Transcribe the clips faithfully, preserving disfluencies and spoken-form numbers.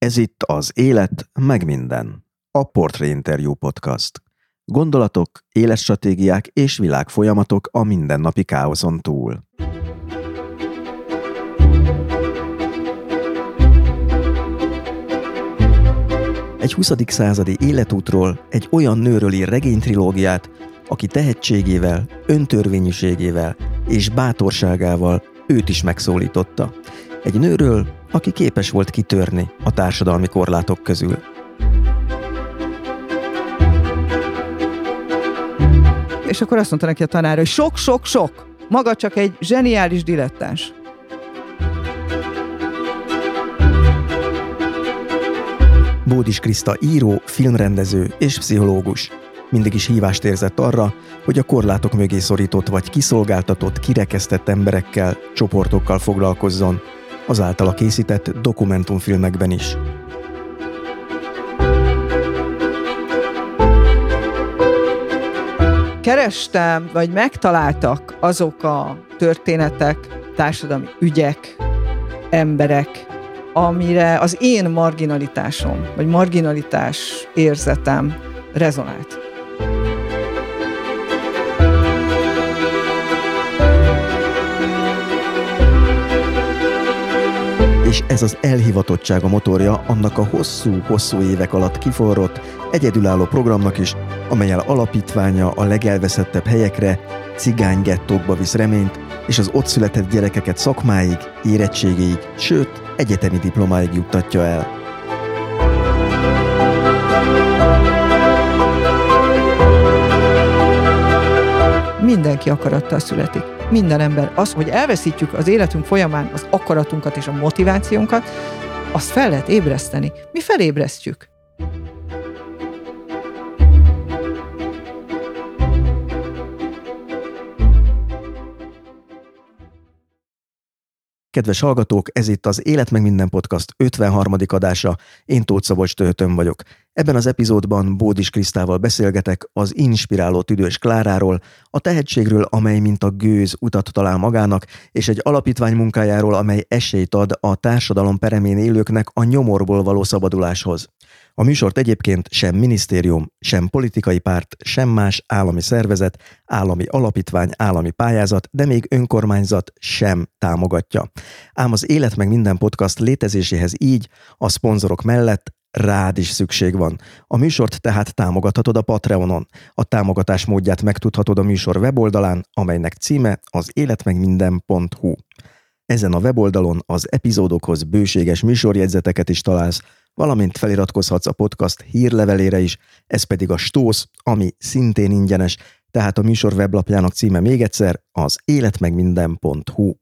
Ez itt az Élet, meg minden. A Portré Interview Podcast. Gondolatok, életstratégiák és világfolyamatok a mindennapi káoszon túl. Egy huszadik századi életútról, egy olyan nőről ír regénytrilógiát, aki tehetségével, öntörvényűségével és bátorságával őt is megszólította. Egy nőről, aki képes volt kitörni a társadalmi korlátok közül. És akkor azt mondta neki a tanár, hogy sok-sok-sok, maga csak egy zseniális dilettáns. Bódis Kriszta író, filmrendező és pszichológus. Mindig is hívást érzett arra, hogy a korlátok mögé szorított vagy kiszolgáltatott, kirekesztett emberekkel, csoportokkal foglalkozzon, az általa készített dokumentumfilmekben is. Kerestem, vagy megtaláltak azok a történetek, társadalmi ügyek, emberek, amire az én marginalitásom, vagy marginalitás érzetem rezonált. És ez az elhivatottság a motorja annak a hosszú-hosszú évek alatt kiforrott, egyedülálló programnak is, amellyel alapítványa a legelveszettebb helyekre, cigánygettókba visz reményt, és az ott született gyerekeket szakmáig, érettségéig, sőt, egyetemi diplomáig juttatja el. Mindenki akarattal születik. Minden ember. Az, hogy elveszítjük az életünk folyamán az akaratunkat és a motivációnkat, azt fel lehet ébreszteni. Mi felébresztjük. Kedves hallgatók, ez itt az Élet meg minden podcast ötvenharmadik adása, én Tóth Szabolcs Töhötön vagyok. Ebben az epizódban Bódis Krisztával beszélgetek az inspiráló Tüdős Kláráról, a tehetségről, amely mint a gőz utat talál magának, és egy alapítvány munkájáról, amely esélyt ad a társadalom peremén élőknek a nyomorból való szabaduláshoz. A műsort egyébként sem minisztérium, sem politikai párt, sem más állami szervezet, állami alapítvány, állami pályázat, de még önkormányzat sem támogatja. Ám az Élet meg minden podcast létezéséhez így, a szponzorok mellett rád is szükség van. A műsort tehát támogathatod a Patreonon. A támogatás módját megtudhatod a műsor weboldalán, amelynek címe az életmegminden pont hu. Ezen a weboldalon az epizódokhoz bőséges műsorjegyzeteket is találsz, valamint feliratkozhatsz a podcast hírlevelére is, ez pedig a Stósz, ami szintén ingyenes, tehát a műsor weblapjának címe még egyszer az életmegminden pont hu.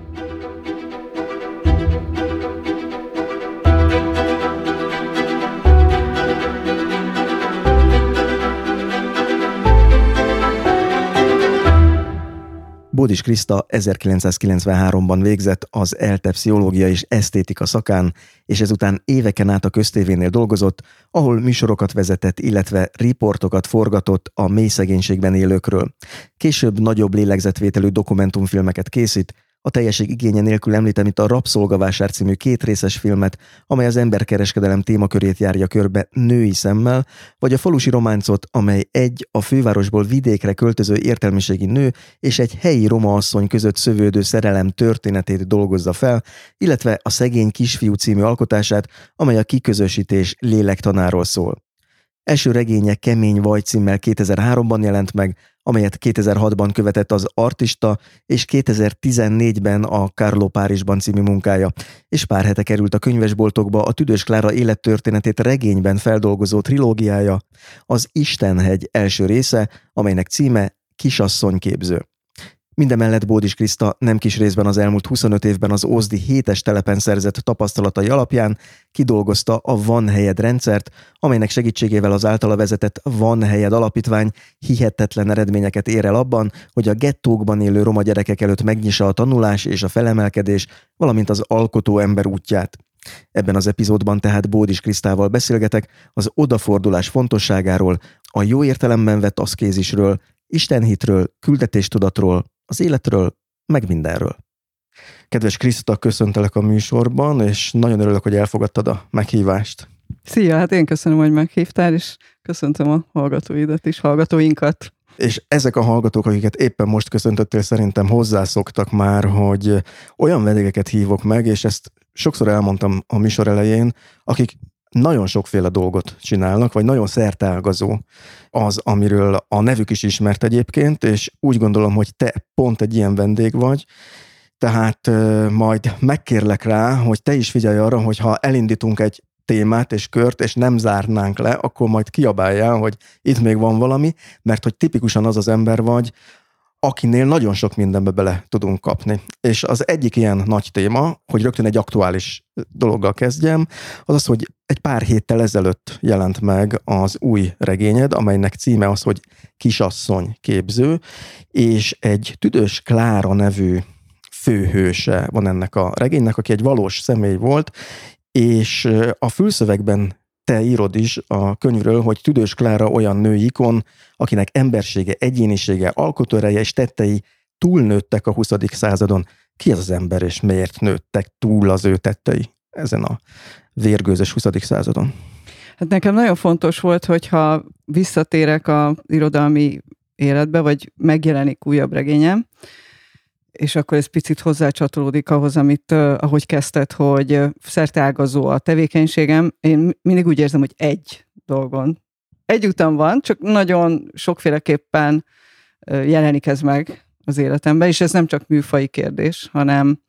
Bódis Kriszta ezerkilencszázkilencvenháromban végzett az ELTE pszichológia és esztétika szakán, és ezután éveken át a Köztévénél dolgozott, ahol műsorokat vezetett, illetve riportokat forgatott a mély szegénységben élőkről. Később nagyobb lélegzetvételű dokumentumfilmeket készít, a teljesség igénye nélkül említem itt a Rabszolgavásár című kétrészes filmet, amely az emberkereskedelem témakörét járja körbe női szemmel, vagy a Falusi románcot, amely egy a fővárosból vidékre költöző értelmiségi nő és egy helyi roma asszony között szövődő szerelem történetét dolgozza fel, illetve a Szegény kisfiú című alkotását, amely a kiközösítés lélektanáról szól. Első regénye Kemény vaj címmel kétezer-háromban jelent meg, amelyet kétezer-hatban követett az Artista, és kétezer-tizennégyben a Carlo Párizsban című munkája, és pár hete került a könyvesboltokba a Tüdős Klára élettörténetét regényben feldolgozó trilógiája, az Istenhegy első része, amelynek címe Kisasszonyképző. Mindemellett Bódis Kriszta nem kis részben az elmúlt huszonöt évben az ózdi hétes telepen szerzett tapasztalatai alapján kidolgozta a Van helyed rendszert, amelynek segítségével az általa vezetett Van helyed alapítvány hihetetlen eredményeket ér el abban, hogy a gettókban élő roma gyerekek előtt megnyissa a tanulás és a felemelkedés, valamint az alkotó ember útját. Ebben az epizódban tehát Bódis Krisztával beszélgetek az odafordulás fontosságáról, a jó értelemben vett aszkézisről, istenhitről, küldetéstudatról, az életről, meg mindenről. Kedves Kriszta, köszöntelek a műsorban, és nagyon örülök, hogy elfogadtad a meghívást. Szia, hát én köszönöm, hogy meghívtál, és köszöntöm a hallgatóidat is, hallgatóinkat. És ezek a hallgatók, akiket éppen most köszöntöttél, szerintem hozzászoktak már, hogy olyan vendégeket hívok meg, és ezt sokszor elmondtam a műsor elején, akik nagyon sokféle dolgot csinálnak, vagy nagyon szerteágazó az, amiről a nevük is ismert egyébként, és úgy gondolom, hogy te pont egy ilyen vendég vagy, tehát euh, majd megkérlek rá, hogy te is figyelj arra, hogy ha elindítunk egy témát és kört, és nem zárnánk le, akkor majd kiabáljál, hogy itt még van valami, mert hogy tipikusan az az ember vagy, akinél nagyon sok mindenbe bele tudunk kapni. És az egyik ilyen nagy téma, hogy rögtön egy aktuális dologgal kezdjem, az az, hogy egy pár héttel ezelőtt jelent meg az új regényed, amelynek címe az, hogy Kisasszony képző, és egy Tüdös Klára nevű főhőse van ennek a regénynek, aki egy valós személy volt, és a fülszövegben te írod is a könyvről, hogy Tüdös Klára olyan női ikon, akinek embersége, egyénisége, alkotóereje és tettei túlnőttek a huszadik századon. Ki ez az ember, és miért nőttek túl az ő tettei ezen a vérgőzös huszadik századon? Hát nekem nagyon fontos volt, hogyha visszatérek az irodalmi életbe, vagy megjelenik újabb regényem, és akkor ez picit hozzácsatolódik ahhoz, amit, uh, ahogy kezdted, hogy uh, szerteágazó a tevékenységem. Én mindig úgy érzem, hogy egy dolgon. Egy utam van, csak nagyon sokféleképpen uh, jelenik ez meg az életemben, és ez nem csak műfaji kérdés, hanem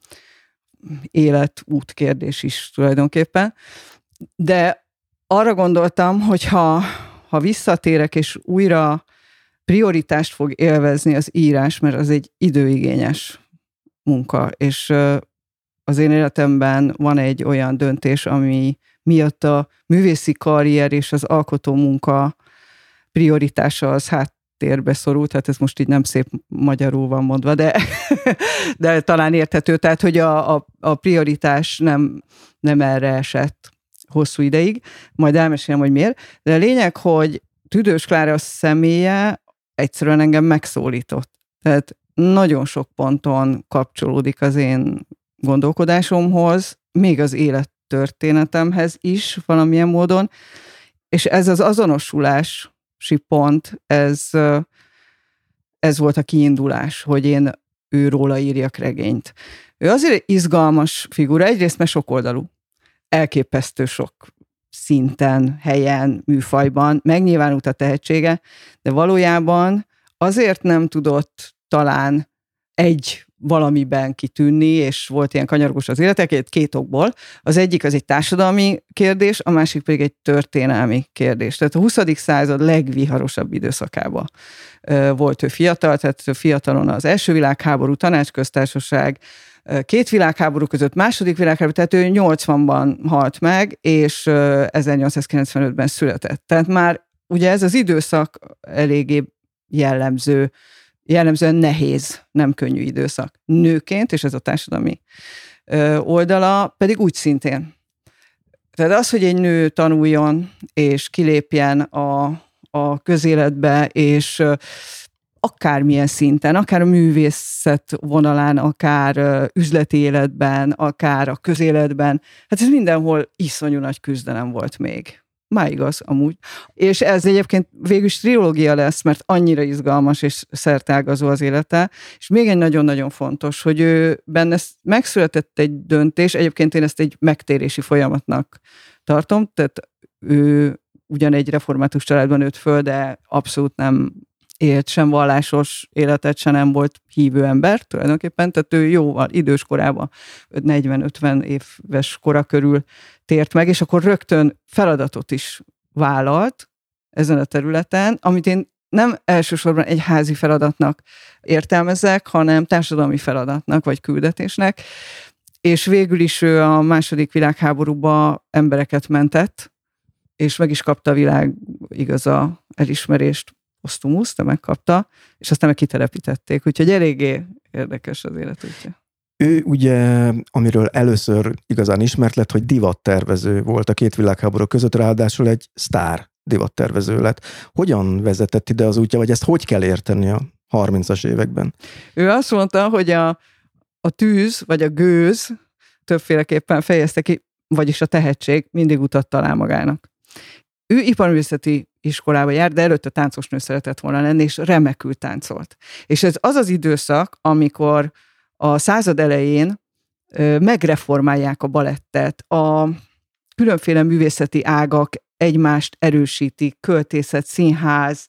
életút kérdés is tulajdonképpen. De arra gondoltam, hogy ha, ha visszatérek, és újra prioritást fog élvezni az írás, mert az egy időigényes munka, és az én életemben van egy olyan döntés, ami miatt a művészi karrier és az alkotó munka prioritása az háttérbe szorult, hát ez most így nem szép magyarul van mondva, de, de talán érthető, tehát hogy a, a, a prioritás nem, nem erre esett hosszú ideig, majd elmesélem, hogy miért, de a lényeg, hogy Tüdös Klára személye egyszerűen engem megszólított. Tehát nagyon sok ponton kapcsolódik az én gondolkodásomhoz, még az élettörténetemhez is valamilyen módon, és ez az azonosulási pont, ez, ez volt a kiindulás, hogy én őróla írjak regényt. Ő azért izgalmas figura, egyrészt mert sokoldalú, elképesztő sok szinten, helyen, műfajban megnyilvánult a tehetsége, de valójában azért nem tudott talán egy valamiben kitűnni, és volt ilyen kanyargós az élete, két okból. Az egyik az egy társadalmi kérdés, a másik pedig egy történelmi kérdés. Tehát a huszadik század legviharosabb időszakában volt ő fiatal, tehát fiatalon az első világháború, tanácsköztársaság, két világháború között, második világháború, tehát ő nyolcvanban halt meg, és ezernyolcszázkilencvenötben született. Tehát már ugye ez az időszak eléggé jellemző, jellemzően nehéz, nem könnyű időszak. Nőként, és ez a társadalmi oldala, pedig úgy szintén. Tehát az, hogy egy nő tanuljon, és kilépjen a, a közéletbe, és akármilyen szinten, akár a művészet vonalán, akár üzleti életben, akár a közéletben, hát ez mindenhol iszonyú nagy küzdelem volt még. Már igaz, amúgy. És ez egyébként végül is trilógia lesz, mert annyira izgalmas és szerteágazó az élete. És még egy nagyon-nagyon fontos, hogy ő benne megszületett egy döntés, egyébként én ezt egy megtérési folyamatnak tartom, tehát ő ugyan egy református családban nőtt föl, de abszolút nem élt sem vallásos életet, sem nem volt hívő ember tulajdonképpen, tehát ő jóval idős korában, negyven-ötven éves kora körül tért meg, és akkor rögtön feladatot is vállalt ezen a területen, amit én nem elsősorban egy házi feladatnak értelmezek, hanem társadalmi feladatnak, vagy küldetésnek, és végül is ő a második világháborúban embereket mentett, és meg is kapta a világ igaza elismerést, posztumusz, de megkapta, és aztán meg kitelepítették, úgyhogy eléggé érdekes az életútja. Ő ugye, amiről először igazán ismert lett, hogy divattervező volt a két világháború között, ráadásul egy sztár divattervező lett. Hogyan vezetett ide az útja, vagy ezt hogy kell érteni a harmincas években? Ő azt mondta, hogy a, a tűz, vagy a gőz, többféleképpen fejezte ki, vagyis a tehetség mindig utat talál magának. Ő iparművészeti iskolába járt, de előtte táncosnő szeretett volna lenni, és remekül táncolt. És ez az az időszak, amikor a század elején ö, megreformálják a balettet, a különféle művészeti ágak egymást erősítik, költészet, színház,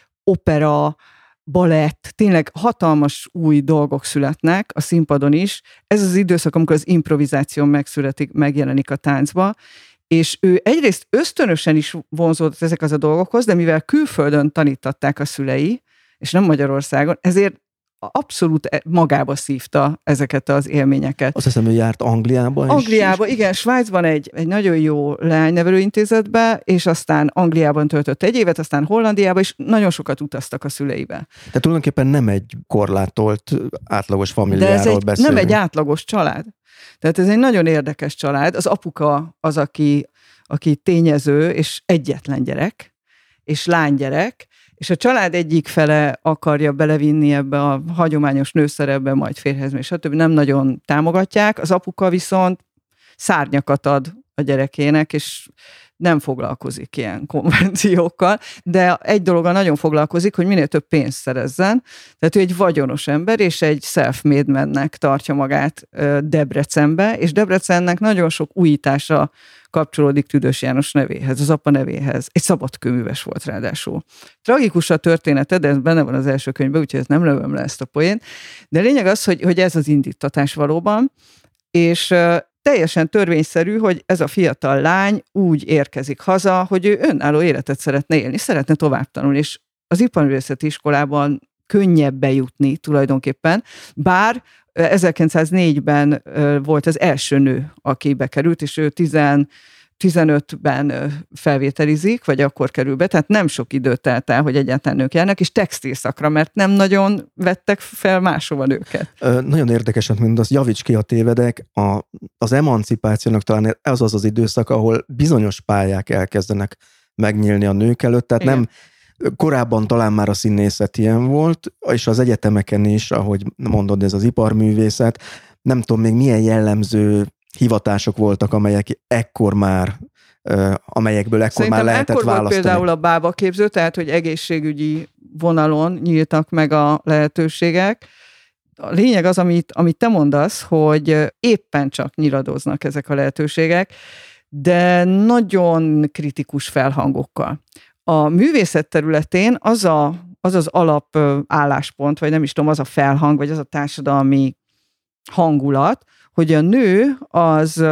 opera, balett, tényleg hatalmas új dolgok születnek a színpadon is. Ez az időszak, amikor az improvizáció megszületik, megjelenik a táncba, és ő egyrészt ösztönösen is vonzódott ezek az a dolgokhoz, de mivel külföldön tanítatták a szülei, és nem Magyarországon, ezért abszolút magába szívta ezeket az élményeket. Azt hiszem, hogy járt Angliába is. Angliába, igen, Svájcban egy, egy nagyon jó leánynevelőintézetbe, és aztán Angliában töltött egy évet, aztán Hollandiába, és nagyon sokat utaztak a szüleibe. Tehát tulajdonképpen nem egy korlátolt, átlagos familiáról De ez egy, beszélünk. nem egy átlagos család. Tehát ez egy nagyon érdekes család. Az apuka az, aki, aki tényező, és egyetlen gyerek, és lánygyerek, és a család egyik fele akarja belevinni ebbe a hagyományos nőszerepbe, majd férjhez, és stb. Nem nagyon támogatják, az apuka viszont szárnyakat ad a gyerekének, és nem foglalkozik ilyen konvenciókkal, de egy dologgal nagyon foglalkozik, hogy minél több pénzt szerezzen. Tehát ő egy vagyonos ember, és egy self-made mannek tartja magát Debrecenbe, és Debrecennek nagyon sok újítása kapcsolódik Tüdös János nevéhez, az apa nevéhez. Egy szabadkőműves volt ráadásul. Tragikus a története, de ez benne van az első könyvben, úgyhogy ezt nem lövöm le ezt a poént. De lényeg az, hogy, hogy ez az indítatás valóban, és teljesen törvényszerű, hogy ez a fiatal lány úgy érkezik haza, hogy ő önálló életet szeretne élni, szeretne tovább tanulni, és az iparművészeti iskolában könnyebb bejutni tulajdonképpen, bár ezerkilencszáznégyben volt az első nő, aki bekerült, és ő tizenötben felvételizik, vagy akkor kerül be, tehát nem sok időt telt el, hogy egyáltalán nők járnak, és textilszakra, mert nem nagyon vettek fel máshova nőket. Ö, nagyon érdekesen mondasz, javíts ki, a tévedek, a, az emancipációnak talán ez az az időszak, ahol bizonyos pályák elkezdenek megnyílni a nők előtt, tehát igen. Nem korábban talán már a színészet ilyen volt, és az egyetemeken is, ahogy mondod, ez az iparművészet, nem tudom még milyen jellemző hivatások voltak, amelyek ekkor már, amelyekből ekkor Szerintem már lehetett ekkor választani. Volt például a bábaképző, tehát hogy egészségügyi vonalon nyíltak meg a lehetőségek. A lényeg az, amit, amit te mondasz, hogy éppen csak nyiladoznak ezek a lehetőségek, de nagyon kritikus felhangokkal. A művészet területén az a, az, az alap álláspont, vagy nem is tudom, az a felhang, vagy az a társadalmi hangulat, hogy a nő az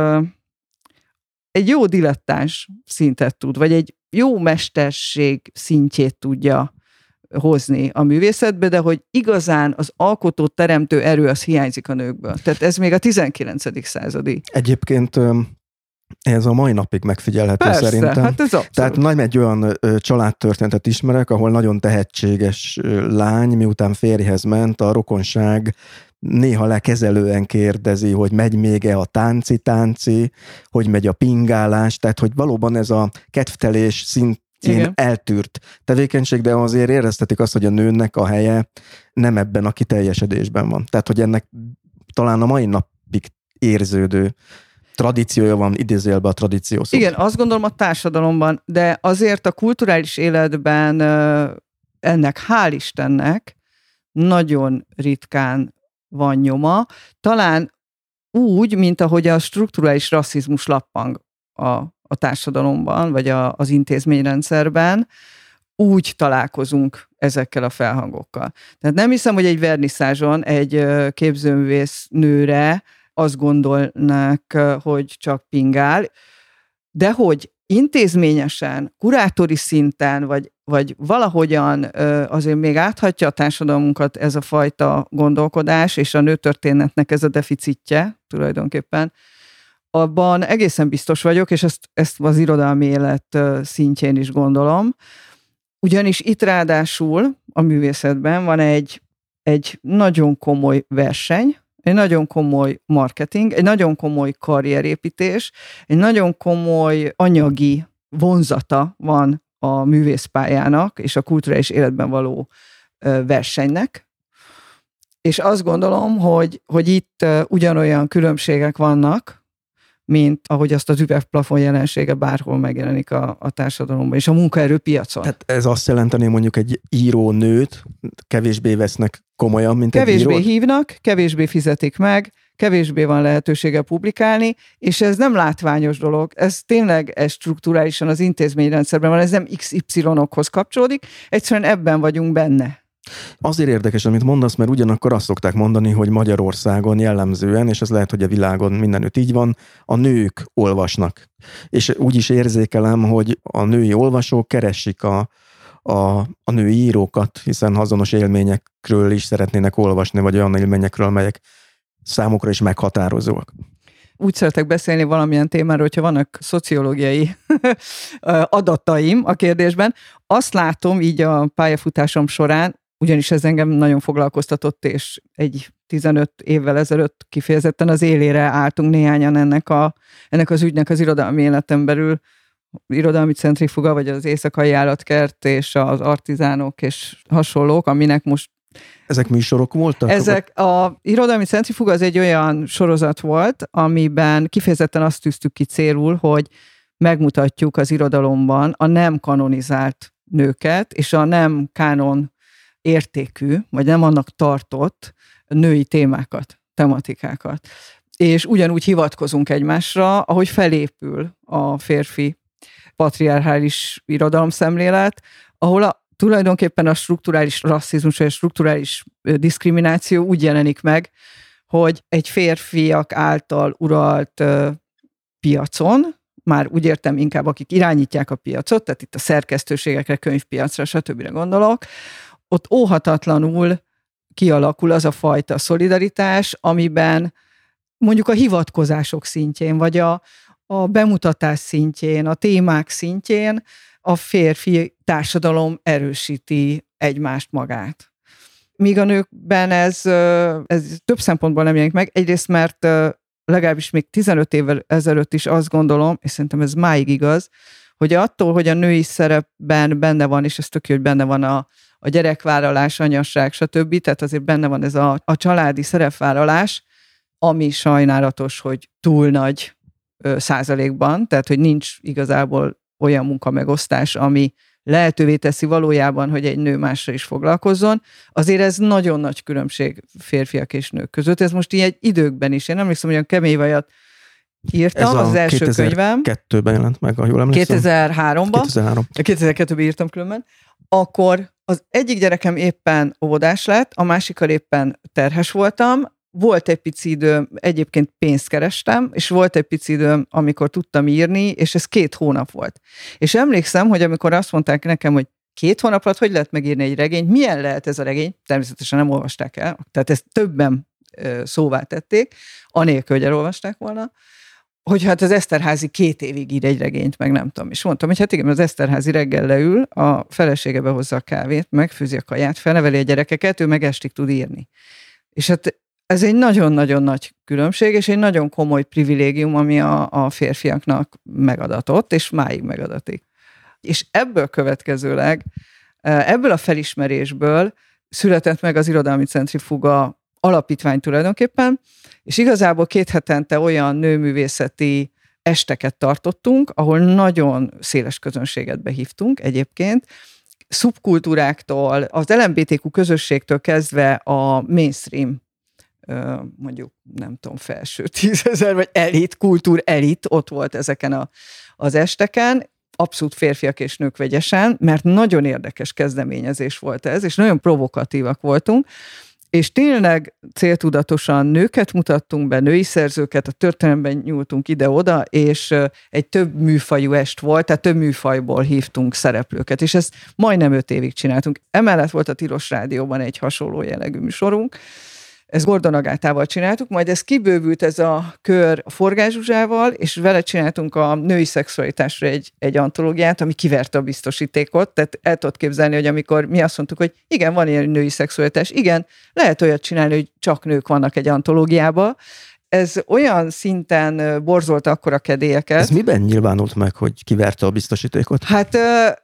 egy jó dilettáns szintet tud, vagy egy jó mesterség szintjét tudja hozni a művészetbe, de hogy igazán az alkotó, teremtő erő az hiányzik a nőkből. Tehát ez még a tizenkilencedik századi. Egyébként ez a mai napig megfigyelhető. Persze, szerintem. Hát ez abszolút. Tehát nagy egy olyan ö, családtörténetet ismerek, ahol nagyon tehetséges ö, lány, miután férjhez ment, a rokonság néha lekezelően kérdezi, hogy megy még-e a tánci-tánci, hogy megy a pingálás, tehát hogy valóban ez a kedvtelés szintén igen. eltűrt tevékenység, de azért éreztetik azt, hogy a nőnek a helye nem ebben a kiteljesedésben van. Tehát, hogy ennek talán a mai napig érződő tradíciója van, idézőjelben a tradíció szó. Igen, azt gondolom a társadalomban, de azért a kulturális életben ennek hál' Istennek nagyon ritkán van nyoma. Talán úgy, mint ahogy a strukturális rasszizmus lappang a, a társadalomban, vagy a, az intézményrendszerben, úgy találkozunk ezekkel a felhangokkal. Tehát nem hiszem, hogy egy verniszázson egy képzőművész nőre azt gondolnák, hogy csak pingál, de hogy intézményesen, kurátori szinten, vagy, vagy valahogyan azért még áthatja a társadalmunkat ez a fajta gondolkodás, és a nőtörténetnek ez a deficitje tulajdonképpen, abban egészen biztos vagyok, és ezt, ezt az irodalmi élet szintjén is gondolom. Ugyanis itt ráadásul a művészetben van egy, egy nagyon komoly verseny, egy nagyon komoly marketing, egy nagyon komoly karrierépítés, egy nagyon komoly anyagi vonzata van a művészpályának és a kulturális életben való versenynek. És azt gondolom, hogy, hogy itt ugyanolyan különbségek vannak, mint ahogy azt az üvegplafon jelensége bárhol megjelenik a, a társadalomban, és a munkaerőpiacon. Tehát ez azt jelenteni, mondjuk egy író nőt kevésbé vesznek komolyan, mint kevésbé egy írót? hívnak, kevésbé fizetik meg, kevésbé van lehetősége publikálni, és ez nem látványos dolog. Ez tényleg ez strukturálisan az intézményrendszerben van, ez nem iksz ipszilonokhoz kapcsolódik, egyszerűen ebben vagyunk benne. Azért érdekes, amit mondasz, mert ugyanakkor azt szokták mondani, hogy Magyarországon jellemzően, és ez lehet, hogy a világon mindenütt így van, a nők olvasnak. És úgy is érzékelem, hogy a női olvasók keresik a, a, a női írókat, hiszen azonos élményekről is szeretnének olvasni, vagy olyan élményekről, amelyek számukra is meghatározóak. Úgy szeretek beszélni valamilyen témáról, hogyha vannak szociológiai adataim a kérdésben. Azt látom így a pályafutásom során, ugyanis ez engem nagyon foglalkoztatott, és egy tizenöt évvel ezelőtt kifejezetten az élére álltunk néhányan ennek, a, ennek az ügynek az irodalmi életen belül, irodalmi centrifuga, vagy az éjszakai állatkert, és az artizánok, és hasonlók, aminek most Ezek műsorok voltak? Ezek a irodalmi centrifuga az egy olyan sorozat volt, amiben kifejezetten azt tűztük ki célul, hogy megmutatjuk az irodalomban a nem kanonizált nőket, és a nem kánon értékű, vagy nem annak tartott női témákat, tematikákat. És ugyanúgy hivatkozunk egymásra, ahogy felépül a férfi patriarchális irodalomszemlélet, ahol a tulajdonképpen a strukturális rasszizmus vagy a strukturális diszkrimináció úgy jelenik meg, hogy egy férfiak által uralt ö, piacon, már úgy értem inkább, akik irányítják a piacot, tehát itt a szerkesztőségekre, könyvpiacra, stb. Gondolok, ott óhatatlanul kialakul az a fajta szolidaritás, amiben mondjuk a hivatkozások szintjén, vagy a, a bemutatás szintjén, a témák szintjén a férfi társadalom erősíti egymást magát. Míg a nőkben ez, ez több szempontból nem jelenik meg. Egyrészt, mert legalábbis még tizenöt évvel ezelőtt is azt gondolom, és szerintem ez máig igaz, hogy attól, hogy a női szerepben benne van, és ez tök jó, hogy benne van a, a gyerekvállalás, anyasság, stb., tehát azért benne van ez a, a családi szerepvállalás, ami sajnálatos, hogy túl nagy ö, százalékban, tehát hogy nincs igazából olyan munkamegosztás, ami lehetővé teszi valójában, hogy egy nő másra is foglalkozzon. Azért ez nagyon nagy különbség férfiak és nők között. Ez most így egy időkben is. Én emlékszem, hogy a Kemény vajat írtam, az, az első könyvem. kétezer-kettőben jelent meg, ha jól emlékszem. kétezer-háromban. kétezer-három. kétezer-kettőben írtam különben. Akkor az egyik gyerekem éppen óvodás lett, a másikkal éppen terhes voltam. Volt egy pici időm, egyébként pénzt kerestem, és volt egy pici időm, amikor tudtam írni, és ez két hónap volt. És emlékszem, hogy amikor azt mondták nekem, hogy két hónap alatt hogy lehet megírni egy regényt, milyen lehet ez a regény, természetesen nem olvasták el, tehát ezt többen szóvá tették, anélkül, hogy elolvasták volna, hogy hát az Eszterházy két évig ír egy regényt, meg nem tudom. És mondtam, hogy hát igen, az Eszterházy reggel leül, a felesége behozza a kávét, megfőzi a kaját, felneveli a gyerekeket, ő meg estig tud írni. És hát ez egy nagyon-nagyon nagy különbség, és egy nagyon komoly privilégium, ami a, a férfiaknak megadatott, és máig megadatik. És ebből következőleg, ebből a felismerésből született meg az Irodalmi Centrifuga alapítvány tulajdonképpen, és igazából két hetente olyan nőművészeti esteket tartottunk, ahol nagyon széles közönséget behívtunk egyébként, szubkultúráktól, az el em bé té kú közösségtől kezdve a mainstream, mondjuk nem tudom, felső tízezer, vagy elit, kultúr elit ott volt ezeken a, az esteken, abszolút férfiak és nők vegyesen, mert nagyon érdekes kezdeményezés volt ez, és nagyon provokatívak voltunk, és tényleg céltudatosan nőket mutattunk be, női szerzőket, a történelemben nyúltunk ide-oda, és egy több műfajú est volt, tehát több műfajból hívtunk szereplőket, és ezt majdnem öt évig csináltunk. Emellett volt a Tilos Rádióban egy hasonló jellegű műsorunk, ezt Gordon Agátával csináltuk, majd ez kibővült ez a kör a Forgás Zsuzsával, és vele csináltunk a női szexualitásra egy, egy antológiát, ami kiverte a biztosítékot, tehát el tudod képzelni, hogy amikor mi azt mondtuk, hogy igen, van ilyen női szexualitás, igen, lehet olyat csinálni, hogy csak nők vannak egy antológiában. Ez olyan szinten borzolta akkor a kedélyeket. Ez miben nyilvánult meg, hogy kiverte a biztosítékot? Hát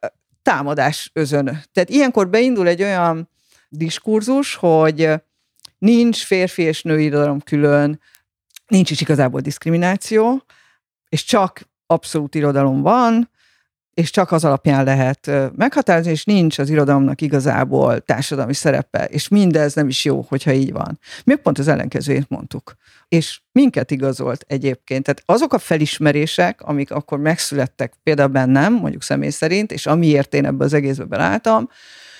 támadás özön. Tehát ilyenkor beindul egy olyan diskurzus, hogy nincs férfi és női irodalom külön, nincs is igazából diszkrimináció, és csak abszolút irodalom van, és csak az alapján lehet meghatározni, és nincs az irodalomnak igazából társadalmi szerepe, és mindez nem is jó, hogyha így van. Mi pont az ellenkezőjét mondtuk. És minket igazolt egyébként. Tehát azok a felismerések, amik akkor megszülettek például bennem, mondjuk személy szerint, és amiért én ebbe az egészbe belálltam,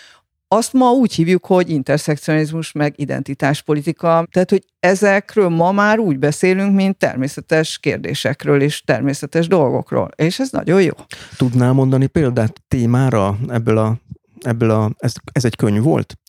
azt ma úgy hívjuk, hogy interszekcionalizmus, meg identitáspolitika. Tehát, hogy ezekről ma már úgy beszélünk, mint természetes kérdésekről és természetes dolgokról. És ez nagyon jó. Tudnál mondani példát témára ebből a, ebből a ez, ez egy könyv volt?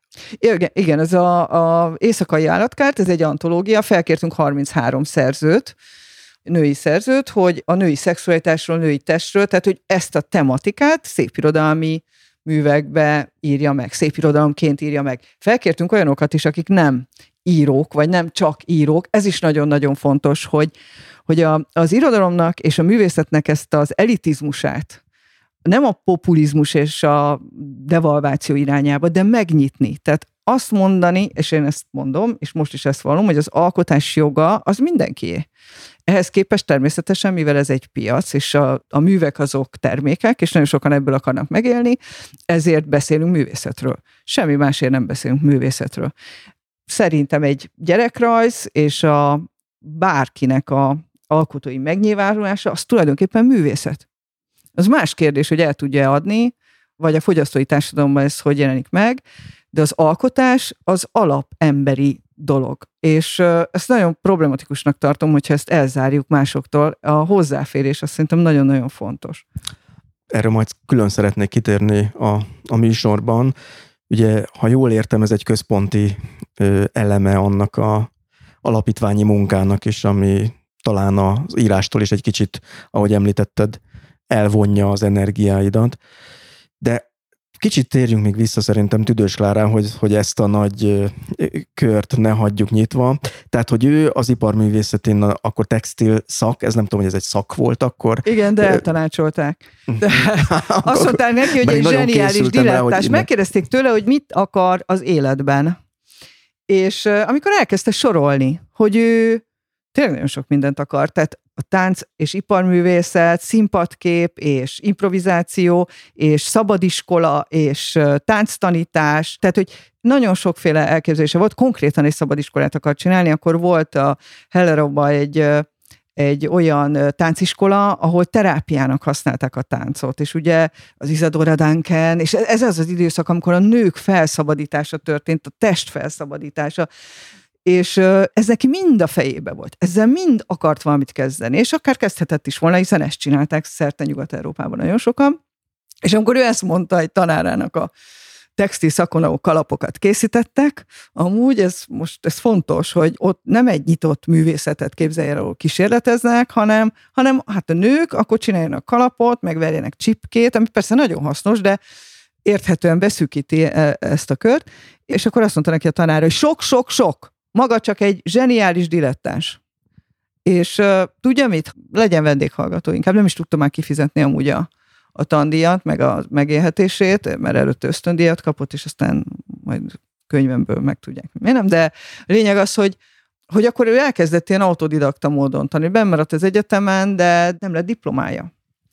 Igen, igen, ez a, a Éjszakai Állatkárt, ez egy antológia, felkértünk harminchárom szerzőt, női szerzőt, hogy a női szexualitásról, női testről, tehát, hogy ezt a tematikát szépirodalmi művekbe írja meg, szépirodalomként írja meg. Felkértünk olyanokat is, akik nem írók, vagy nem csak írók. Ez is nagyon-nagyon fontos, hogy, hogy a, az irodalomnak és a művészetnek ezt az elitizmusát nem a populizmus és a devalváció irányába, de megnyitni. Tehát azt mondani, és én ezt mondom, és most is ezt vallom, hogy az alkotás joga az mindenkié. Ehhez képest természetesen, mivel ez egy piac, és a, a művek azok termékek, és nagyon sokan ebből akarnak megélni, ezért beszélünk művészetről. Semmi másért nem beszélünk művészetről. Szerintem egy gyerekrajz, és a bárkinek a alkotói megnyilvánulása, az tulajdonképpen művészet. Az más kérdés, hogy el tudja adni, vagy a fogyasztói társadalomban ez hogy jelenik meg, de az alkotás az alapemberi dolog. És ezt nagyon problematikusnak tartom, hogyha ezt elzárjuk másoktól. A hozzáférés azt szerintem nagyon-nagyon fontos. Erről majd külön szeretnék kitérni a, a műsorban. Ugye, ha jól értem, ez egy központi ö, eleme annak a alapítványi munkának is, ami talán az írástól is egy kicsit, ahogy említetted, elvonja az energiáidat. De kicsit térjünk még vissza szerintem Tüdős Klárán, hogy, hogy ezt a nagy kört ne hagyjuk nyitva. Tehát, hogy ő az iparművészetén akkor textil szak, ez nem tudom, hogy ez egy szak volt akkor. Igen, de eltanácsolták. De azt mondták neki, hogy egy zseniális dilettás. Megkérdezték tőle, hogy mit akar az életben. És amikor elkezdte sorolni, hogy ő tényleg nagyon sok mindent akar, tehát a tánc és iparművészet, színpadkép és improvizáció, és szabadiskola, és tánctanítás, tehát, hogy nagyon sokféle elképzelése volt, konkrétan egy szabadiskolát akart csinálni, akkor volt a Hellerauban egy, egy olyan tánciskola, ahol terápiának használták a táncot, és ugye az Isadora Duncan, és ez az az időszak, amikor a nők felszabadítása történt, a test felszabadítása, és ez neki mind a fejébe volt. Ezzel mind akart valamit kezdeni, és akár kezdhetett is volna, hiszen ezt csinálták szerte Nyugat-Európában nagyon sokan. És amikor ő ezt mondta egy tanárának, a textil szakon, ahol kalapokat készítettek, amúgy ez most ez fontos, hogy ott nem egy nyitott művészetet képzelje, ahol kísérleteznek, hanem, hanem hát a nők akkor csináljanak kalapot, megverjenek csipkét, ami persze nagyon hasznos, de érthetően beszűkíti ezt a kört, és akkor azt mondta neki a tanára, hogy sok-sok-sok, maga csak egy zseniális dilettáns. És uh, tudja mit? Legyen vendéghallgató. Inkább nem is tudtam már kifizetni amúgy a, a tandíjat, meg a megélhetését, mert előtte ösztöndíjat kapott, és aztán majd könyvemből megtudják. Miért nem? De a lényeg az, hogy, hogy akkor ő elkezdett ilyen autodidakta módon tanulni. Bennmaradt az egyetemen, de nem lett diplomája.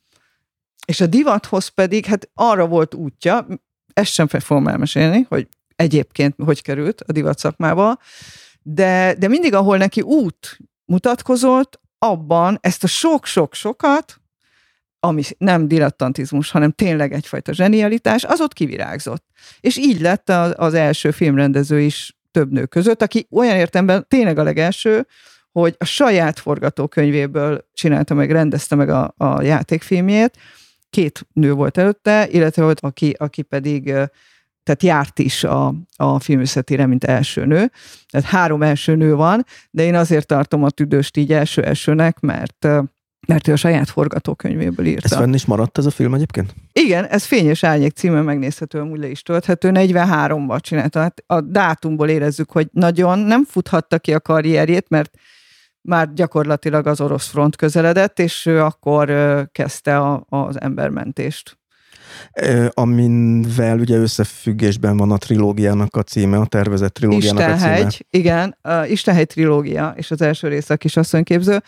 És a divathoz pedig, hát arra volt útja, ezt sem fogom elmesélni, hogy egyébként hogy került a divat szakmába, de, de mindig, ahol neki út mutatkozott, abban ezt a sok-sok-sokat, ami nem dilettantizmus, hanem tényleg egyfajta zsenialitás, az ott kivirágzott. És így lett az, az első filmrendező is több nő között, aki olyan értelemben tényleg a legelső, hogy a saját forgatókönyvéből csinálta meg, rendezte meg a, a játékfilmjét. Két nő volt előtte, illetve volt, aki, aki pedig tehát járt is a, a filmészetére, mint első nő. Tehát három első nő van, de én azért tartom a Tüdőst így első-elsőnek, mert, mert ő a saját forgatókönyvéből írta. Ez fenn is maradt ez a film egyébként? Igen, ez Fény és Árnyék címen megnézhető, amúgy le is tölthető. negyvenháromban csinálta. Hát a dátumból érezzük, hogy nagyon nem futhatta ki a karrierjét, mert már gyakorlatilag az orosz front közeledett, és ő akkor kezdte a, az embermentést. Amivel ugye összefüggésben van a trilógiának a címe, a tervezett trilógiának Istenhegy, a címe. Igen, uh, Istenhegy trilógia, és az első része a Kisasszonyképző.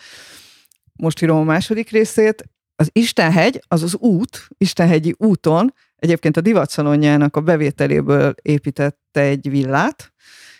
Most írom a második részét. Az Istenhegy, az az út, Istenhegyi úton, egyébként a divatszalonjának a bevételéből építette egy villát,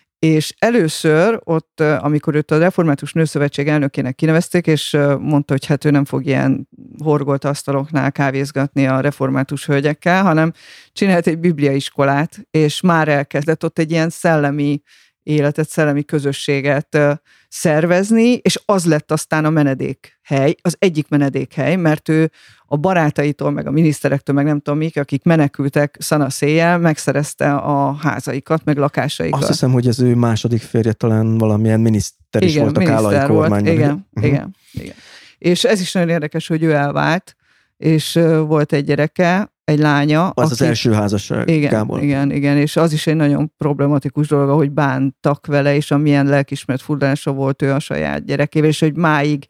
és először ott, amikor őt a Református Nőszövetség elnökének kinevezték, és mondta, hogy hát ő nem fog ilyen horgolt asztaloknál kávézgatni a református hölgyekkel, hanem csinált egy bibliaiskolát, és már elkezdett ott egy ilyen szellemi életet, szellemi közösséget szervezni, és az lett aztán a menedékhely, az egyik menedékhely, mert ő a barátaitól, meg a miniszterektől, meg nem tudom mik, akik menekültek szanaszéjjel, megszerezte a házaikat, meg lakásaikat. Azt hiszem, hogy az ő második férje talán valamilyen miniszter is igen, volt a Kállai kormányban. Igen, uh-huh. igen, igen. És ez is nagyon érdekes, hogy ő elvált, és volt egy gyereke, egy lánya. Az aki, az első házasság, igen, Gábor. Igen, igen, és az is egy nagyon problematikus dolog, hogy bántak vele, és amilyen lelkismert furdalása volt ő a saját gyerekével, és hogy máig,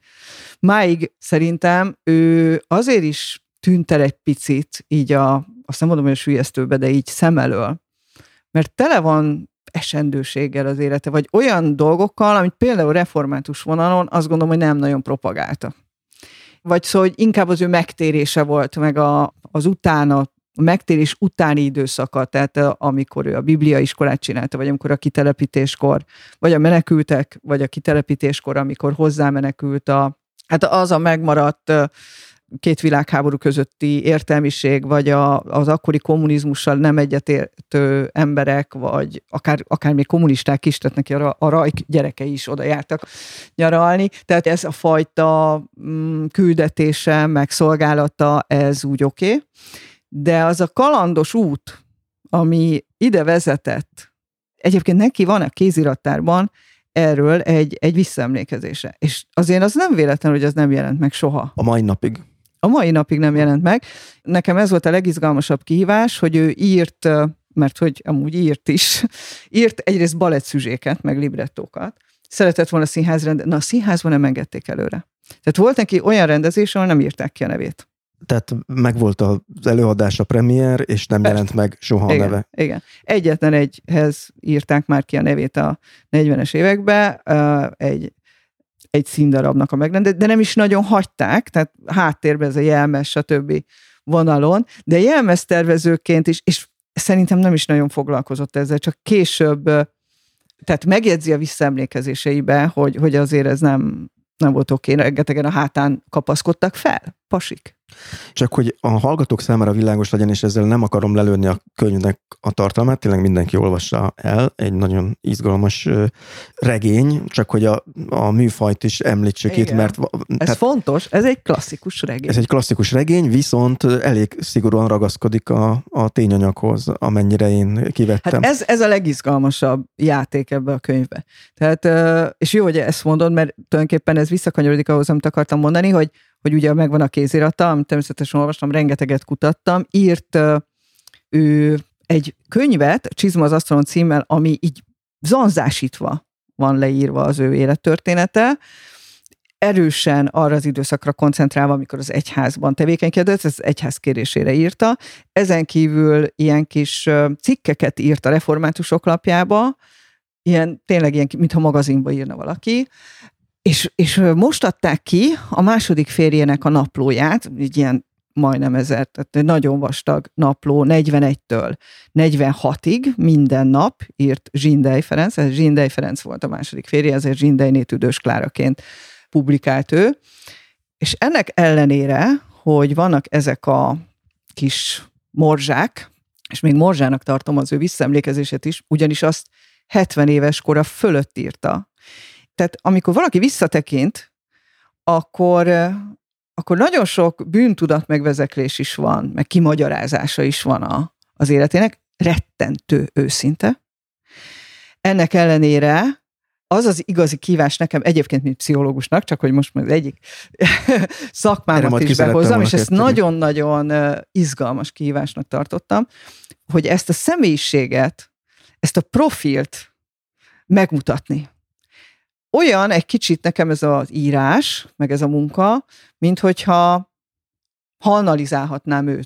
máig szerintem ő azért is tűnt el egy picit, így a, azt nem mondom, hogy a süllyesztőbe, de így szem elől, mert tele van esendőséggel az élete, vagy olyan dolgokkal, amit például református vonalon azt gondolom, hogy nem nagyon propagálta. Vagy szóval, hogy inkább az ő megtérése volt, meg a, az utána, a megtérés utáni időszaka, tehát amikor ő a bibliaiskolát csinálta, vagy amikor a kitelepítéskor, vagy a menekültek, vagy a kitelepítéskor, amikor hozzámenekült a, hát az a megmaradt két világháború közötti értelmiség, vagy a, az akkori kommunizmussal nem egyetértő emberek, vagy akár, akár még kommunisták is, tehát neki a, a rajk gyerekei is oda jártak nyaralni. Tehát ez a fajta mm, küldetése, meg szolgálata, ez úgy oké. Okay. De az a kalandos út, ami ide vezetett, egyébként neki van a kézirattárban erről egy, egy visszaemlékezése. És azért az nem véletlen, hogy az nem jelent meg soha. A mai napig. A mai napig nem jelent meg. Nekem ez volt a legizgalmasabb kihívás, hogy ő írt, mert hogy amúgy írt is, írt egyrészt balettszüzséket, meg librettókat. Szeretett volna színház rendezni, na a színházban nem engedték előre. Tehát volt neki olyan rendezés, ahol nem írták ki a nevét. Tehát megvolt az előadás, a premier, és nem Persze. jelent meg soha igen, a neve. Igen. Egyetlen egyhez írták már ki a nevét a negyvenes években, egy egy színdarabnak a megrendezés, de nem is nagyon hagyták, tehát háttérben ez a jelmez, stb. Vonalon, de jelmeztervezőként is, és szerintem nem is nagyon foglalkozott ezzel, csak később, tehát megjegyzi a visszaemlékezéseibe, hogy, hogy azért ez nem, nem volt oké, rengetegen a hátán kapaszkodtak fel, pasik. Csak hogy a hallgatók számára világos legyen, és ezzel nem akarom lelőni a könyvnek a tartalmát, tényleg mindenki olvassa el, egy nagyon izgalmas regény, csak hogy a, a műfajt is említsük itt, mert... Ez tehát, fontos, ez egy klasszikus regény. Ez egy klasszikus regény, viszont elég szigorúan ragaszkodik a, a tényanyaghoz, amennyire én kivettem. Hát ez, ez a legizgalmasabb játék ebbe a könyvbe. Tehát, és jó, hogy ezt mondod, mert tulajdonképpen ez visszakanyarodik ahhoz, amit akartam mondani, hogy hogy ugye megvan a kézirata, amit természetesen olvastam, rengeteget kutattam, írt ő egy könyvet, Csizma az asztalon címmel, ami így zanzásítva van leírva az ő élettörténete, erősen arra az időszakra koncentrálva, amikor az egyházban tevékenykedett, ez egyház kérésére írta. Ezen kívül ilyen kis cikkeket írt a reformátusok lapjába, ilyen, tényleg ilyen, mintha magazinba írna valaki, És, és most adták ki a második férjének a naplóját, egy ilyen majdnem ezer, tehát nagyon vastag napló, negyvenegytől negyvenhatig minden nap írt Zsindely Ferenc, ez Zsindely Ferenc volt a második férje, ezért Zsindelyné Tüdős Kláraként publikált ő, és ennek ellenére, hogy vannak ezek a kis morzsák, és még morzsának tartom az ő visszaemlékezését is, ugyanis azt hetven éves kora fölött írta. Tehát amikor valaki visszatekint, akkor, akkor nagyon sok bűntudat megvezeklés is van, meg kimagyarázása is van a, az életének, rettentő őszinte. Ennek ellenére az az igazi kívás nekem egyébként, mint pszichológusnak, csak hogy most az egyik szakmámat is behozzam, és ezt nagyon-nagyon izgalmas kívásnak tartottam, hogy ezt a személyiséget, ezt a profilt megmutatni. Olyan egy kicsit nekem ez az írás, meg ez a munka, mint hogyha ha analizálhatnám őt.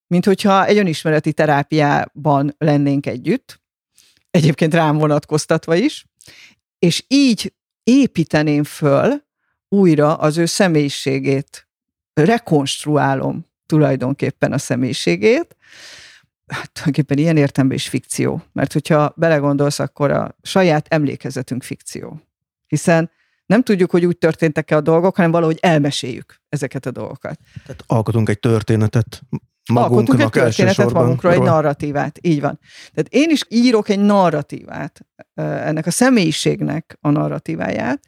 mint hogyha egy önismereti terápiában lennénk együtt, egyébként rám vonatkoztatva is, és így építeném föl újra az ő személyiségét, rekonstruálom tulajdonképpen a személyiségét. Hát, tulajdonképpen ilyen értelemben is fikció, mert hogyha belegondolsz, akkor a saját emlékezetünk fikció. Hiszen nem tudjuk, hogy úgy történtek-e a dolgok, hanem valahogy elmeséljük ezeket a dolgokat. Tehát alkotunk egy történetet magunknak. Alkotunk egy történetet magunkról, egy narratívát. Így van. Tehát én is írok egy narratívát, ennek a személyiségnek a narratíváját.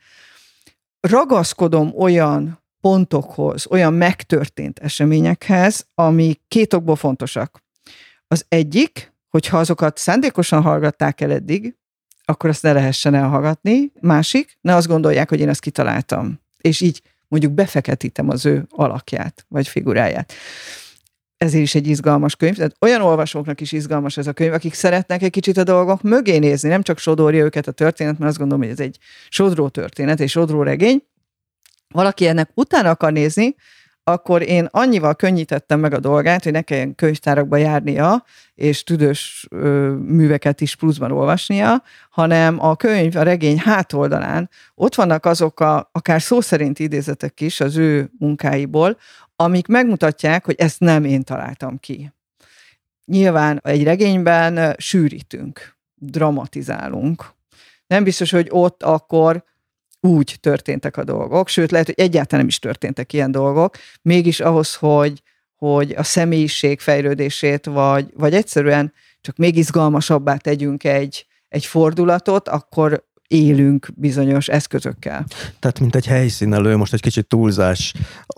Ragaszkodom olyan pontokhoz, olyan megtörtént eseményekhez, ami két okból fontosak. Az egyik, hogyha azokat szándékosan hallgatták el eddig, akkor azt ne lehessen elhallgatni. Másik, ne azt gondolják, hogy én ezt kitaláltam. És így mondjuk befeketítem az ő alakját, vagy figuráját. Ezért is egy izgalmas könyv. Tehát olyan olvasóknak is izgalmas ez a könyv, akik szeretnek egy kicsit a dolgok mögé nézni, nem csak sodorja őket a történet, mert azt gondolom, hogy ez egy sodró történet, egy sodró regény. Valaki ennek utána akar nézni, akkor én annyival könnyítettem meg a dolgát, hogy ne kelljen könyvtárakba járnia, és tüdős ö, műveket is pluszban olvasnia, hanem a könyv, a regény hátoldalán ott vannak azok a, akár szó szerint idézetek is az ő munkáiból, amik megmutatják, hogy ezt nem én találtam ki. Nyilván egy regényben sűrítünk, dramatizálunk. Nem biztos, hogy ott akkor úgy történtek a dolgok, sőt, lehet, hogy egyáltalán nem is történtek ilyen dolgok, mégis ahhoz, hogy, hogy a személyiség fejlődését, vagy, vagy egyszerűen csak még izgalmasabbá tegyünk egy, egy fordulatot, akkor élünk bizonyos eszközökkel. Tehát, mint egy helyszínelő, most egy kicsit túlzás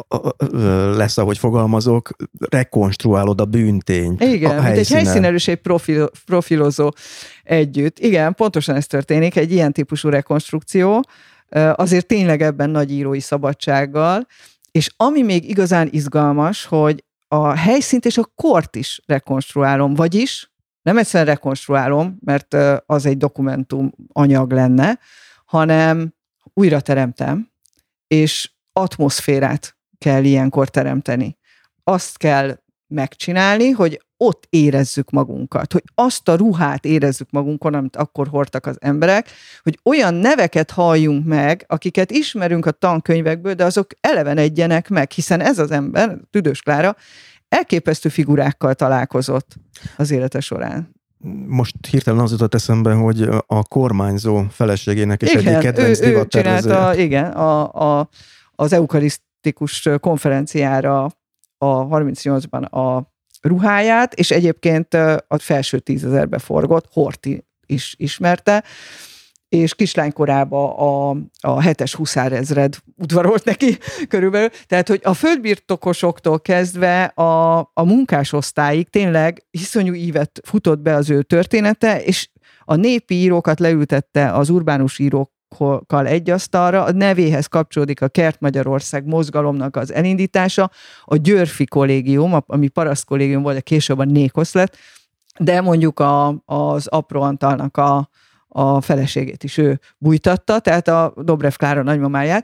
lesz, ahogy fogalmazok, rekonstruálod a bűntényt. Igen, a mint egy helyszínelő és egy profil, profilozó együtt. Igen, pontosan ez történik, egy ilyen típusú rekonstrukció, azért tényleg ebben nagy írói szabadsággal, és ami még igazán izgalmas, hogy a helyszínt és a kort is rekonstruálom, vagyis nem egyszerűen rekonstruálom, mert az egy dokumentum anyag lenne, hanem újra teremtem, és atmoszférát kell ilyenkor teremteni. Azt kell megcsinálni, hogy ott érezzük magunkat, hogy azt a ruhát érezzük magunkon, amit akkor hordtak az emberek, hogy olyan neveket halljunk meg, akiket ismerünk a tankönyvekből, de azok elevenedjenek meg, hiszen ez az ember, Tüdős Klára, elképesztő figurákkal találkozott az élete során. Most hirtelen az jutott eszembe, hogy a kormányzó feleségének is igen, egyik kedvenc ő, ő csinálta, divattervezője. igen, a, a, az eukarisztikus konferenciára a harmincnyolcban a ruháját, és egyébként a felső tízezerbe forgott, Horthy is ismerte, és kislánykorában a, a hetes huszárezred udvarolt neki körülbelül. Tehát, hogy a földbirtokosoktól kezdve a, a munkásosztályig tényleg iszonyú ívet futott be az ő története, és a népi írókat leültette az urbánus írókkal egy asztalra, a nevéhez kapcsolódik a Kert Magyarország mozgalomnak az elindítása, a Györfi kollégium, ami paraszt kollégium volt, de később a Nékosz lett, de mondjuk a, az Apró Antalnak a a feleségét is ő bújtatta, tehát a Dobrev Klára nagymamáját,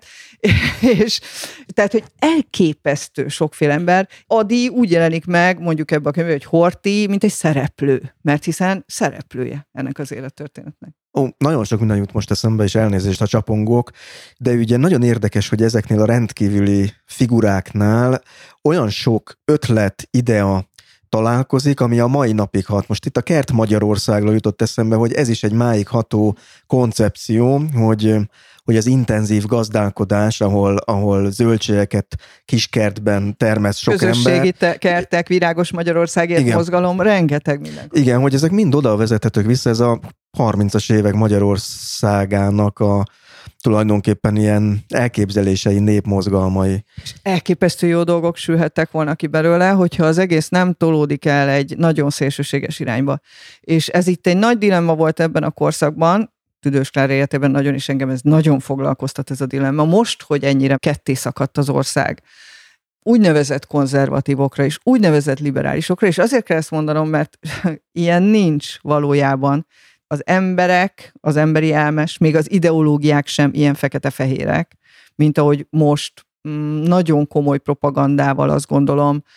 és tehát, hogy elképesztő sokféle ember. Ady úgy jelenik meg, mondjuk ebben a könyvben, hogy Horthy, mint egy szereplő, mert hiszen szereplője ennek az élettörténetnek. Ó, nagyon sok minden jut most eszembe, és elnézést a csapongók, de ugye nagyon érdekes, hogy ezeknél a rendkívüli figuráknál olyan sok ötlet, idea találkozik, ami a mai napig hat. Most itt a Kert Magyarországról jutott eszembe, hogy ez is egy máig ható koncepció, hogy, hogy az intenzív gazdálkodás, ahol, ahol zöldségeket kiskertben termesz sok közösségi ember. Közösségi kertek, virágos Magyarországért igen. mozgalom, rengeteg minden. Igen, hogy ezek mind oda vezethetők vissza, ez a harmincas évek Magyarországának a tulajdonképpen ilyen elképzelései, népmozgalmai. És elképesztő jó dolgok sülhettek volna ki belőle, hogyha az egész nem tolódik el egy nagyon szélsőséges irányba. És ez itt egy nagy dilemma volt ebben a korszakban, Tüdős Klára életében nagyon is engem ez nagyon foglalkoztat ez a dilemma. Most, hogy ennyire ketté szakadt az ország, úgynevezett konzervatívokra és úgynevezett liberálisokra, és azért kell ezt mondanom, mert ilyen nincs valójában. Az emberek, az emberi elmes, még az ideológiák sem ilyen fekete-fehérek, mint ahogy most nagyon komoly propagandával azt gondolom,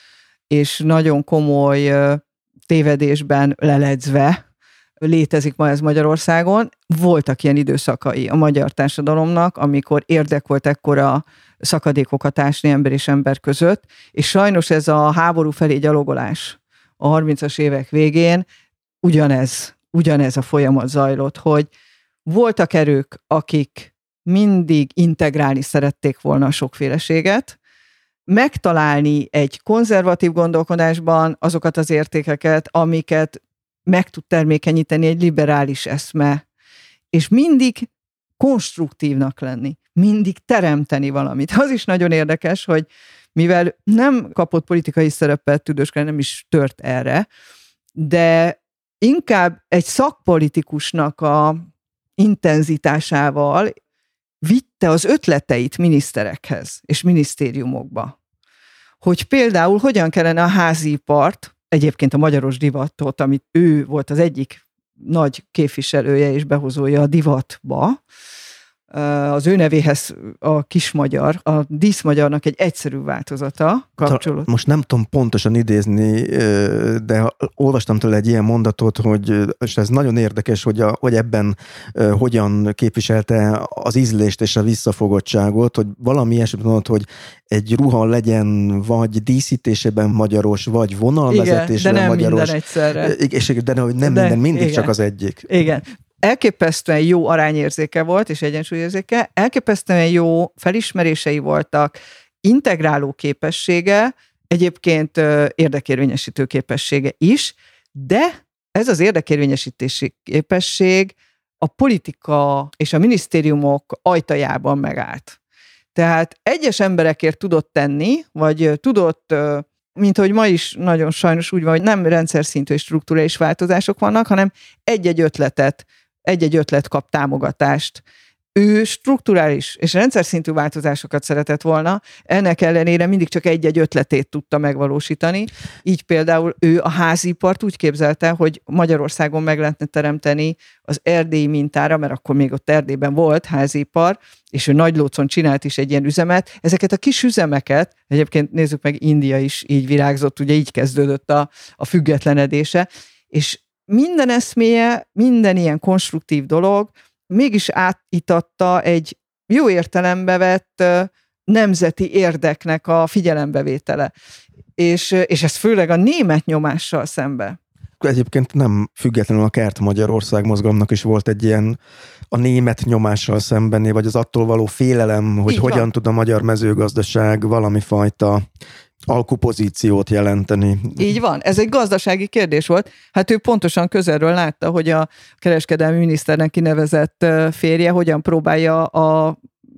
és nagyon komoly tévedésben leledzve létezik ma ez Magyarországon. Voltak ilyen időszakai a magyar társadalomnak, amikor érdek volt ekkora szakadékokat ásni ember és ember között, és sajnos ez a háború felé gyalogolás a harmincas évek végén ugyanez, ugyanez a folyamat zajlott, hogy voltak erők, akik mindig integrálni szerették volna a sokféleséget, megtalálni egy konzervatív gondolkodásban azokat az értékeket, amiket meg tud termékenyíteni egy liberális eszme, és mindig konstruktívnak lenni, mindig teremteni valamit. Az is nagyon érdekes, hogy mivel nem kapott politikai szerepet Tüdős Klára, nem is tört erre, de inkább egy szakpolitikusnak a intenzitásával vitte az ötleteit miniszterekhez és minisztériumokba. Hogy például hogyan kellene a házipart, egyébként a magyaros divatot, amit ő volt az egyik nagy képviselője és behozója a divatba, az ő nevéhez a kismagyar, a díszmagyarnak egy egyszerű változata kapcsolódott. Most nem tudom pontosan idézni, de olvastam tőle egy ilyen mondatot, hogy és ez nagyon érdekes, hogy, a, hogy ebben hogyan képviselte az ízlést és a visszafogottságot, hogy valami ilyesmit mondott, hogy egy ruha legyen vagy díszítésében magyaros, vagy vonalvezetésben magyaros. Igen, de nem minden egyszerre. És, de nem de, minden, mindig igen. Csak az egyik. Igen. Elképesztően jó arányérzéke volt, és egyensúlyérzéke, elképesztően jó felismerései voltak, integráló képessége, egyébként érdekérvényesítő képessége is, de ez az érdekérvényesítési képesség a politika és a minisztériumok ajtajában megállt. Tehát egyes emberekért tudott tenni, vagy tudott, mint hogy ma is nagyon sajnos úgy van, hogy nem rendszer szintű és strukturális változások vannak, hanem egy-egy ötletet, egy-egy ötlet kap támogatást. Ő strukturális és rendszer szintű változásokat szeretett volna, ennek ellenére mindig csak egy-egy ötletét tudta megvalósítani. Így például ő a házipart úgy képzelte, hogy Magyarországon meg lehetne teremteni az erdélyi mintára, mert akkor még ott Erdélyben volt házipar, és ő Nagylócon csinált is egy ilyen üzemet. Ezeket a kis üzemeket, egyébként nézzük meg, India is így virágzott, ugye így kezdődött a, a függetlenedése, és minden eszméje, minden ilyen konstruktív dolog mégis átitatta egy jó értelembe vett nemzeti érdeknek a figyelembevétele. És, és ez főleg a német nyomással szembe. Egyébként nem függetlenül a Kert Magyarország mozgalomnak is volt egy ilyen a német nyomással szembeni, vagy az attól való félelem, hogy így hogyan van. Tud a magyar mezőgazdaság valami fajta alkupozíciót jelenteni. Így van, ez egy gazdasági kérdés volt. Hát ő pontosan közelről látta, hogy a kereskedelmi miniszternek kinevezett férje hogyan próbálja a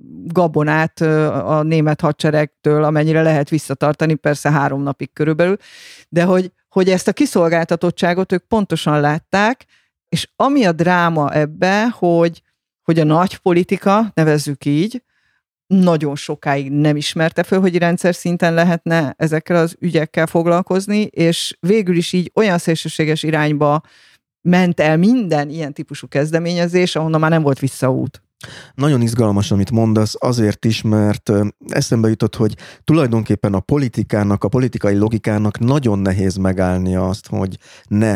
gabonát a német hadseregtől, amennyire lehet visszatartani, persze három napig körülbelül, de hogy, hogy ezt a kiszolgáltatottságot ők pontosan látták, és ami a dráma ebbe, hogy, hogy a nagy politika, nevezzük így, nagyon sokáig nem ismerte föl, hogy rendszer szinten lehetne ezekkel az ügyekkel foglalkozni, és végül is így olyan szélsőséges irányba ment el minden ilyen típusú kezdeményezés, ahonnan már nem volt visszaút. Nagyon izgalmas, amit mondasz, azért is, mert eszembe jutott, hogy tulajdonképpen a politikának, a politikai logikának nagyon nehéz megállni azt, hogy ne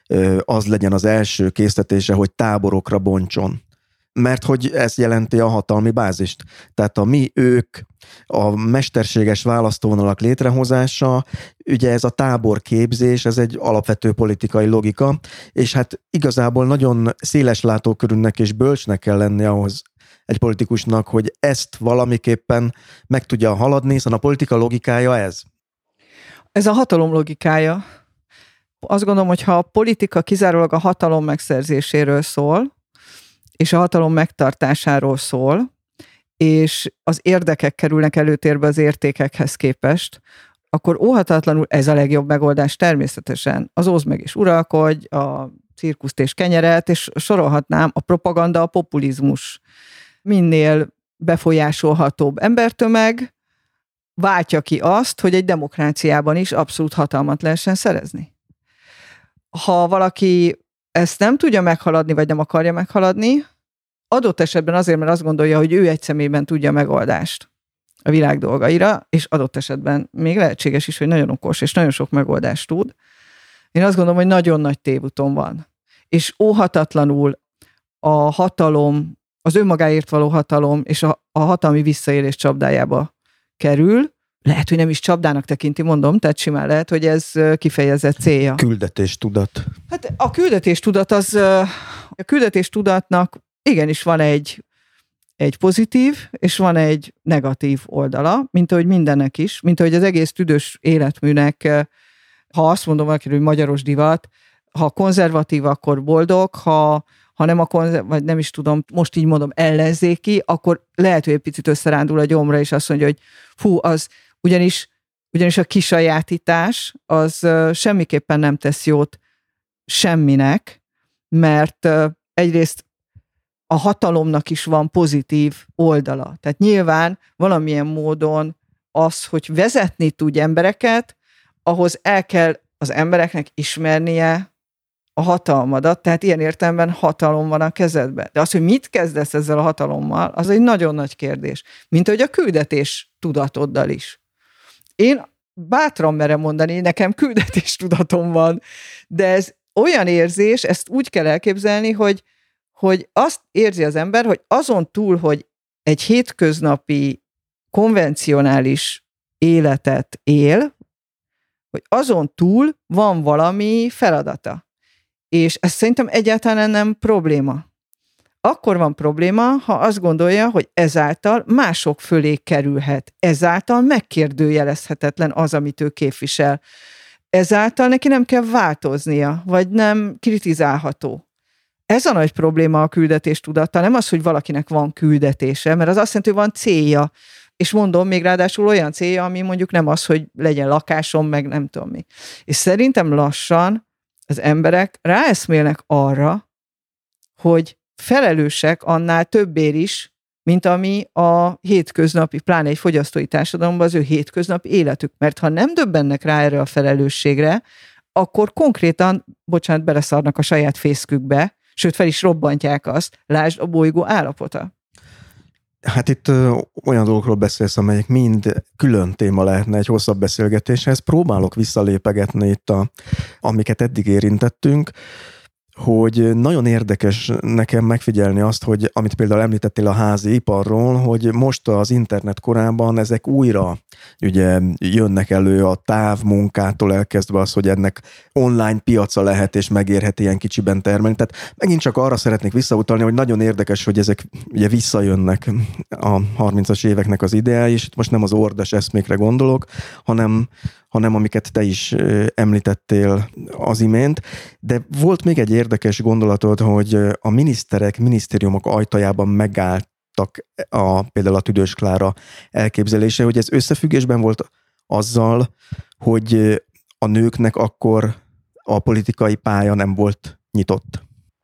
az legyen az első késztetése, hogy táborokra bontson. Mert hogy ez jelenti a hatalmi bázist. Tehát a mi, ők, a mesterséges választóvonalak létrehozása, ugye ez a táborképzés, ez egy alapvető politikai logika, és hát igazából nagyon széles látókörűnek és bölcsnek kell lenni ahhoz egy politikusnak, hogy ezt valamiképpen meg tudja haladni, hiszen a politika logikája ez. Ez a hatalom logikája. Azt gondolom, hogy ha a politika kizárólag a hatalom megszerzéséről szól, és a hatalom megtartásáról szól, és az érdekek kerülnek előtérbe az értékekhez képest, akkor óhatatlanul ez a legjobb megoldás természetesen. Az oszd meg és uralkodj, a cirkuszt és kenyeret, és sorolhatnám a propaganda, a populizmus. Minél befolyásolhatóbb embertömeg váltja ki azt, hogy egy demokráciában is abszolút hatalmat lehessen szerezni. Ha valaki ezt nem tudja meghaladni, vagy nem akarja meghaladni, adott esetben azért, mert azt gondolja, hogy ő egy személyben tudja a megoldást. a világ dolgaira, és adott esetben még lehetséges is, hogy nagyon okos, és nagyon sok megoldást tud. Én azt gondolom, hogy nagyon nagy tévúton van. És óhatatlanul a hatalom, az önmagáért való hatalom, és a, a hatalmi visszaélés csapdájába kerül. Lehet, hogy nem is csapdának tekinti, mondom, tehát simán lehet, hogy ez kifejezett célja. Küldetéstudat. Hát a küldetéstudat az, a küldetéstudatnak igenis van egy, egy pozitív, és van egy negatív oldala, mint ahogy mindennek is, mint ahogy az egész tüdős életműnek, ha azt mondom valakiről, hogy magyaros divat, ha konzervatív, akkor boldog, ha, ha nem a konzerv, vagy nem is tudom, most így mondom, ellenzéki, akkor lehet, hogy egy picit összerándul a gyomra, és azt mondja, hogy fú, az ugyanis, ugyanis a kisajátítás az semmiképpen nem tesz jót semminek, mert egyrészt a hatalomnak is van pozitív oldala. Tehát nyilván valamilyen módon az, hogy vezetni tudj embereket, ahhoz el kell az embereknek ismernie a hatalmadat, tehát ilyen értelemben hatalom van a kezedben. De az, hogy mit kezdesz ezzel a hatalommal, az egy nagyon nagy kérdés. Mint ahogy a küldetés tudatoddal is. Én bátran merem mondani, nekem küldetés tudatom van, de ez olyan érzés, ezt úgy kell elképzelni, hogy, hogy azt érzi az ember, hogy azon túl, hogy egy hétköznapi, konvencionális életet él, hogy azon túl van valami feladata. És ez szerintem egyáltalán nem probléma. Akkor van probléma, ha azt gondolja, hogy ezáltal mások fölé kerülhet. Ezáltal megkérdőjelezhetetlen az, amit ő képvisel. Ezáltal neki nem kell változnia, vagy nem kritizálható. Ez a nagy probléma a küldetéstudattal. Nem az, hogy valakinek van küldetése, mert az azt jelenti, hogy van célja. És mondom, még ráadásul olyan célja, ami mondjuk nem az, hogy legyen lakásom, meg nem tudom mi. És szerintem lassan az emberek ráeszmélnek arra, hogy felelősek annál többér is, mint ami a hétköznapi, pláne egy fogyasztói társadalomban az ő hétköznapi életük. Mert ha nem döbbennek rá erre a felelősségre, akkor konkrétan, bocsánat, beleszarnak a saját fészkükbe, sőt fel is robbantják azt, lásd a bolygó állapota. Hát itt ö, olyan dolgokról beszélsz, amelyek mind külön téma lehetne egy hosszabb beszélgetéshez. Próbálok visszalépegetni itt, a, amiket eddig érintettünk, hogy nagyon érdekes nekem megfigyelni azt, hogy amit például említettél a házi iparról, hogy most az internet korában ezek újra ugye jönnek elő a távmunkától elkezdve az, hogy ennek online piaca lehet és megérhet ilyen kicsiben termelni. Tehát megint csak arra szeretnék visszautalni, hogy nagyon érdekes, hogy ezek ugye visszajönnek a harmincas éveknek az ideái, és itt most nem az ordas eszmékre gondolok, hanem hanem amiket te is említettél az imént. De volt még egy érdekes gondolatod, hogy a miniszterek, minisztériumok ajtajában megálltak a, például a Tüdős Klára elképzelése, hogy ez összefüggésben volt azzal, hogy a nőknek akkor a politikai pálya nem volt nyitott.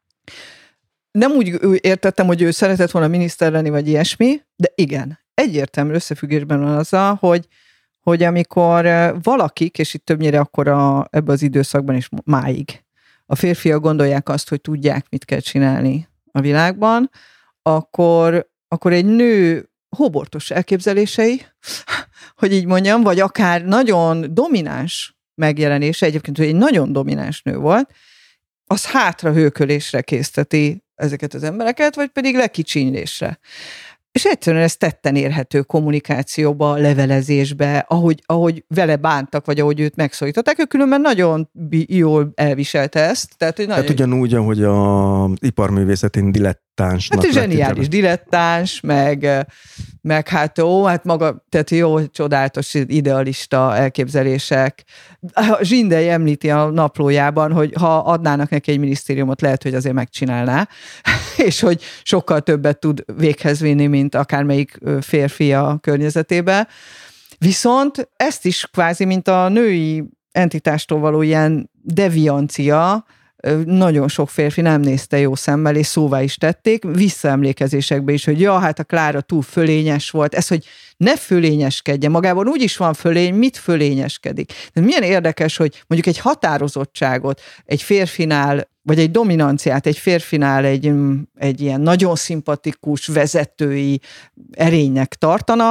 Nem úgy értettem, hogy ő szeretett volna miniszter lenni, vagy ilyesmi, de igen, egyértelmű összefüggésben van azzal, hogy hogy amikor valakik, és itt többnyire akkor a, ebben az időszakban is máig, a férfiak gondolják azt, hogy tudják, mit kell csinálni a világban, akkor, akkor egy nő hóbortos elképzelései, hogy így mondjam, vagy akár nagyon domináns megjelenése, egyébként hogy egy nagyon domináns nő volt, az hátra hőkölésre készteti ezeket az embereket, vagy pedig lekicsinylésre. És egyszerűen ez tetten érhető kommunikációba, levelezésbe, ahogy, ahogy vele bántak, vagy ahogy őt megszólították, ő különben nagyon jól elviselte ezt. Tehát, hogy nagyon... tehát ugyanúgy, ahogy a iparművészetén dilettánsnak. Hát zseniális dilettáns, meg, meg hát ó, hát maga, tehát jó, csodálatos idealista elképzelések. Zsindely említi a naplójában, hogy ha adnának neki egy minisztériumot, lehet, hogy azért megcsinálná, és hogy sokkal többet tud véghez vinni, mint akármelyik férfi a környezetébe. Viszont ezt is kvázi, mint a női entitástól való ilyen deviancia, nagyon sok férfi nem nézte jó szemmel, és szóvá is tették, visszaemlékezésekbe is, hogy ja, hát a Klára túl fölényes volt, ez, hogy ne fölényeskedjen, magában úgy is van fölény, mit fölényeskedik. De milyen érdekes, hogy mondjuk egy határozottságot egy férfinál, vagy egy dominanciát egy férfinál egy, egy ilyen nagyon szimpatikus vezetői erénynek tartanak,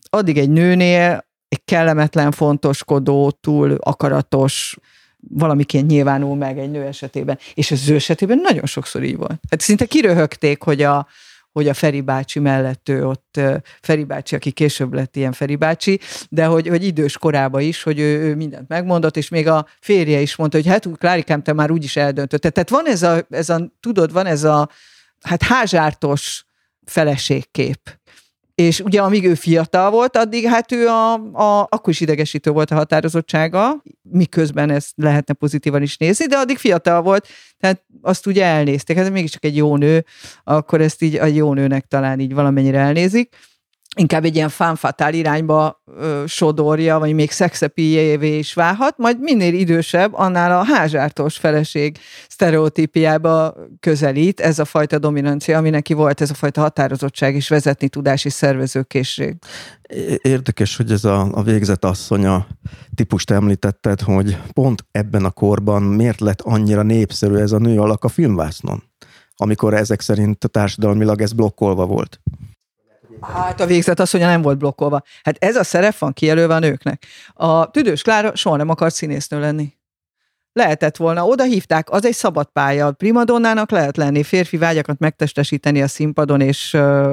addig egy nőnél egy kellemetlen, fontoskodó, túl akaratos, valamiként nyilvánul meg egy nő esetében. És az ő esetében nagyon sokszor így volt. Hát szinte kiröhögték, hogy a, hogy a Feri bácsi mellett ő ott, Feri bácsi, aki később lett ilyen Feri bácsi, de hogy, hogy idős korában is, hogy ő, ő mindent megmondott, és még a férje is mondta, hogy hát Klárikám, te már úgyis eldöntötted. Tehát van ez a, ez a, tudod, van ez a hát házsártos feleségkép. És ugye amíg ő fiatal volt, addig hát ő a, a, akkor is idegesítő volt a határozottsága, miközben ezt lehetne pozitívan is nézni, de addig fiatal volt, tehát azt ugye elnézték, hát mégiscsak egy jó nő, akkor ezt így a jó nőnek talán így valamennyire elnézik. Inkább egy ilyen femme fatale irányba ö, sodorja, vagy még szexepijévé is válhat, majd minél idősebb, annál a házsártos feleség sztereotípiába közelít ez a fajta dominancia, ami neki volt, ez a fajta határozottság és vezetni tudás és szervezőkészség. Érdekes, hogy ez a, a végzett asszonya típust említetted, hogy pont ebben a korban miért lett annyira népszerű ez a nő alak a filmvásznon, amikor ezek szerint társadalmilag ez blokkolva volt. Hát a végzett asszonya nem volt blokkolva. Hát ez a szerep van kijelölve a nőknek. A Tüdős Klára soha nem akart színésznő lenni. Lehetett volna, oda hívták, az egy szabad pálya. A primadonnának lehet lenni, férfi vágyakat megtestesíteni a színpadon, és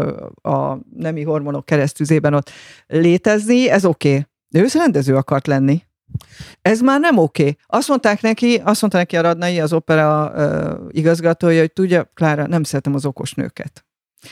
a nemi hormonok keresztüzében ott létezni, ez oké. Okay. De ő rendező akart lenni. Ez már nem oké. Okay. Azt mondták neki, azt mondta neki a Radnai, az opera uh, igazgatója, hogy tudja, Klára, nem szeretem az okos nőket.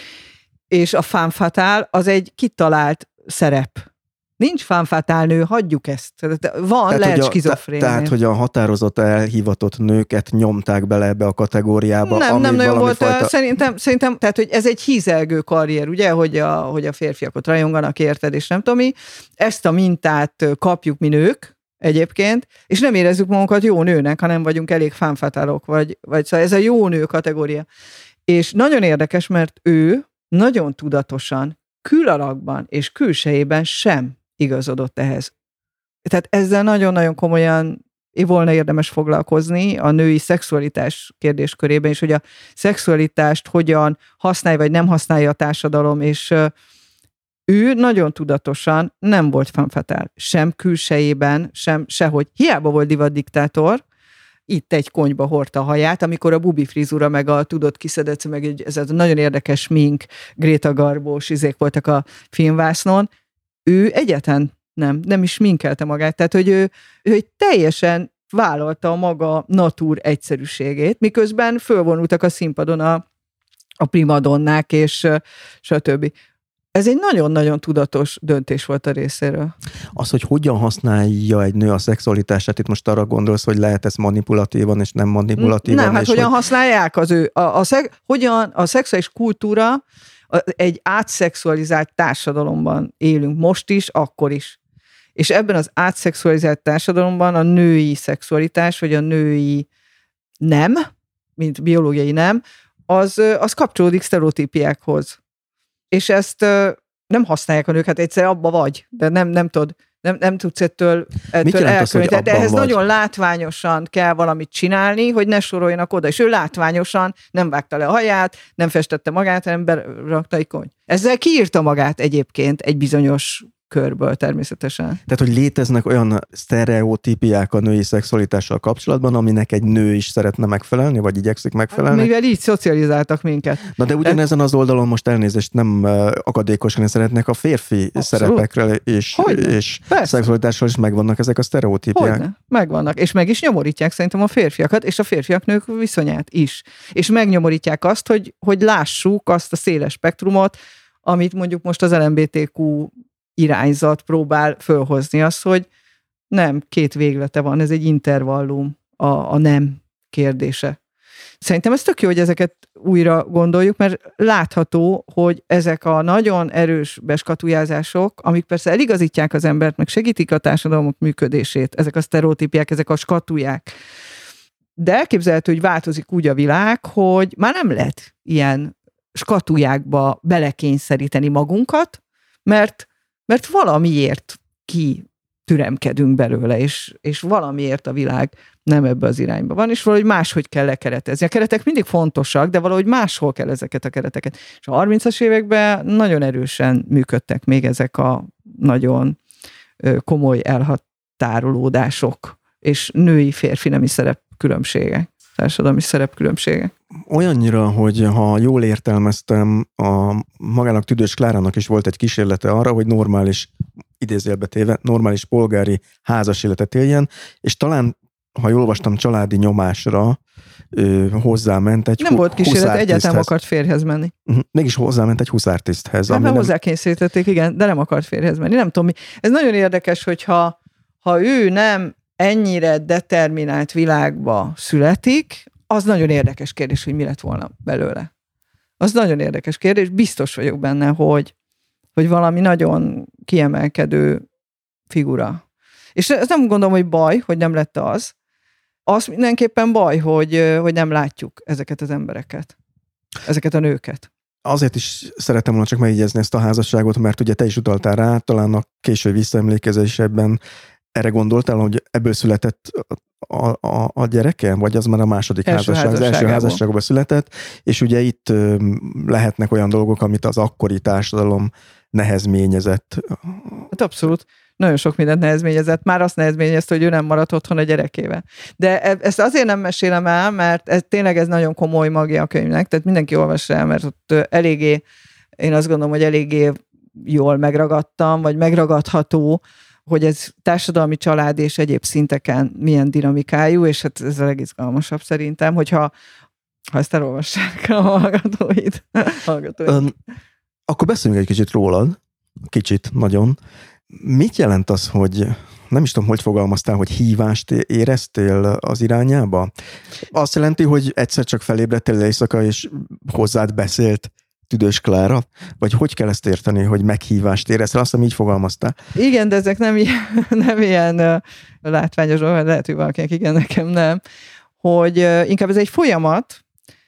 És a femme fatale az egy kitalált szerep. Nincs femme fatale nő, hagyjuk ezt. Van, tehát, lehet skizofrén. Tehát, hogy a határozott elhivatott nőket nyomták bele ebbe a kategóriába. Nem, nem nagyon volt. Fajta... Szerintem, szerintem, tehát, hogy ez egy hízelgő karrier, ugye, hogy a, hogy a férfiak ott rajonganak, érted, és nem tudom mi. Ezt a mintát kapjuk mi nők egyébként, és nem érezzük magunkat jó nőnek, hanem vagyunk elég femme fatale-ok, vagy, vagy szóval ez a jó nő kategória. És nagyon érdekes, mert ő nagyon tudatosan, külalakban és külsejében sem igazodott ehhez. Tehát ezzel nagyon-nagyon komolyan volna érdemes foglalkozni a női szexualitás kérdéskörében, és hogy a szexualitást hogyan használja, vagy nem használja a társadalom, és ő nagyon tudatosan nem volt femme fatale, sem külsejében, sem sehogy. Hiába volt divatdiktátor, itt egy konyba hordta a haját, amikor a bubi frizura, meg a tudott kiszedett, meg ez a nagyon érdekes mink, Greta Garbós izék voltak a filmvásznon, ő egyáltalán nem, nem is minkelte magát, tehát hogy ő, ő teljesen vállalta a maga natúr egyszerűségét, miközben fölvonultak a színpadon a, a primadonnák, és stb. Ez egy nagyon-nagyon tudatos döntés volt a részéről. Az, hogy hogyan használja egy nő a szexualitását, itt most arra gondolsz, hogy lehet ez manipulatívan és nem manipulatívan. Nem, hát és hogyan hogy... használják az ő, a, a, szeg, hogyan a szexuális kultúra, a, egy átszexualizált társadalomban élünk most is, akkor is. És ebben az átszexualizált társadalomban a női szexualitás, vagy a női nem, mint biológiai nem, az, az kapcsolódik sztereotípiákhoz. És ezt nem használják a nők, hát egyszer abba vagy, de nem, nem tudod, nem, nem tudsz ettől, ettől elkülöníteni. Tehát ehhez vagy? Nagyon látványosan kell valamit csinálni, hogy ne soroljanak oda. És ő látványosan nem vágta le a haját, nem festette magát, hanem berakta egy kony. Ezzel kiírta magát egyébként egy bizonyos körből természetesen. Tehát, hogy léteznek olyan sztereotípiák a női szexualitással kapcsolatban, aminek egy nő is szeretne megfelelni, vagy igyekszik megfelelni? Mivel így szocializáltak minket. Na de ugyanezen az oldalon most elnézést nem akadékosan szeretnék a férfi Abszolút. szerepekre és, és szexualitással is megvannak ezek a sztereotípiák. Hogyne. Megvannak, és meg is nyomorítják szerintem a férfiakat, és a férfiak-nők viszonyát is. És megnyomorítják azt, hogy, hogy lássuk azt a széles spektrumot, amit mondjuk most az el em bé té kú irányzat próbál fölhozni, az, hogy nem két véglete van, ez egy intervallum a, a nem kérdése. Szerintem ez tök jó, hogy ezeket újra gondoljuk, mert látható, hogy ezek a nagyon erős beskatujázások, amik persze eligazítják az embert, meg segítik a társadalmak működését, ezek a sztereotípiák, ezek a skatuják. De elképzelhető, hogy változik úgy a világ, hogy már nem lehet ilyen skatujákba belekényszeríteni magunkat, mert mert valamiért kitüremkedünk belőle, és, és valamiért a világ nem ebbe az irányba van, és valahogy máshogy kell lekeretezni. A keretek mindig fontosak, de valahogy máshol kell ezeket a kereteket. És a harmincas években nagyon erősen működtek még ezek a nagyon komoly elhatárolódások, és női-férfi nemi szerepkülönbségek, társadalmi szerepkülönbségek. Olyannyira, hogy ha jól értelmeztem, a magának Tüdős Klárának is volt egy kísérlete arra, hogy normális, idézőjelbe téve, normális polgári házas életet éljen, és talán, ha jól olvastam, családi nyomásra ö, hozzáment egy Nem volt kísérlet, egyáltalán akart férjhez menni. Uh-huh. Mégis hozzáment egy huszártiszthez. Nem, nem hozzákényszerítették, igen, de nem akart férjhez menni. Nem tudom mi. Ez nagyon érdekes, hogyha ha ő nem ennyire determinált világba születik, az nagyon érdekes kérdés, hogy mi lett volna belőle. Az nagyon érdekes kérdés. Biztos vagyok benne, hogy, hogy valami nagyon kiemelkedő figura. És ezt nem gondolom, hogy baj, hogy nem lett az. Az mindenképpen baj, hogy, hogy nem látjuk ezeket az embereket, ezeket a nőket. Azért is szeretem volna csak megjegyezni ezt a házasságot, mert ugye te is utaltál rá, talán a késői visszaemlékezésben erre gondoltál, hogy ebből született a, a, a gyereke, vagy az már a második első házasság, az első házasságban született, és ugye itt lehetnek olyan dolgok, amit az akkori társadalom nehezményezett. Hát abszolút. Nagyon sok mindent nehezményezett. Már azt nehezményezte, hogy ő nem maradt otthon a gyerekével. De ezt azért nem mesélem el, mert ez, tényleg ez nagyon komoly magja a könyvnek, tehát mindenki olvassa el, mert ott eléggé, én azt gondolom, hogy eléggé jól megragadtam, vagy megragadható, hogy ez társadalmi, család és egyéb szinteken milyen dinamikájú, és hát ez a legizgalmasabb szerintem, hogyha ha ezt elolvassák a hallgatóid. hallgatóid. Um, akkor beszéljünk egy kicsit rólad, kicsit, nagyon. Mit jelent az, hogy nem is tudom, hogy fogalmaztál, hogy hívást éreztél az irányába? Azt jelenti, hogy egyszer csak felébredtél éjszaka, és hozzád beszélt Tüdős Klára? Vagy hogy kell ezt érteni, hogy meghívást éreztél? Azt hiszem, így fogalmaztál. Igen, de ezek nem ilyen, nem ilyen uh, látványos, lehet, hogy valakinek igen, nekem nem. Hogy uh, inkább ez egy folyamat.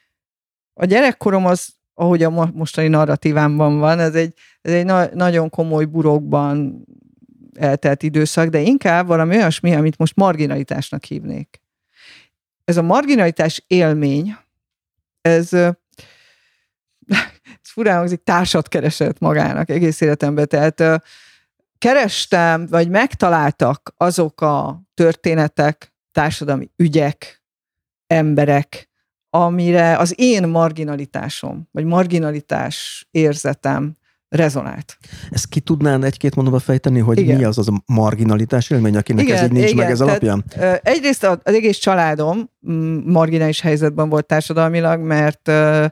A gyerekkorom az, ahogy a mostani narratívámban van, ez egy, ez egy na- nagyon komoly burokban eltelt időszak, de inkább valami olyasmi, amit most marginalitásnak hívnék. Ez a marginalitás élmény, ez, ez furán hangzik, társat keresett magának egész életemben. Tehát kerestem, vagy megtaláltak azok a történetek, társadalmi ügyek, emberek, amire az én marginalitásom, vagy marginalitás érzetem rezonált. Ezt ki tudnán egy-két mondatba fejteni, hogy igen. Mi az az a marginalitás élmény, akinek igen, ez így nincs igen, meg ez alapján? Tehát, egyrészt az egész családom marginális helyzetben volt társadalmilag, mert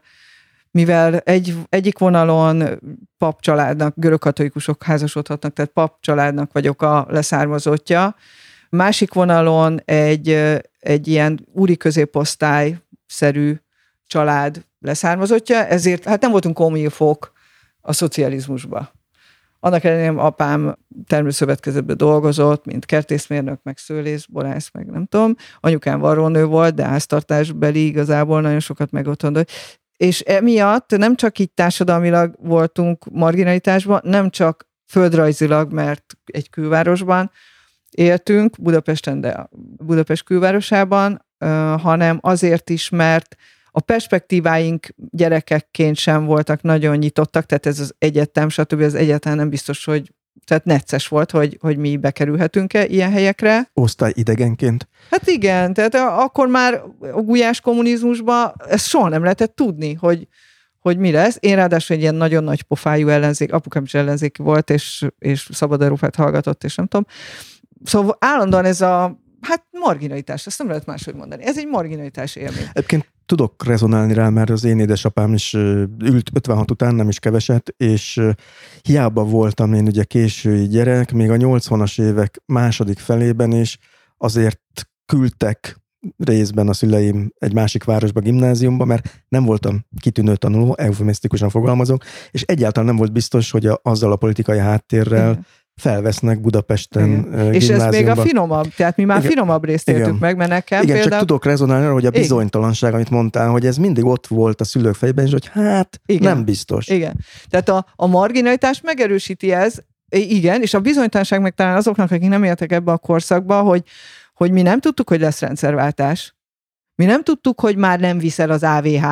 mivel egy, egyik vonalon papcsaládnak, görögkatolikusok házasodhatnak, tehát papcsaládnak vagyok a leszármazottja, másik vonalon egy, egy ilyen úri középosztályszerű család leszármazottja, ezért hát nem voltunk komilfók a szocializmusba. Annak ellenére apám termőszövetkezetben dolgozott, mint kertészmérnök, meg szőlész, borász, meg nem tudom. Anyukám varrónő volt, de háztartásbeli igazából nagyon sokat megotthon. És emiatt nem csak így társadalmilag voltunk marginalitásban, nem csak földrajzilag, mert egy külvárosban éltünk, Budapesten, de Budapest külvárosában, hanem azért is, mert a perspektíváink gyerekekként sem voltak nagyon nyitottak, tehát ez az egyetem, stb. Az egyetem nem biztos, hogy tehát necces volt, hogy, hogy mi bekerülhetünk-e ilyen helyekre. Osztály idegenként? Hát igen, tehát akkor már a gulyás kommunizmusban ezt soha nem lehetett tudni, hogy, hogy mi lesz. Én ráadásul egy ilyen nagyon nagy pofájú ellenzék, apukám is ellenzéki volt, és, és Szabad Európát hallgatott, és nem tudom. Szóval állandóan ez a hát marginalitás, ezt nem lehet máshogy mondani. Ez egy marginalitás élmény. Egyébként tudok rezonálni rá, mert az én édesapám is ült ötvenhat után, nem is keveset, és hiába voltam én ugye késői gyerek, még a nyolcvanas évek második felében is azért küldtek részben a szüleim egy másik városba, gimnáziumba, mert nem voltam kitűnő tanuló, eufemisztikusan fogalmazok, és egyáltalán nem volt biztos, hogy a, azzal a politikai háttérrel igen. felvesznek Budapesten gimnáziumban. És ez még a finomabb, tehát mi már igen. finomabb részt éltük igen. meg, mert nekem igen, például... csak tudok rezonálni arra, hogy a bizonytalanság, igen. amit mondtál, hogy ez mindig ott volt a szülők fejében, és hogy hát igen. nem biztos. Igen, tehát a, a marginalitás megerősíti ez, igen, és a bizonytalanság meg talán azoknak, akik nem éltek ebbe a korszakba, hogy, hogy mi nem tudtuk, hogy lesz rendszerváltás. Mi nem tudtuk, hogy már nem viszel az á vé há,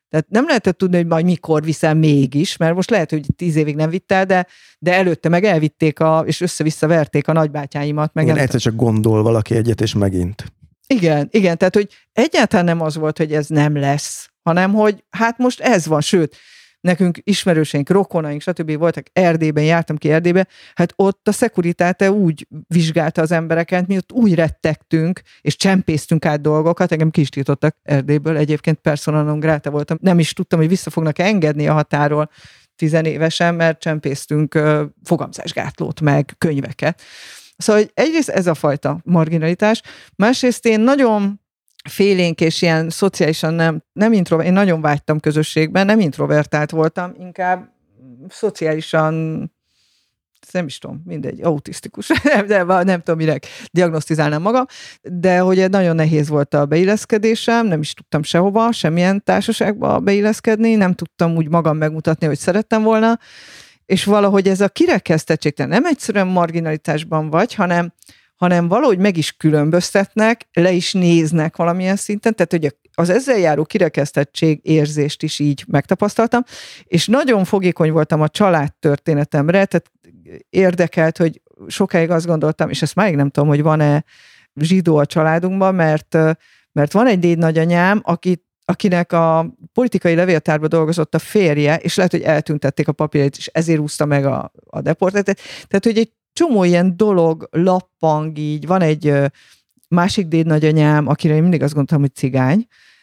Tehát nem lehetett tudni, hogy majd mikor viszem mégis, mert most lehet, hogy tíz évig nem vitt el, de, de előtte meg elvitték, a, és össze-vissza verték a nagybátyáimat. Meg igen, egyszer csak gondol valaki egyet, és megint. Igen, igen, tehát hogy egyáltalán nem az volt, hogy ez nem lesz, hanem hogy hát most ez van, sőt, nekünk ismerőseink, rokonaink, stb. Voltak Erdélyben, jártam ki Erdélybe, hát ott a Securitate úgy vizsgálta az embereket, mi ott úgy rettegtünk, és csempésztünk át dolgokat, engem ki is tiltottak Erdélyből, egyébként persona non grata voltam, nem is tudtam, hogy vissza fognak engedni a határól tizenévesen, mert csempésztünk uh, fogamzásgátlót, meg könyveket. Szóval egyrészt ez a fajta marginalitás, másrészt én nagyon félénk és ilyen szociálisan nem, nem introvert, én nagyon vágytam közösségben, nem introvertált voltam, inkább szociálisan, nem is tudom, mindegy, autisztikus, nem, nem, nem tudom, minek diagnosztizálnám magam, de hogy nagyon nehéz volt a beilleszkedésem, nem is tudtam sehova, semmilyen társaságba beilleszkedni, nem tudtam úgy magam megmutatni, hogy szerettem volna, és valahogy ez a kirekesztettség, nem egyszerűen marginalitásban vagy, hanem hanem valahogy meg is különböztetnek, le is néznek valamilyen szinten, tehát hogy az ezzel járó kirekesztettség érzést is így megtapasztaltam, és nagyon fogékony voltam a családtörténetemre, tehát érdekelt, hogy sokáig azt gondoltam, és ezt máig nem tudom, hogy van-e zsidó a családunkban, mert, mert van egy dédnagyanyám, aki, akinek a politikai levéltárba dolgozott a férje, és lehet, hogy eltüntették a papírjait, és ezért úszta meg a, a deportációt. Tehát, hogy egy csomó ilyen dolog lappang így, van egy másik dédnagyanyám, akire én mindig azt gondoltam, hogy cigány,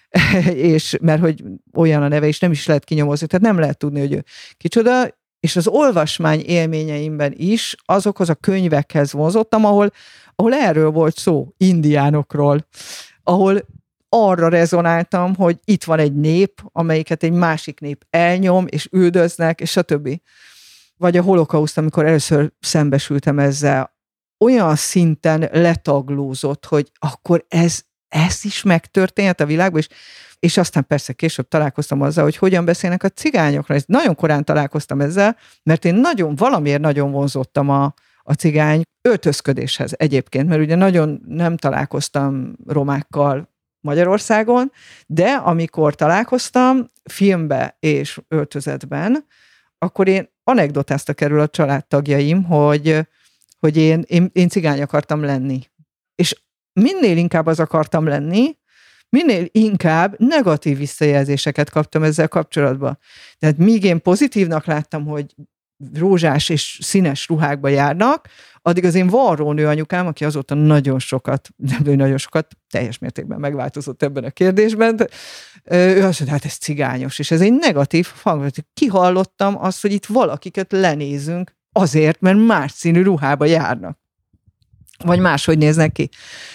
és mert hogy olyan a neve, és nem is lehet kinyomozni, tehát nem lehet tudni, hogy ő kicsoda, és az olvasmány élményeimben is azokhoz a könyvekhez vonzottam, ahol, ahol erről volt szó, indiánokról, ahol arra rezonáltam, hogy itt van egy nép, amelyiket egy másik nép elnyom, és üldöznek, és stb. Vagy a holokauszt, amikor először szembesültem ezzel, olyan szinten letaglózott, hogy akkor ez, ez is megtörténhet a világban, és, és aztán persze később találkoztam azzal, hogy hogyan beszélnek a cigányokra. Ezt nagyon korán találkoztam ezzel, mert én nagyon, valamiért nagyon vonzottam a, a cigány öltözködéshez egyébként, mert ugye nagyon nem találkoztam romákkal Magyarországon, de amikor találkoztam filmbe és öltözetben, akkor én anekdotáztak erről a családtagjaim, hogy, hogy én, én, én cigány akartam lenni. És minél inkább az akartam lenni, minél inkább negatív visszajelzéseket kaptam ezzel kapcsolatban. Tehát míg én pozitívnak láttam, hogy rózsás és színes ruhákba járnak, addig az én varrónő anyukám, aki azóta nagyon sokat, nem nagyon sokat, teljes mértékben megváltozott ebben a kérdésben, de ő azt mondta, hát ez cigányos, és ez egy negatív hang. Kihallottam azt, hogy itt valakiket lenézünk azért, mert más színű ruhába járnak. Vagy máshogy néznek ki.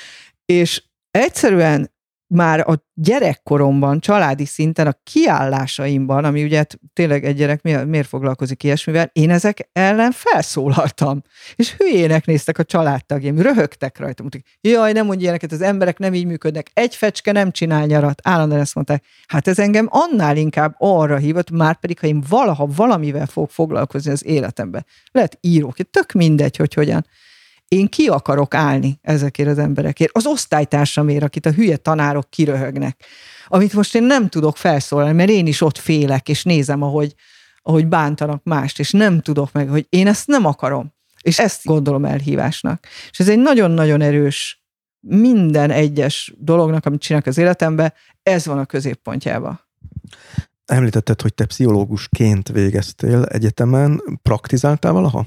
És egyszerűen már a gyerekkoromban, családi szinten, a kiállásaimban, ami ugye tényleg egy gyerek miért, miért foglalkozik ilyesmivel, én ezek ellen felszólaltam. És hülyének néztek a családtagjaim, röhögtek rajta. Mondták, jaj, nem mondj ilyeneket, az emberek nem így működnek, egy fecske nem csinál nyarat. Állandóan ezt mondták. Hát ez engem annál inkább arra hívott, már pedig, ha én valaha valamivel fog foglalkozni az életemben. Lehet írók, tök mindegy, hogy hogyan. Én ki akarok állni ezekért az emberekért. Az osztálytársamért, akit a hülye tanárok kiröhögnek. Amit most én nem tudok felszólalni, mert én is ott félek, és nézem, ahogy, ahogy bántanak mást, és nem tudok meg, hogy én ezt nem akarom. És ezt gondolom elhívásnak. És ez egy nagyon-nagyon erős, minden egyes dolognak, amit csinálok az életemben, ez van a középpontjában. Említetted, hogy te pszichológusként végeztél egyetemen. Praktizáltál valaha?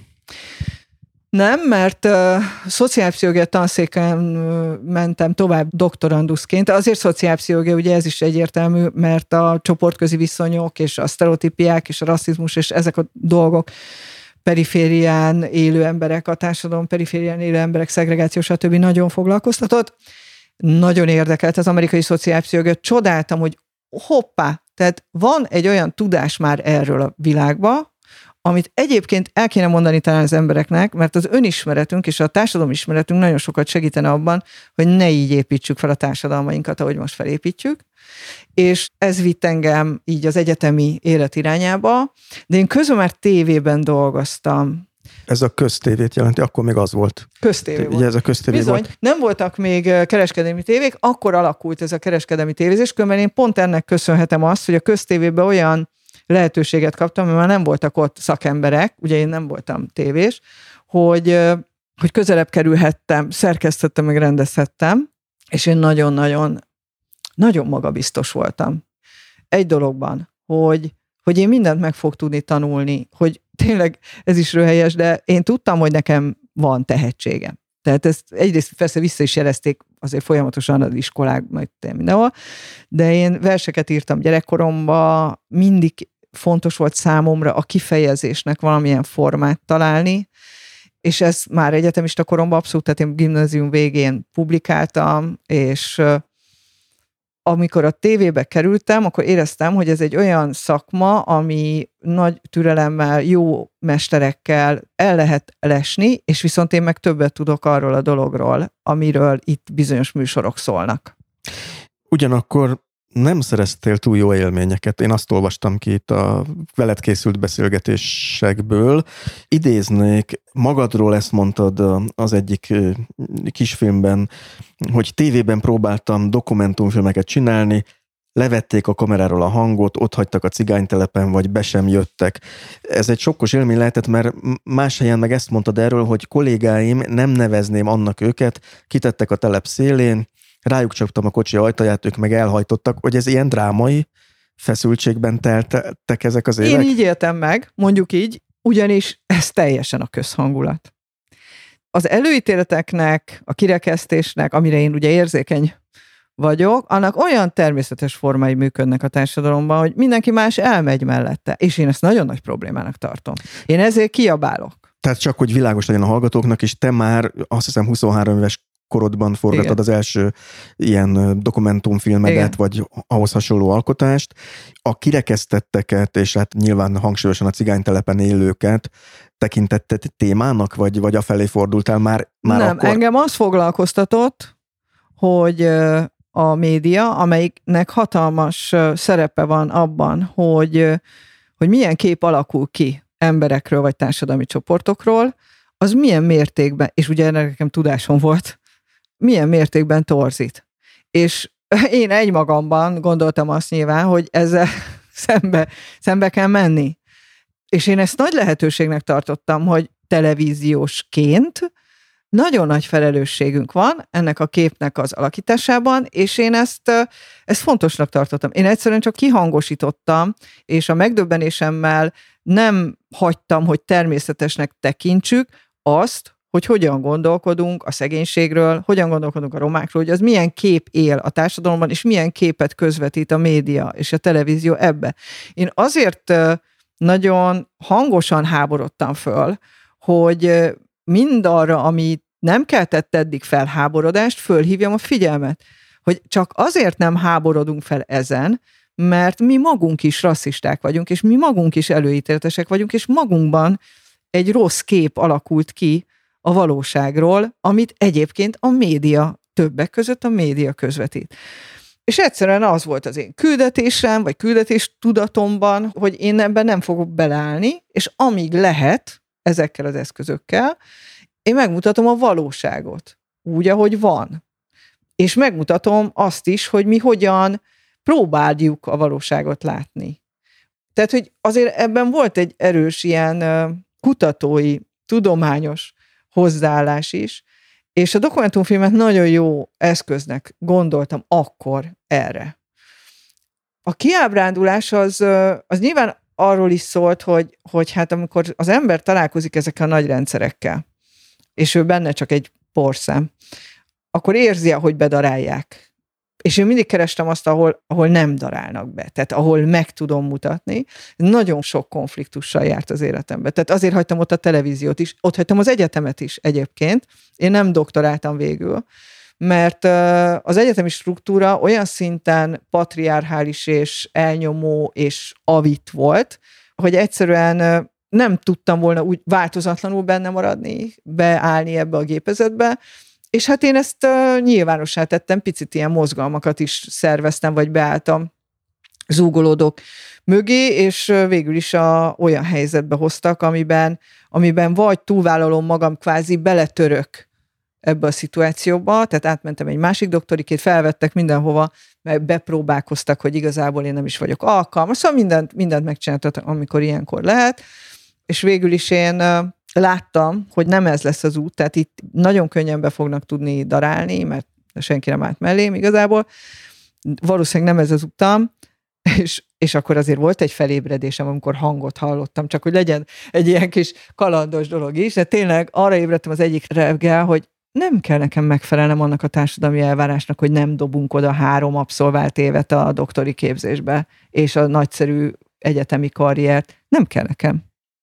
Nem, mert uh, szociálpszichológia tanszéken uh, mentem tovább doktoranduszként. Azért szociálpszichológia, ugye ez is egyértelmű, mert a csoportközi viszonyok, és a sztereotípiák, és a rasszizmus, és ezek a dolgok, periférián élő emberek, a társadalom periférián élő emberek, szegregáció, stb. Nagyon foglalkoztatott. Nagyon érdekelt az amerikai szociálpszichológia. Csodáltam, hogy hoppá, tehát van egy olyan tudás már erről a világban, amit egyébként el kéne mondani talán az embereknek, mert az önismeretünk és a társadalomismeretünk nagyon sokat segítene abban, hogy ne így építsük fel a társadalmainkat, ahogy most felépítjük. És ez vitt engem így az egyetemi élet irányába, de én közben már tévében dolgoztam. Ez a köztévét jelenti, akkor még az volt. Köztévé volt. Ugye ez a köztévé Bizony, volt. nem voltak még kereskedelmi tévék, akkor alakult ez a kereskedelmi tévézés, különben én pont ennek köszönhetem azt, hogy a köztévében olyan lehetőséget kaptam, mert már nem voltak ott szakemberek, ugye én nem voltam tévés, hogy, hogy közelebb kerülhettem, szerkesztettem, meg rendezhettem, és én nagyon-nagyon nagyon magabiztos voltam. Egy dologban, hogy, hogy én mindent meg fog tudni tanulni, hogy tényleg ez is röhelyes, de én tudtam, hogy nekem van tehetségem. Tehát ezt egyrészt persze vissza is jelezték azért folyamatosan az iskolák, majd mindenhol, de én verseket írtam gyerekkoromban, mindig fontos volt számomra a kifejezésnek valamilyen formát találni, és ez már egyetemista koromban abszolút, tehát én gimnázium végén publikáltam, és amikor a tévébe kerültem, akkor éreztem, hogy ez egy olyan szakma, ami nagy türelemmel, jó mesterekkel el lehet lesni, és viszont én meg többet tudok arról a dologról, amiről itt bizonyos műsorok szólnak. Ugyanakkor nem szereztél túl jó élményeket. Én azt olvastam ki itt a veled készült beszélgetésekből. Idéznék, magadról ezt mondtad az egyik kisfilmben, hogy tévében próbáltam dokumentumfilmeket csinálni, levették a kameráról a hangot, ott hagytak a cigánytelepen, vagy be sem jöttek. Ez egy sokkos élmény lehetett, mert más helyen meg ezt mondtad erről, hogy kollégáim, nem nevezném annak őket, kitettek a telep szélén, rájuk csaptam a kocsi ajtaját, ők meg elhajtottak, hogy ez ilyen drámai feszültségben teltek ezek az évek? Én így éltem meg, mondjuk így, ugyanis ez teljesen a közhangulat. Az előítéleteknek, a kirekesztésnek, amire én ugye érzékeny vagyok, annak olyan természetes formái működnek a társadalomban, hogy mindenki más elmegy mellette, és én ezt nagyon nagy problémának tartom. Én ezért kiabálok. Tehát csak, hogy világos legyen a hallgatóknak, és te már azt hiszem huszonhárom éves korodban forgattad Igen. az első ilyen dokumentumfilmedet, Igen. vagy ahhoz hasonló alkotást. A kirekesztetteket, és hát nyilván hangsúlyosan a cigánytelepen élőket tekintetted témának, vagy, vagy afelé fordultál már, már Nem, akkor? Engem az foglalkoztatott, hogy a média, amelyiknek hatalmas szerepe van abban, hogy, hogy milyen kép alakul ki emberekről, vagy társadalmi csoportokról, az milyen mértékben, és ugye ennek nekem tudásom volt, milyen mértékben torzít. És én egymagamban gondoltam azt nyilván, hogy ezzel szembe, szembe kell menni. És én ezt nagy lehetőségnek tartottam, hogy televíziósként nagyon nagy felelősségünk van ennek a képnek az alakításában, és én ezt, ezt fontosnak tartottam. Én egyszerűen csak kihangosítottam, és a megdöbbenésemmel nem hagytam, hogy természetesnek tekintsük azt, hogy hogyan gondolkodunk a szegénységről, hogyan gondolkodunk a romákról, hogy az milyen kép él a társadalomban, és milyen képet közvetít a média és a televízió ebbe. Én azért nagyon hangosan háborodtam föl, hogy mindarra, ami nem keltett eddig felháborodást, fölhívjam a figyelmet, hogy csak azért nem háborodunk fel ezen, mert mi magunk is rasszisták vagyunk, és mi magunk is előítéletesek vagyunk, és magunkban egy rossz kép alakult ki a valóságról, amit egyébként a média, többek között a média közvetít. És egyszerűen az volt az én küldetésem, vagy küldetés tudatomban, hogy én ebben nem fogok beleállni, és amíg lehet ezekkel az eszközökkel, én megmutatom a valóságot, úgy, ahogy van. És megmutatom azt is, hogy mi hogyan próbáljuk a valóságot látni. Tehát, hogy azért ebben volt egy erős ilyen kutatói, tudományos hozzáállás is, és a dokumentumfilmet nagyon jó eszköznek gondoltam akkor erre. A kiábrándulás az, az nyilván arról is szólt, hogy, hogy hát amikor az ember találkozik ezekkel a nagy rendszerekkel, és ő benne csak egy porszem, akkor érzi, ahogy bedarálják. És én mindig kerestem azt, ahol, ahol nem darálnak be, tehát ahol meg tudom mutatni. Nagyon sok konfliktussal járt az életemben. Tehát azért hagytam ott a televíziót is, ott hagytam az egyetemet is egyébként. Én nem doktoráltam végül, mert az egyetemi struktúra olyan szinten patriarchális és elnyomó és avit volt, hogy egyszerűen nem tudtam volna úgy változatlanul benne maradni, beállni ebbe a gépezetbe, és hát én ezt uh, nyilvánossá tettem, picit ilyen mozgalmakat is szerveztem, vagy beálltam zúgolódok mögé, és végül is a, olyan helyzetbe hoztak, amiben, amiben vagy túlvállalom magam, kvázi beletörök ebbe a szituációba, tehát átmentem egy másik doktorikét, felvettek mindenhova, mert bepróbálkoztak, hogy igazából én nem is vagyok alkalmas, szóval mindent, mindent megcsináltak, amikor ilyenkor lehet, és végül is én láttam, hogy nem ez lesz az út, tehát itt nagyon könnyen be fognak tudni darálni, mert senki nem állt mellém igazából, valószínűleg nem ez az utam, és, és akkor azért volt egy felébredésem, amikor hangot hallottam, csak hogy legyen egy ilyen kis kalandos dolog is, de tényleg arra ébredtem az egyik reggel, hogy nem kell nekem megfelelnem annak a társadalmi elvárásnak, hogy nem dobunk oda három abszolvált évet a doktori képzésbe, és a nagyszerű egyetemi karriert. Nem kell nekem.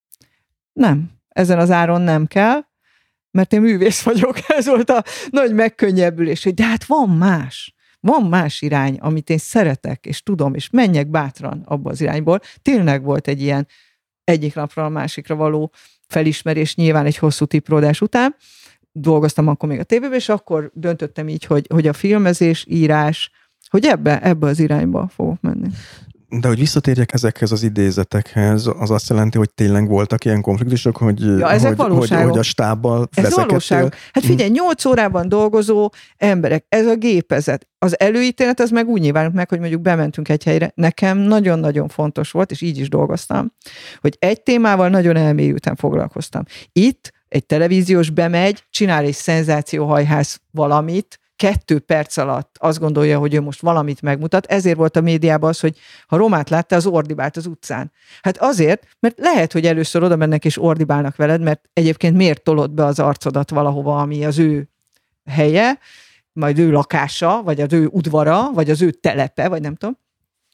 Nem. Ezen az áron nem kell, mert én művész vagyok. Ez volt a nagy megkönnyebbülés, hogy de hát van más. Van más irány, amit én szeretek, és tudom, és menjek bátran abba az irányból. Tényleg volt egy ilyen egyik napról a másikra való felismerés, nyilván egy hosszú tipródás után. Dolgoztam akkor még a tévében, és akkor döntöttem így, hogy, hogy a filmezés, írás, hogy ebbe, ebbe az irányba fogok menni. De hogy visszatérjek ezekhez az idézetekhez, az azt jelenti, hogy tényleg voltak ilyen konfliktusok, hogy, ja, ezek hogy, hogy, hogy a stábbal veszekedtél? Hát figyelj, nyolc órában dolgozó emberek, ez a gépezet. Az előítélet az meg úgy nyilvánult meg, hogy mondjuk bementünk egy helyre. Nekem nagyon-nagyon fontos volt, és így is dolgoztam, hogy egy témával nagyon elmélyülten foglalkoztam. Itt egy televíziós bemegy, csinál egy szenzációhajház valamit, kettő perc alatt azt gondolja, hogy ő most valamit megmutat, ezért volt a médiában az, hogy ha Romát látta, az ordibált az utcán. Hát azért, mert lehet, hogy először oda mennek és ordibálnak veled, mert egyébként miért tolod be az arcodat valahova, ami az ő helye, majd ő lakása, vagy az ő udvara, vagy az ő telepe, vagy nem tudom.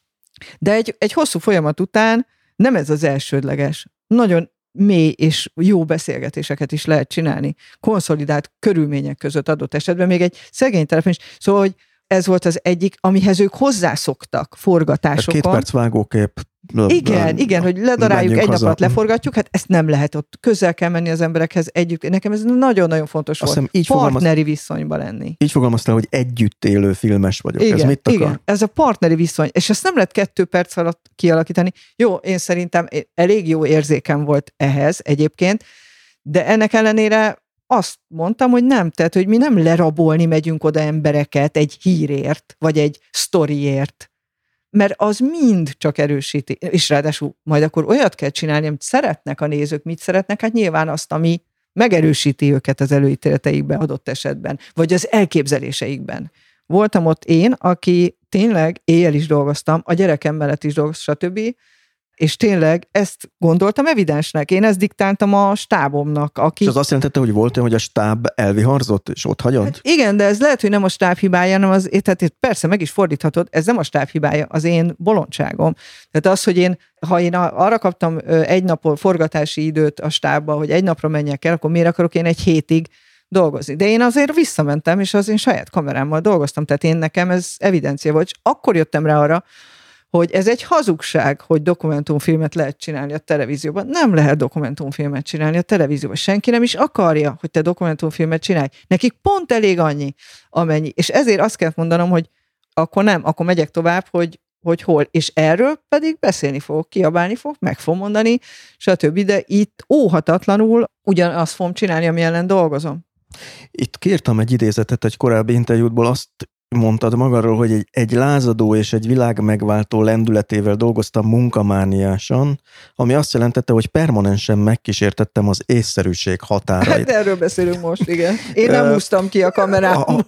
De egy, egy hosszú folyamat után nem ez az elsődleges. Nagyon mély és jó beszélgetéseket is lehet csinálni, konszolidált körülmények között adott esetben, még egy szegény telepen is. Szóval, hogy ez volt az egyik, amihez ők hozzászoktak forgatásokon. Két perc vágókép. Igen, igen, hogy ledaráljuk, egy nap alatt leforgatjuk, hát ezt nem lehet ott. Közel kell menni az emberekhez együtt. Nekem ez nagyon-nagyon fontos Azt volt. Így partneri fogalmaz... viszonyban lenni. Így fogalmaztál, hogy együtt élő filmes vagyok. Igen, ez mit akar? Igen, ez a partneri viszony. És ezt nem lehet kettő perc alatt kialakítani. Jó, én szerintem elég jó érzékem volt ehhez egyébként, de ennek ellenére azt mondtam, hogy nem, tehát, hogy mi nem lerabolni megyünk oda embereket egy hírért, vagy egy sztoriért, mert az mind csak erősíti, és ráadásul majd akkor olyat kell csinálni, amit szeretnek a nézők, mit szeretnek, hát nyilván azt, ami megerősíti őket az előítéleteikben adott esetben, vagy az elképzeléseikben. Voltam ott én, aki tényleg éjjel is dolgoztam, a gyerekem mellett is dolgoztam, stb., és tényleg ezt gondoltam evidensnek. Én ezt diktáltam a stábomnak. Aki... És az azt jelentette, hogy volt, hogy a stáb elviharzott, és ott hagyott? Hát igen, de ez lehet, hogy nem a stáb hibája, hanem az, tehát persze meg is fordíthatod, ez nem a stáb hibája, az én bolondságom. Tehát az, hogy én, ha én arra kaptam egy nap forgatási időt a stábba, hogy egy napra menjek el, akkor miért akarok én egy hétig dolgozni? De én azért visszamentem, és az én saját kamerámmal dolgoztam, tehát én nekem ez evidencia volt, és akkor jöttem rá arra, hogy ez egy hazugság, hogy dokumentumfilmet lehet csinálni a televízióban. Nem lehet dokumentumfilmet csinálni a televízióban. Senki nem is akarja, hogy te dokumentumfilmet csinálj. Nekik pont elég annyi, amennyi. És ezért azt kell mondanom, hogy akkor nem, akkor megyek tovább, hogy, hogy hol. És erről pedig beszélni fogok, kiabálni fogok, meg fogom mondani, stb. De itt óhatatlanul ugyanazt fogom csinálni, ami ellen dolgozom. Itt kértem egy idézetet egy korábbi interjútból, azt mondtad magadról, hogy egy, egy lázadó és egy világ megváltó lendületével dolgoztam munkamániásan, ami azt jelentette, hogy permanensen megkísértettem az észszerűség határait. Hát erről beszélünk most, igen. Én nem húztam ki a kamerámat.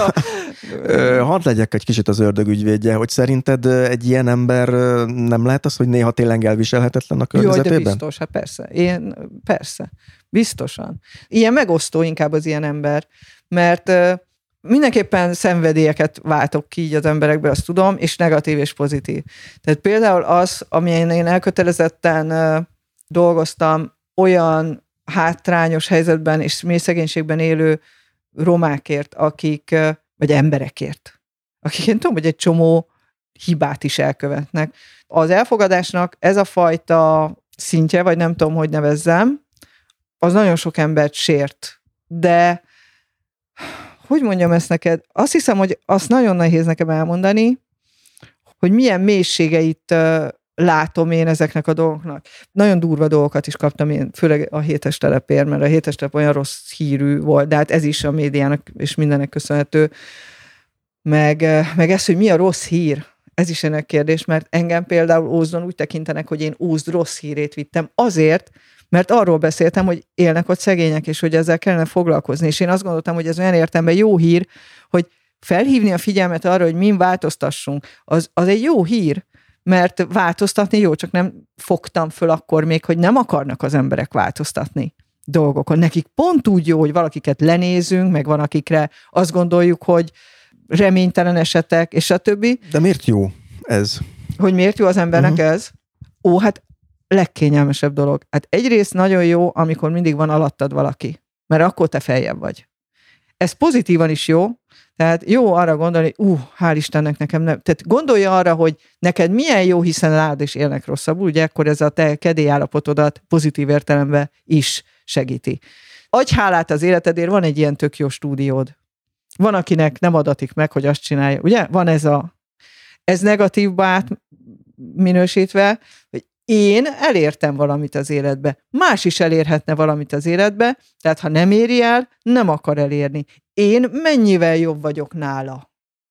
Hadd legyek egy kicsit az ördög ügyvédje, hogy szerinted egy ilyen ember nem lehet az, hogy néha tényleg elviselhetetlen a környezetében? Jó, de biztos, hát persze. Én, persze. Biztosan. Ilyen megosztó inkább az ilyen ember, mert mindenképpen szenvedélyeket váltok ki így az emberekből, azt tudom, és negatív és pozitív. Tehát például az, amilyen én elkötelezetten uh, dolgoztam olyan hátrányos helyzetben és mély szegénységben élő romákért, akik, uh, vagy emberekért, akik én tudom, hogy egy csomó hibát is elkövetnek. Az elfogadásnak ez a fajta szintje, vagy nem tudom, hogy nevezzem, az nagyon sok embert sért, de hogy mondjam ezt neked? Azt hiszem, hogy azt nagyon nehéz nekem elmondani, hogy milyen mélységeit látom én ezeknek a dolgoknak. Nagyon durva dolgokat is kaptam én, főleg a hétes telepért, mert a hétes telep olyan rossz hírű volt, de hát ez is a médiának és mindennek köszönhető. Meg, meg ez, hogy mi a rossz hír, ez is ennek kérdés, mert engem például Ózdon úgy tekintenek, hogy én Ózd rossz hírét vittem azért, mert arról beszéltem, hogy élnek ott szegények, és hogy ezzel kellene foglalkozni. És én azt gondoltam, hogy ez olyan értelemben jó hír, hogy felhívni a figyelmet arra, hogy min változtassunk, az, az egy jó hír, mert változtatni jó, csak nem fogtam föl akkor még, hogy nem akarnak az emberek változtatni dolgokon. Nekik pont úgy jó, hogy valakiket lenézünk, meg van akikre azt gondoljuk, hogy reménytelen esetek, és a többi. De miért jó ez? Hogy miért jó az embernek uh-huh. ez? Ó, hát legkényelmesebb dolog. Hát egyrészt nagyon jó, amikor mindig van alattad valaki, mert akkor te feljebb vagy. Ez pozitívan is jó, tehát jó arra gondolni, ú, uh, hál' Istennek nekem nem. Tehát gondolja arra, hogy neked milyen jó, hiszen rád is élnek rosszabbul, ugye akkor ez a te kedélyállapotodat pozitív értelemben is segíti. Adj hálát az életedért, van egy ilyen tök jó stúdiód. Van, akinek nem adatik meg, hogy azt csinálja, ugye? Van ez a, ez negatívba átminősítve, hogy én elértem valamit az életbe. Más is elérhetne valamit az életbe, tehát ha nem éri el, nem akar elérni. Én mennyivel jobb vagyok nála.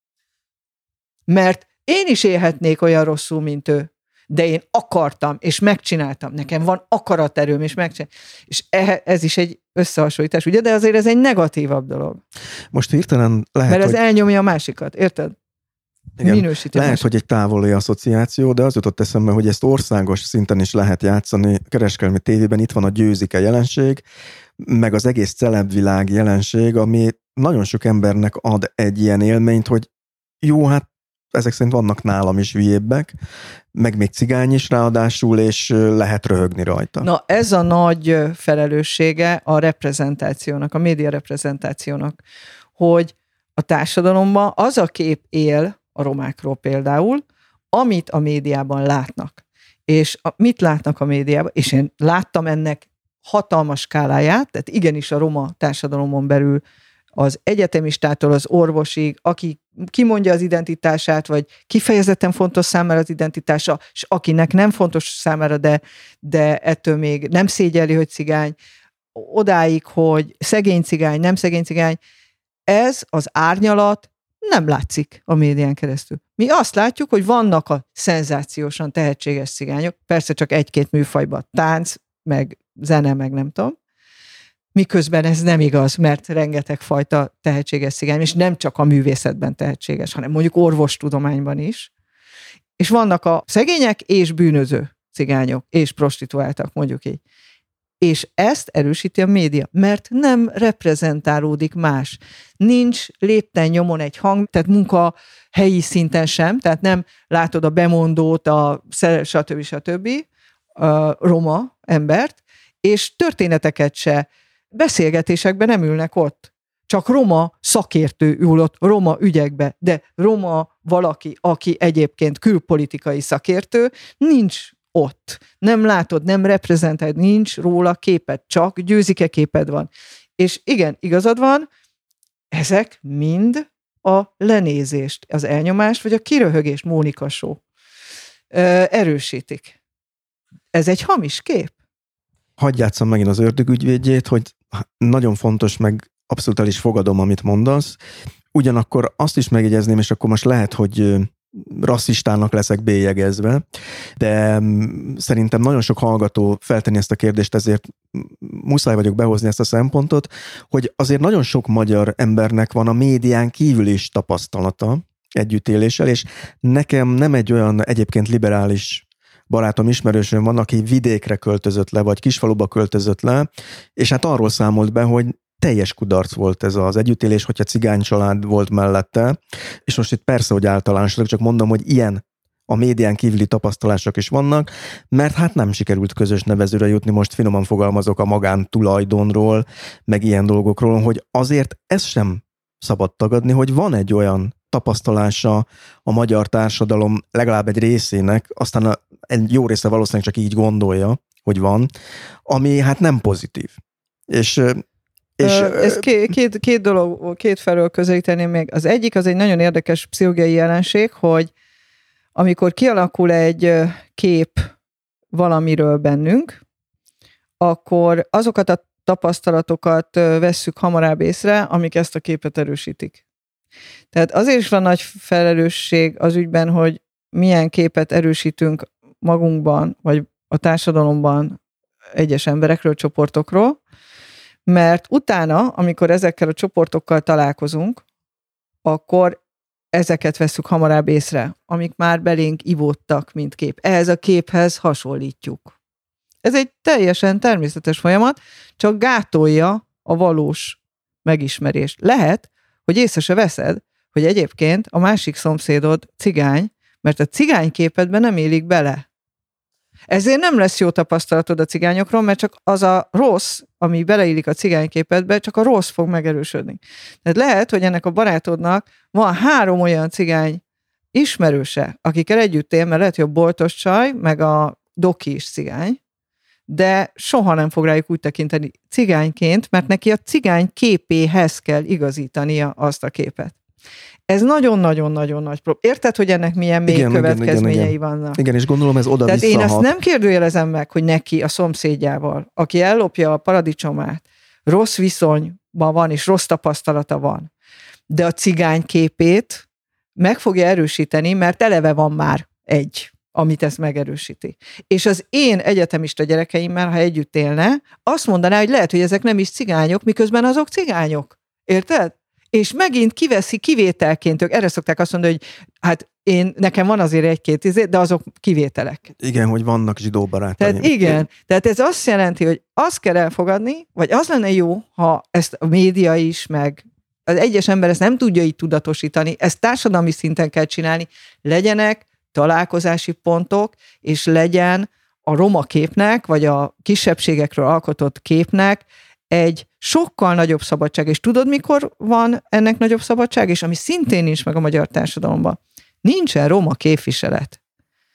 Mert én is élhetnék olyan rosszul, mint ő, de én akartam, és megcsináltam. Nekem van akaraterőm, és megcsináltam. És ez is egy összehasonlítás, ugye? De azért ez egy negatívabb dolog. Most hirtelen lehet, Mert ez hogy... elnyomja a másikat, érted? Igen, lehet, másik. Hogy egy távoli asszociáció, de az jutott eszembe, hogy ezt országos szinten is lehet játszani. Kereskedelmi tévében itt van a győzike jelenség, meg az egész celebvilág jelenség, ami nagyon sok embernek ad egy ilyen élményt, hogy jó, hát ezek szerint vannak nálam is hülyébbek, meg még cigány is ráadásul, és lehet röhögni rajta. Na, ez a nagy felelőssége a reprezentációnak, a média reprezentációnak, hogy a társadalomban az a kép él, a romákról például, amit a médiában látnak. És a, mit látnak a médiában? És én láttam ennek hatalmas skáláját, tehát igenis a roma társadalomon belül az egyetemistától az orvosig, aki kimondja az identitását, vagy kifejezetten fontos számára az identitása, és akinek nem fontos számára, de, de ettől még nem szégyeli, hogy cigány, odáig, hogy szegény cigány, nem szegény cigány, ez az árnyalat nem látszik a médián keresztül. Mi azt látjuk, hogy vannak a szenzációsan tehetséges cigányok, persze csak egy-két műfajban, tánc, meg zene, meg nem tudom, miközben ez nem igaz, mert rengeteg fajta tehetséges cigány, és nem csak a művészetben tehetséges, hanem mondjuk orvostudományban is. És vannak a szegények és bűnöző cigányok, és prostituáltak, mondjuk így. És ezt erősíti a média, mert nem reprezentálódik más. Nincs lépten nyomon egy hang, tehát munka helyi szinten sem, tehát nem látod a bemondót, a stb. stb. A roma embert, és történeteket se, beszélgetésekben nem ülnek ott. Csak roma szakértő ül ott, roma ügyekbe, de roma valaki, aki egyébként külpolitikai szakértő, nincs ott. Nem látod, nem reprezentálod, nincs róla képed, csak győzike képed van. És igen, igazad van, ezek mind a lenézést, az elnyomást, vagy a kiröhögést, Mónika show erősítik. Ez egy hamis kép. Hadd játsszam megint az ördögügyvédjét, hogy nagyon fontos, meg abszolút el is fogadom, amit mondasz. Ugyanakkor azt is megjegyezném, és akkor most lehet, hogy rasszistának leszek bélyegezve, de szerintem nagyon sok hallgató feltenni ezt a kérdést, ezért muszáj vagyok behozni ezt a szempontot, hogy azért nagyon sok magyar embernek van a médián kívül is tapasztalata együttéléssel, és nekem nem egy olyan egyébként liberális barátom, ismerősöm van, aki vidékre költözött le, vagy kisfaluba költözött le, és hát arról számolt be, hogy teljes kudarc volt ez az együttélés, hogyha cigány család volt mellette, és most itt persze, hogy általánosítok, csak mondom, hogy ilyen a médián kívüli tapasztalások is vannak, mert hát nem sikerült közös nevezőre jutni, most finoman fogalmazok a magántulajdonról, meg ilyen dolgokról, hogy azért ezt sem szabad tagadni, hogy van egy olyan tapasztalása a magyar társadalom legalább egy részének, aztán a, egy jó része valószínűleg csak így gondolja, hogy van, ami hát nem pozitív. És És, Ez két, két, két dolog, két felől közelíteném még. Az egyik, az egy nagyon érdekes pszichológiai jelenség, hogy amikor kialakul egy kép valamiről bennünk, akkor azokat a tapasztalatokat vesszük hamarabb észre, amik ezt a képet erősítik. Tehát azért is van nagy felelősség az ügyben, hogy milyen képet erősítünk magunkban, vagy a társadalomban egyes emberekről, csoportokról, mert utána, amikor ezekkel a csoportokkal találkozunk, akkor ezeket vesszük hamarabb észre, amik már belénk ivódtak, mint kép. Ehhez a képhez hasonlítjuk. Ez egy teljesen természetes folyamat, csak gátolja a valós megismerést. Lehet, hogy észre se veszed, hogy egyébként a másik szomszédod cigány, mert a cigány képedben nem élik bele. Ezért nem lesz jó tapasztalatod a cigányokról, mert csak az a rossz, ami beleillik a cigányképedbe, csak a rossz fog megerősödni. Tehát lehet, hogy ennek a barátodnak van három olyan cigány ismerőse, akikkel együtt él, mert lehet, hogy a boltos csaj, meg a doki is cigány, de soha nem fog rájuk úgy tekinteni cigányként, mert neki a cigány képéhez kell igazítania azt a képet. Ez nagyon-nagyon-nagyon nagy probléma. Érted, hogy ennek milyen mély igen, következményei igen, igen. vannak? Igen, és gondolom ez oda-visszahat. Tehát én azt nem kérdőjelezem meg, hogy neki a szomszédjával, aki ellopja a paradicsomát, rossz viszonyban van, és rossz tapasztalata van, de a cigány képét meg fogja erősíteni, mert eleve van már egy, amit ezt megerősíti. És az én egyetemista gyerekeimmel, ha együtt élne, azt mondaná, hogy lehet, hogy ezek nem is cigányok, miközben azok cigányok. Érted? És megint kiveszi kivételként, ők erre szokták azt mondani, hogy hát én, nekem van azért egy-két izé, de azok kivételek. Igen, hogy vannak zsidó barátaim. Tehát igen, tehát ez azt jelenti, hogy azt kell elfogadni, vagy az lenne jó, ha ezt a média is, meg az egyes ember ezt nem tudja így tudatosítani, ezt társadalmi szinten kell csinálni, legyenek találkozási pontok, és legyen a roma képnek, vagy a kisebbségekről alkotott képnek egy sokkal nagyobb szabadság. És tudod, mikor van ennek nagyobb szabadság? És ami szintén nincs meg a magyar társadalomban. Nincsen roma képviselet.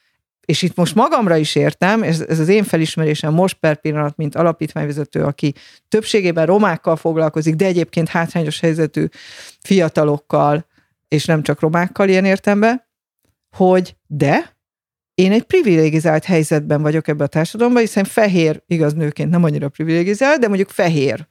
És itt most magamra is értem, ez, ez az én felismerésem most per pillanat, mint alapítványvezető, aki többségében romákkal foglalkozik, de egyébként hátrányos helyzetű fiatalokkal, és nem csak romákkal ilyen értelemben, hogy de én egy privilegizált helyzetben vagyok ebben a társadalomban, hiszen fehér, igaz nőként nem annyira privilegizált, de mondjuk fehér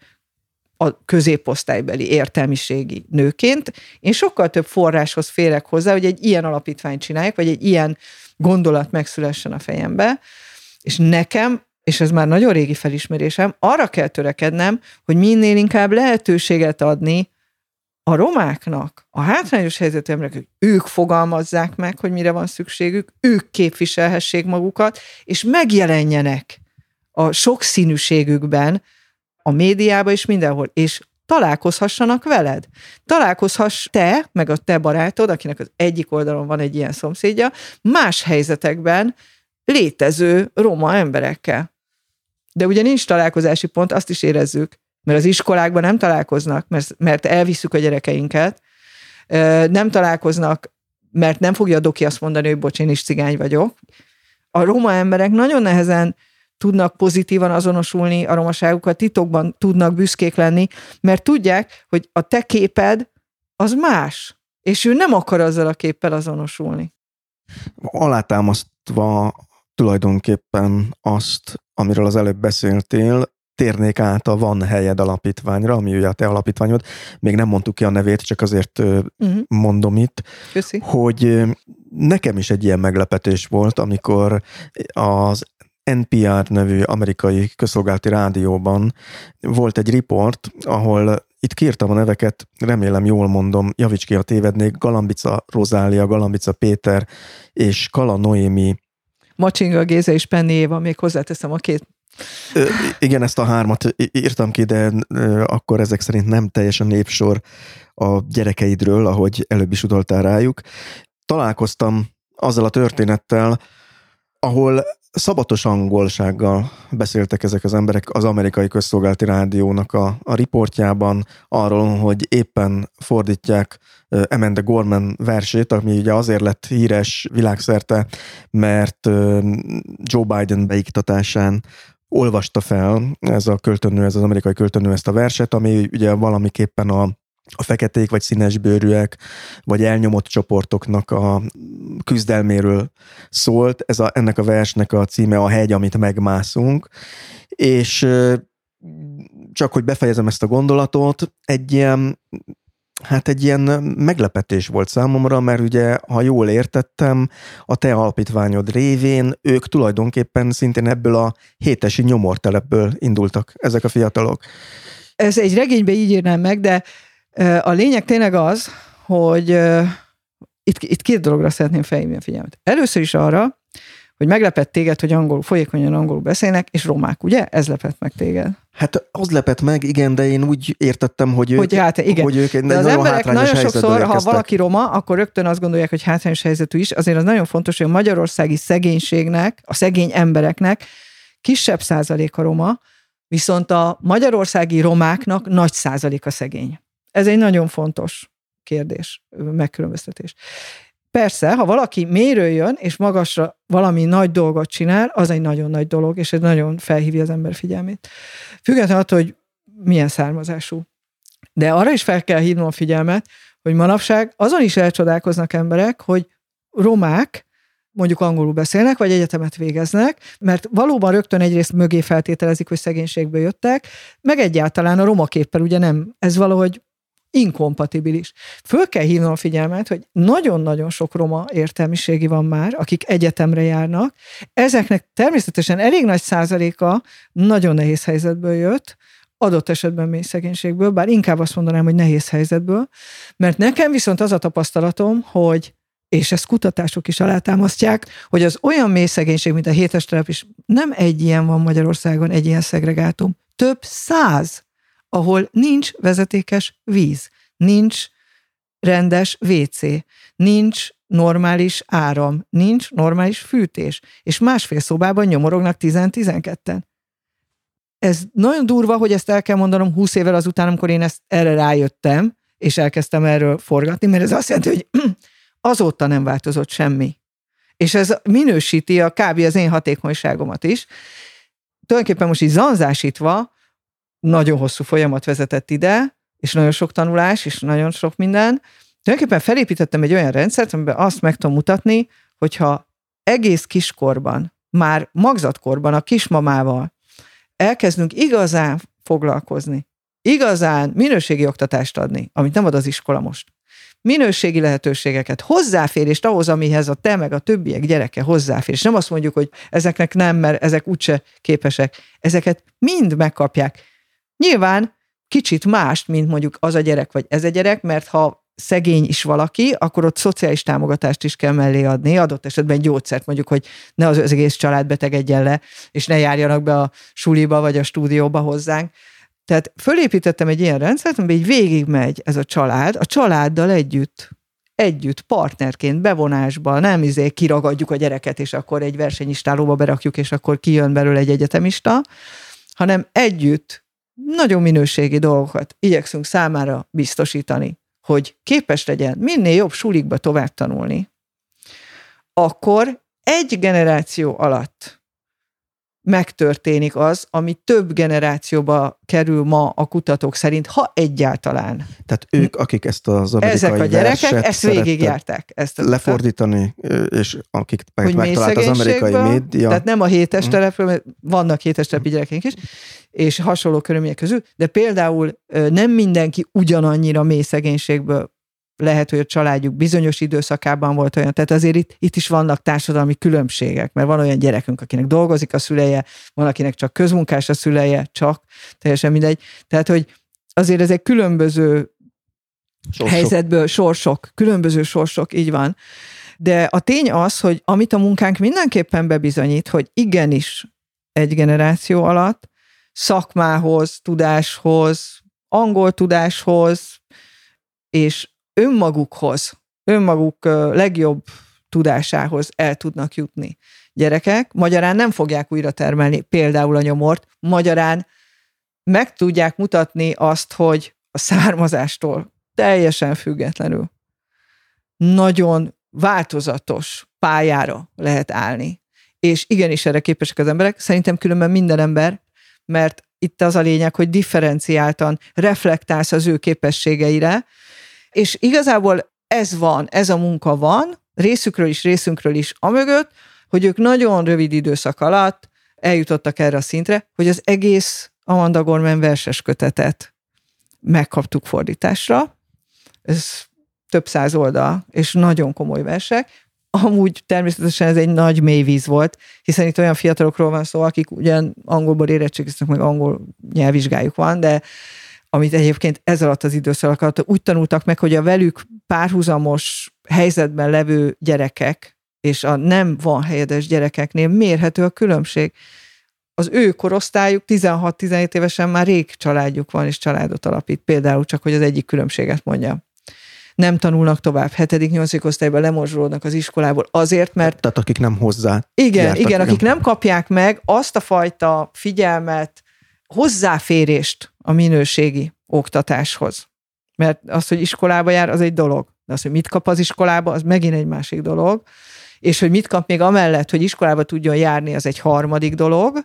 a középosztálybeli értelmiségi nőként. Én sokkal több forráshoz férek hozzá, hogy egy ilyen alapítványt csinálják, vagy egy ilyen gondolat megszülessen a fejembe, és nekem, és ez már nagyon régi felismerésem, arra kell törekednem, hogy minél inkább lehetőséget adni a romáknak, a hátrányos helyzetű emberek, ők fogalmazzák meg, hogy mire van szükségük, ők képviselhessék magukat, és megjelenjenek a sokszínűségükben, a médiában és mindenhol, és találkozhassanak veled. Találkozhass te, meg a te barátod, akinek az egyik oldalon van egy ilyen szomszédja, más helyzetekben létező roma emberekkel. De ugye nincs találkozási pont, azt is érezzük, mert az iskolákban nem találkoznak, mert, mert elvisszük a gyerekeinket, nem találkoznak, mert nem fogja a doki azt mondani, hogy bocs, én is cigány vagyok. A roma emberek nagyon nehezen tudnak pozitívan azonosulni a romaságukat, titokban tudnak büszkék lenni, mert tudják, hogy a te képed az más, és ő nem akar azzal a képpel azonosulni. Alátámasztva tulajdonképpen azt, amiről az előbb beszéltél, térnék át a Van Helyed alapítványra, ami ugye a te alapítványod. Még nem mondtuk ki a nevét, csak azért uh-huh. mondom itt, Köszi. hogy nekem is egy ilyen meglepetés volt, amikor az en pé er nevű amerikai közszolgálati rádióban volt egy riport, ahol itt kiírtam a neveket, remélem jól mondom, javíts ki, ha tévednék, Galambica Rozália, Galambica Péter és Kala Noémi. Macsinga Géza és Penny Éva, még hozzáteszem a két. Ö, igen, ezt a hármat írtam ki, de ö, akkor ezek szerint nem teljesen népsor a gyerekeidről, ahogy előbb is utaltál rájuk. Találkoztam azzal a történettel, ahol szabatos angolsággal beszéltek ezek az emberek az amerikai közszolgálati rádiónak a, a riportjában arról, hogy éppen fordítják Amanda Gorman versét, ami ugye azért lett híres világszerte, mert Joe Biden beiktatásán olvasta fel ez a költőnő, ez az amerikai költőnő ezt a verset, ami ugye valamiképpen a a feketék vagy színesbőrűek, vagy elnyomott csoportoknak a küzdelméről szólt. Ez a, ennek a versnek a címe A hegy, amit megmászunk. És csak hogy befejezem ezt a gondolatot, egy ilyen, hát egy ilyen meglepetés volt számomra, mert ugye, ha jól értettem, a te alapítványod révén ők tulajdonképpen szintén ebből a hétesi nyomortelepből indultak ezek a fiatalok. Ez egy regényben így írnám meg, de a lényeg tényleg az, hogy itt, itt két dologra szeretném felhívni a figyelmet. Először is arra, hogy meglepett téged, hogy angol, folyékonyan angolul beszélnek, és romák, ugye? Ez lepett meg téged. Hát az lepett meg, igen, de én úgy értettem, hogy ők, hogy, hát, igen. hogy ők egy de az nagyon emberek nagyon sokszor, érkeztek. Ha valaki roma, akkor rögtön azt gondolják, hogy hátrányos helyzetű is. Azért az nagyon fontos, hogy a magyarországi szegénységnek, a szegény embereknek kisebb százaléka roma, viszont a magyarországi romáknak nagy százaléka szegény. Ez egy nagyon fontos kérdés, megkülönböztetés. Persze, ha valaki mélyről jön, és magasra valami nagy dolgot csinál, az egy nagyon nagy dolog, és ez nagyon felhívja az ember figyelmét. Függetlenül attól, hogy milyen származású. De arra is fel kell hívnom a figyelmet, hogy manapság azon is elcsodálkoznak emberek, hogy romák mondjuk angolul beszélnek, vagy egyetemet végeznek, mert valóban rögtön egyrészt mögé feltételezik, hogy szegénységből jöttek, meg egyáltalán a roma képpel ugye nem, ez valahogy inkompatibilis. Föl kell hívnom a figyelmet, hogy nagyon-nagyon sok roma értelmiségi van már, akik egyetemre járnak. Ezeknek természetesen elég nagy százaléka nagyon nehéz helyzetből jött, adott esetben mély szegénységből, bár inkább azt mondanám, hogy nehéz helyzetből, mert nekem viszont az a tapasztalatom, hogy, és ezt kutatások is alátámasztják, hogy az olyan mély szegénység, mint a hétes telep is, nem egy ilyen van Magyarországon, egy ilyen szegregátum, több száz, ahol nincs vezetékes víz, nincs rendes vé cé, nincs normális áram, nincs normális fűtés, és másfél szobában nyomorognak tíz-tizenketten. Ez nagyon durva, hogy ezt el kell mondanom húsz évvel azután, amikor én ezt erre rájöttem, és elkezdtem erről forgatni, mert ez azt jelenti, hogy azóta nem változott semmi. És ez minősíti a kb. Az én hatékonyságomat is. Tulajdonképpen most így zanzásítva, nagyon hosszú folyamat vezetett ide, és nagyon sok tanulás, és nagyon sok minden. Tulajdonképpen felépítettem egy olyan rendszert, amiben azt meg tudom mutatni, hogyha egész kiskorban, már magzatkorban a kismamával elkezdünk igazán foglalkozni, igazán minőségi oktatást adni, amit nem ad az iskola most. Minőségi lehetőségeket, hozzáférést ahhoz, amihez a te meg a többiek gyereke hozzáfér. És nem azt mondjuk, hogy ezeknek nem, mert ezek úgyse képesek. Ezeket mind megkapják. Nyilván kicsit mást, mint mondjuk az a gyerek, vagy ez a gyerek, mert ha szegény is valaki, akkor ott szociális támogatást is kell mellé adni, adott esetben gyógyszert, mondjuk, hogy ne az egész család betegedjen le, és ne járjanak be a suliba, vagy a stúdióba hozzánk. Tehát fölépítettem egy ilyen rendszert, amiben így végigmegy ez a család, a családdal együtt, együtt, partnerként, bevonásba, nem izé kiragadjuk a gyereket, és akkor egy versenyistálóba berakjuk, és akkor kijön belőle egy egyetemista, hanem együtt nagyon minőségi dolgokat igyekszünk számára biztosítani, hogy képes legyen minél jobb sulikba tovább tanulni, akkor egy generáció alatt megtörténik az, ami több generációba kerül ma a kutatók szerint, ha egyáltalán. Tehát ők, akik ezt az amerikai Ezek a gyerekek ezt végigjárták. Ezt lefordítani, és akik megtalált az amerikai média. Tehát nem a hétes telepről, mert vannak hétes telepi gyerekeink is, és hasonló körülmények közül, de például nem mindenki ugyanannyira mély szegénységből, lehet, hogy a családjuk bizonyos időszakában volt olyan, tehát azért itt, itt is vannak társadalmi különbségek, mert van olyan gyerekünk, akinek dolgozik a szüleje, van, akinek csak közmunkás a szüleje, csak, teljesen mindegy. Tehát, hogy azért ezek különböző sorsok. helyzetből, sorsok, különböző sorsok, így van. De a tény az, hogy amit a munkánk mindenképpen bebizonyít, hogy igenis egy generáció alatt szakmához, tudáshoz, angol tudáshoz, és önmagukhoz, önmaguk legjobb tudásához el tudnak jutni gyerekek. Magyarán nem fogják újra termelni például a nyomort, magyarán meg tudják mutatni azt, hogy a származástól teljesen függetlenül nagyon változatos pályára lehet állni. És igenis erre képesek az emberek, szerintem különben minden ember, mert itt az a lényeg, hogy differenciáltan reflektálsz az ő képességeire, és igazából ez van, ez a munka van, részükről is, részünkről is amögött, hogy ők nagyon rövid időszak alatt eljutottak erre a szintre, hogy az egész Amanda Gorman verses kötetet megkaptuk fordításra. Ez több száz oldal, és nagyon komoly versek. Amúgy természetesen ez egy nagy mély víz volt, hiszen itt olyan fiatalokról van szó, akik ugyan angolból érettségiztek, meg angol nyelvvizsgájuk van, de amit egyébként ez alatt az időszak alatt úgy tanultak meg, hogy a velük párhuzamos helyzetben levő gyerekek és a nem van helyedes gyerekeknél mérhető a különbség. Az ő korosztályuk tizenhat-tizenhét évesen már rég családjuk van, és családot alapít. Például csak, hogy az egyik különbséget mondjam. Nem tanulnak tovább, hetedik-nyolcadik osztályban lemorzsolódnak az iskolából azért, mert... Tehát akik nem hozzá. Igen, jártak, igen, akik nem kapják meg azt a fajta figyelmet, hozzáférést a minőségi oktatáshoz. Mert az, hogy iskolába jár, az egy dolog. De az, hogy mit kap az iskolába, az megint egy másik dolog. És hogy mit kap még amellett, hogy iskolába tudjon járni, az egy harmadik dolog.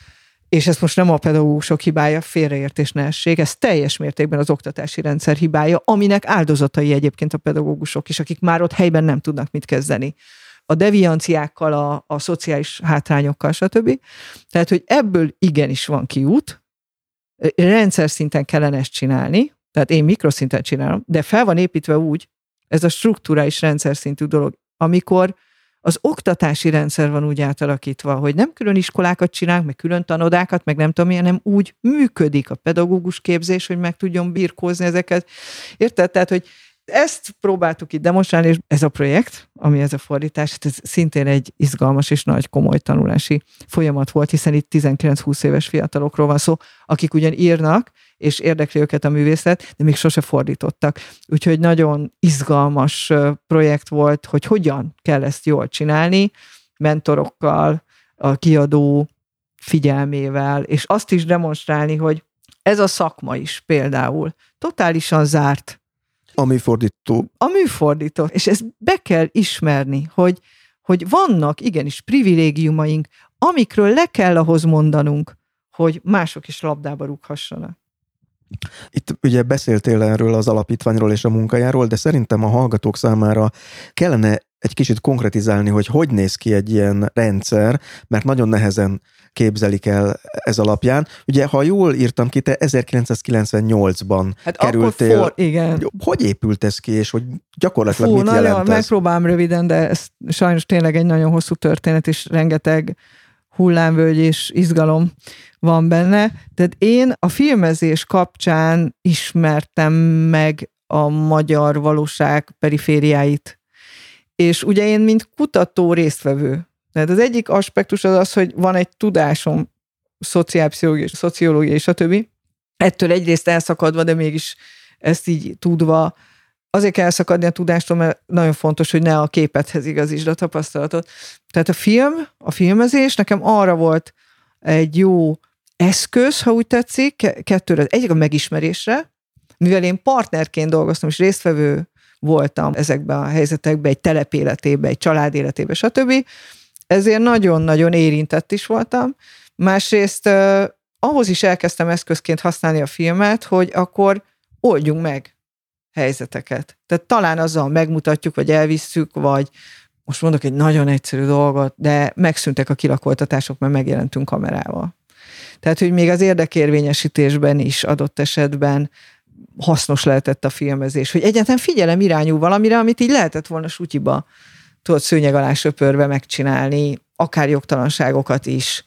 És ez most nem a pedagógusok hibája, félreértés ne essék, ez teljes mértékben az oktatási rendszer hibája, aminek áldozatai egyébként a pedagógusok is, akik már ott helyben nem tudnak mit kezdeni. A devianciákkal, a, a szociális hátrányokkal, stb. Tehát, hogy ebből igenis van kiút, rendszer szinten kellene ezt csinálni, tehát én mikroszinten csinálom, de fel van építve úgy, ez a strukturális rendszer szintű dolog, amikor az oktatási rendszer van úgy átalakítva, hogy nem külön iskolákat csinálunk, meg külön tanodákat, meg nem tudom, hanem úgy működik a pedagógus képzés, hogy meg tudjon birkózni ezeket. Érted? Tehát, hogy ezt próbáltuk itt demonstrálni, és ez a projekt, ami ez a fordítás, ez szintén egy izgalmas és nagy komoly tanulási folyamat volt, hiszen itt tizenkilenc-húsz éves fiatalokról van szó, akik ugyan írnak, és érdekli őket a művészet, de még sose fordítottak. Úgyhogy nagyon izgalmas projekt volt, hogy hogyan kell ezt jól csinálni, mentorokkal, a kiadó figyelmével, és azt is demonstrálni, hogy ez a szakma is például totálisan zárt. A műfordító. A műfordító. És ezt be kell ismerni, hogy, hogy vannak igenis privilégiumaink, amikről le kell ahhoz mondanunk, hogy mások is labdába rúghassanak. Itt ugye beszéltél erről az alapítványról és a munkájáról, de szerintem a hallgatók számára kellene egy kicsit konkretizálni, hogy hogy néz ki egy ilyen rendszer, mert nagyon nehezen képzelik el ez alapján. Ugye, ha jól írtam ki, te ezerkilencszázkilencvennyolcban hát kerültél. For, igen. Hogy épült ez ki, és hogy gyakorlatilag Fú, mit nagyon, jelent ez? Megpróbálom röviden, de ez sajnos tényleg egy nagyon hosszú történet, és rengeteg hullámvölgy és izgalom van benne. Tehát én a filmezés kapcsán ismertem meg a magyar valóság perifériáit. És ugye én, mint kutató résztvevő. Tehát az egyik aspektus az az, hogy van egy tudásom, szociálpszichológia, szociológia, stb. Ettől egyrészt elszakadva, de mégis ezt így tudva, azért kell elszakadni a tudástól, mert nagyon fontos, hogy ne a képethez igazítsd a tapasztalatot. Tehát a film, a filmezés nekem arra volt egy jó eszköz, ha úgy tetszik, kettőre. Egyik a megismerésre, mivel én partnerként dolgoztam, és résztvevő voltam ezekben a helyzetekben, egy telep életében, egy család életében, stb. Ezért nagyon-nagyon érintett is voltam. Másrészt eh, ahhoz is elkezdtem eszközként használni a filmet, hogy akkor oldjunk meg helyzeteket. Tehát talán azzal megmutatjuk, vagy elvisszük, vagy most mondok egy nagyon egyszerű dolgot, de megszűntek a kilakoltatások, mert megjelentünk kamerával. Tehát, hogy még az érdekérvényesítésben is adott esetben hasznos lehetett a filmezés, hogy egyáltalán figyelem irányú valamire, amit így lehetett volna sutyiba, tudod, szőnyeg alá söpörve megcsinálni, akár jogtalanságokat is.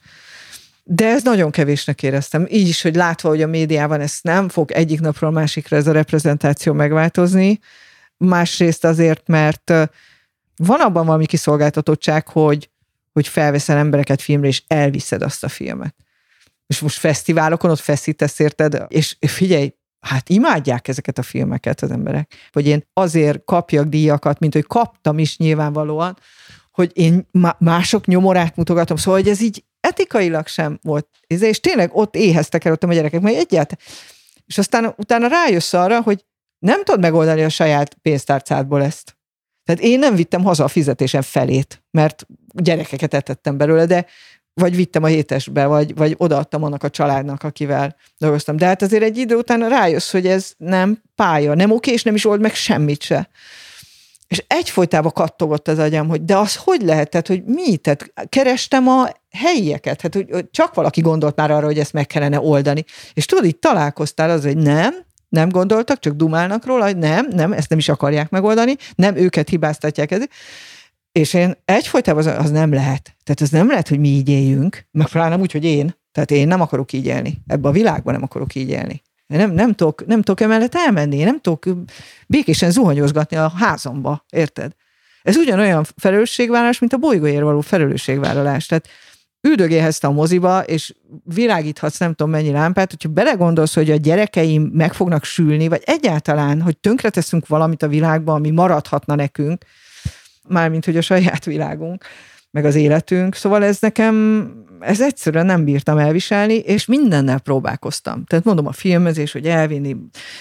De ez nagyon kevésnek éreztem. Így is, hogy látva, hogy a médiában ezt nem fog egyik napról másikra ez a reprezentáció megváltozni. Másrészt azért, mert van abban valami kiszolgáltatottság, hogy, hogy felveszel embereket filmre, és elviszed azt a filmet. És most fesztiválokon ott feszítesz, érted? És figyelj, hát imádják ezeket a filmeket az emberek. Hogy én azért kapjak díjakat, mint hogy kaptam is nyilvánvalóan, hogy én mások nyomorát mutogatom. Szóval, hogy ez így etikailag sem volt. És tényleg ott éheztek el ott a gyerekek, majd egyáltalán. És aztán utána rájössz arra, hogy nem tudod megoldani a saját pénztárcádból ezt. Tehát én nem vittem haza a fizetésem felét, mert gyerekeket etettem belőle, de vagy vittem a hétesbe, vagy, vagy odaadtam annak a családnak, akivel dolgoztam. De hát azért egy idő után rájössz, hogy ez nem pálya, nem oké, és nem is old meg semmit se. És egyfolytában kattogott az agyam, hogy de az hogy lehet, tehát, hogy mi? Tehát kerestem a helyieket, hát, hogy csak valaki gondolt már arra, hogy ezt meg kellene oldani. És tudod, így találkoztál az, hogy nem, nem gondoltak, csak dumálnak róla, hogy nem, nem, ezt nem is akarják megoldani, nem, őket hibáztatják ezért. És én egyfolytában az, az nem lehet. Tehát az nem lehet, hogy mi így éljünk, meg pláne úgy, hogy én. Tehát én nem akarok így élni. Ebben a világban nem akarok így élni. Nem, nem, tudok, nem tudok emellett elmenni, nem tudok békésen zuhanyozgatni a házamba, érted? Ez ugyanolyan felelősségvállalás, mint a bolygóért való felelősségvállalás. Tehát üldögélhetsz a moziba, és világíthatsz nem tudom mennyi lámpát, hogyha belegondolsz, hogy a gyerekeim meg fognak sülni, vagy egyáltalán, hogy tönkreteszünk valamit a világban, ami maradhatna nekünk, mármint, hogy a saját világunk, meg az életünk. Szóval ez nekem, ez egyszerűen nem bírtam elviselni, és mindennel próbálkoztam. Tehát mondom, a filmezés, hogy elvinni,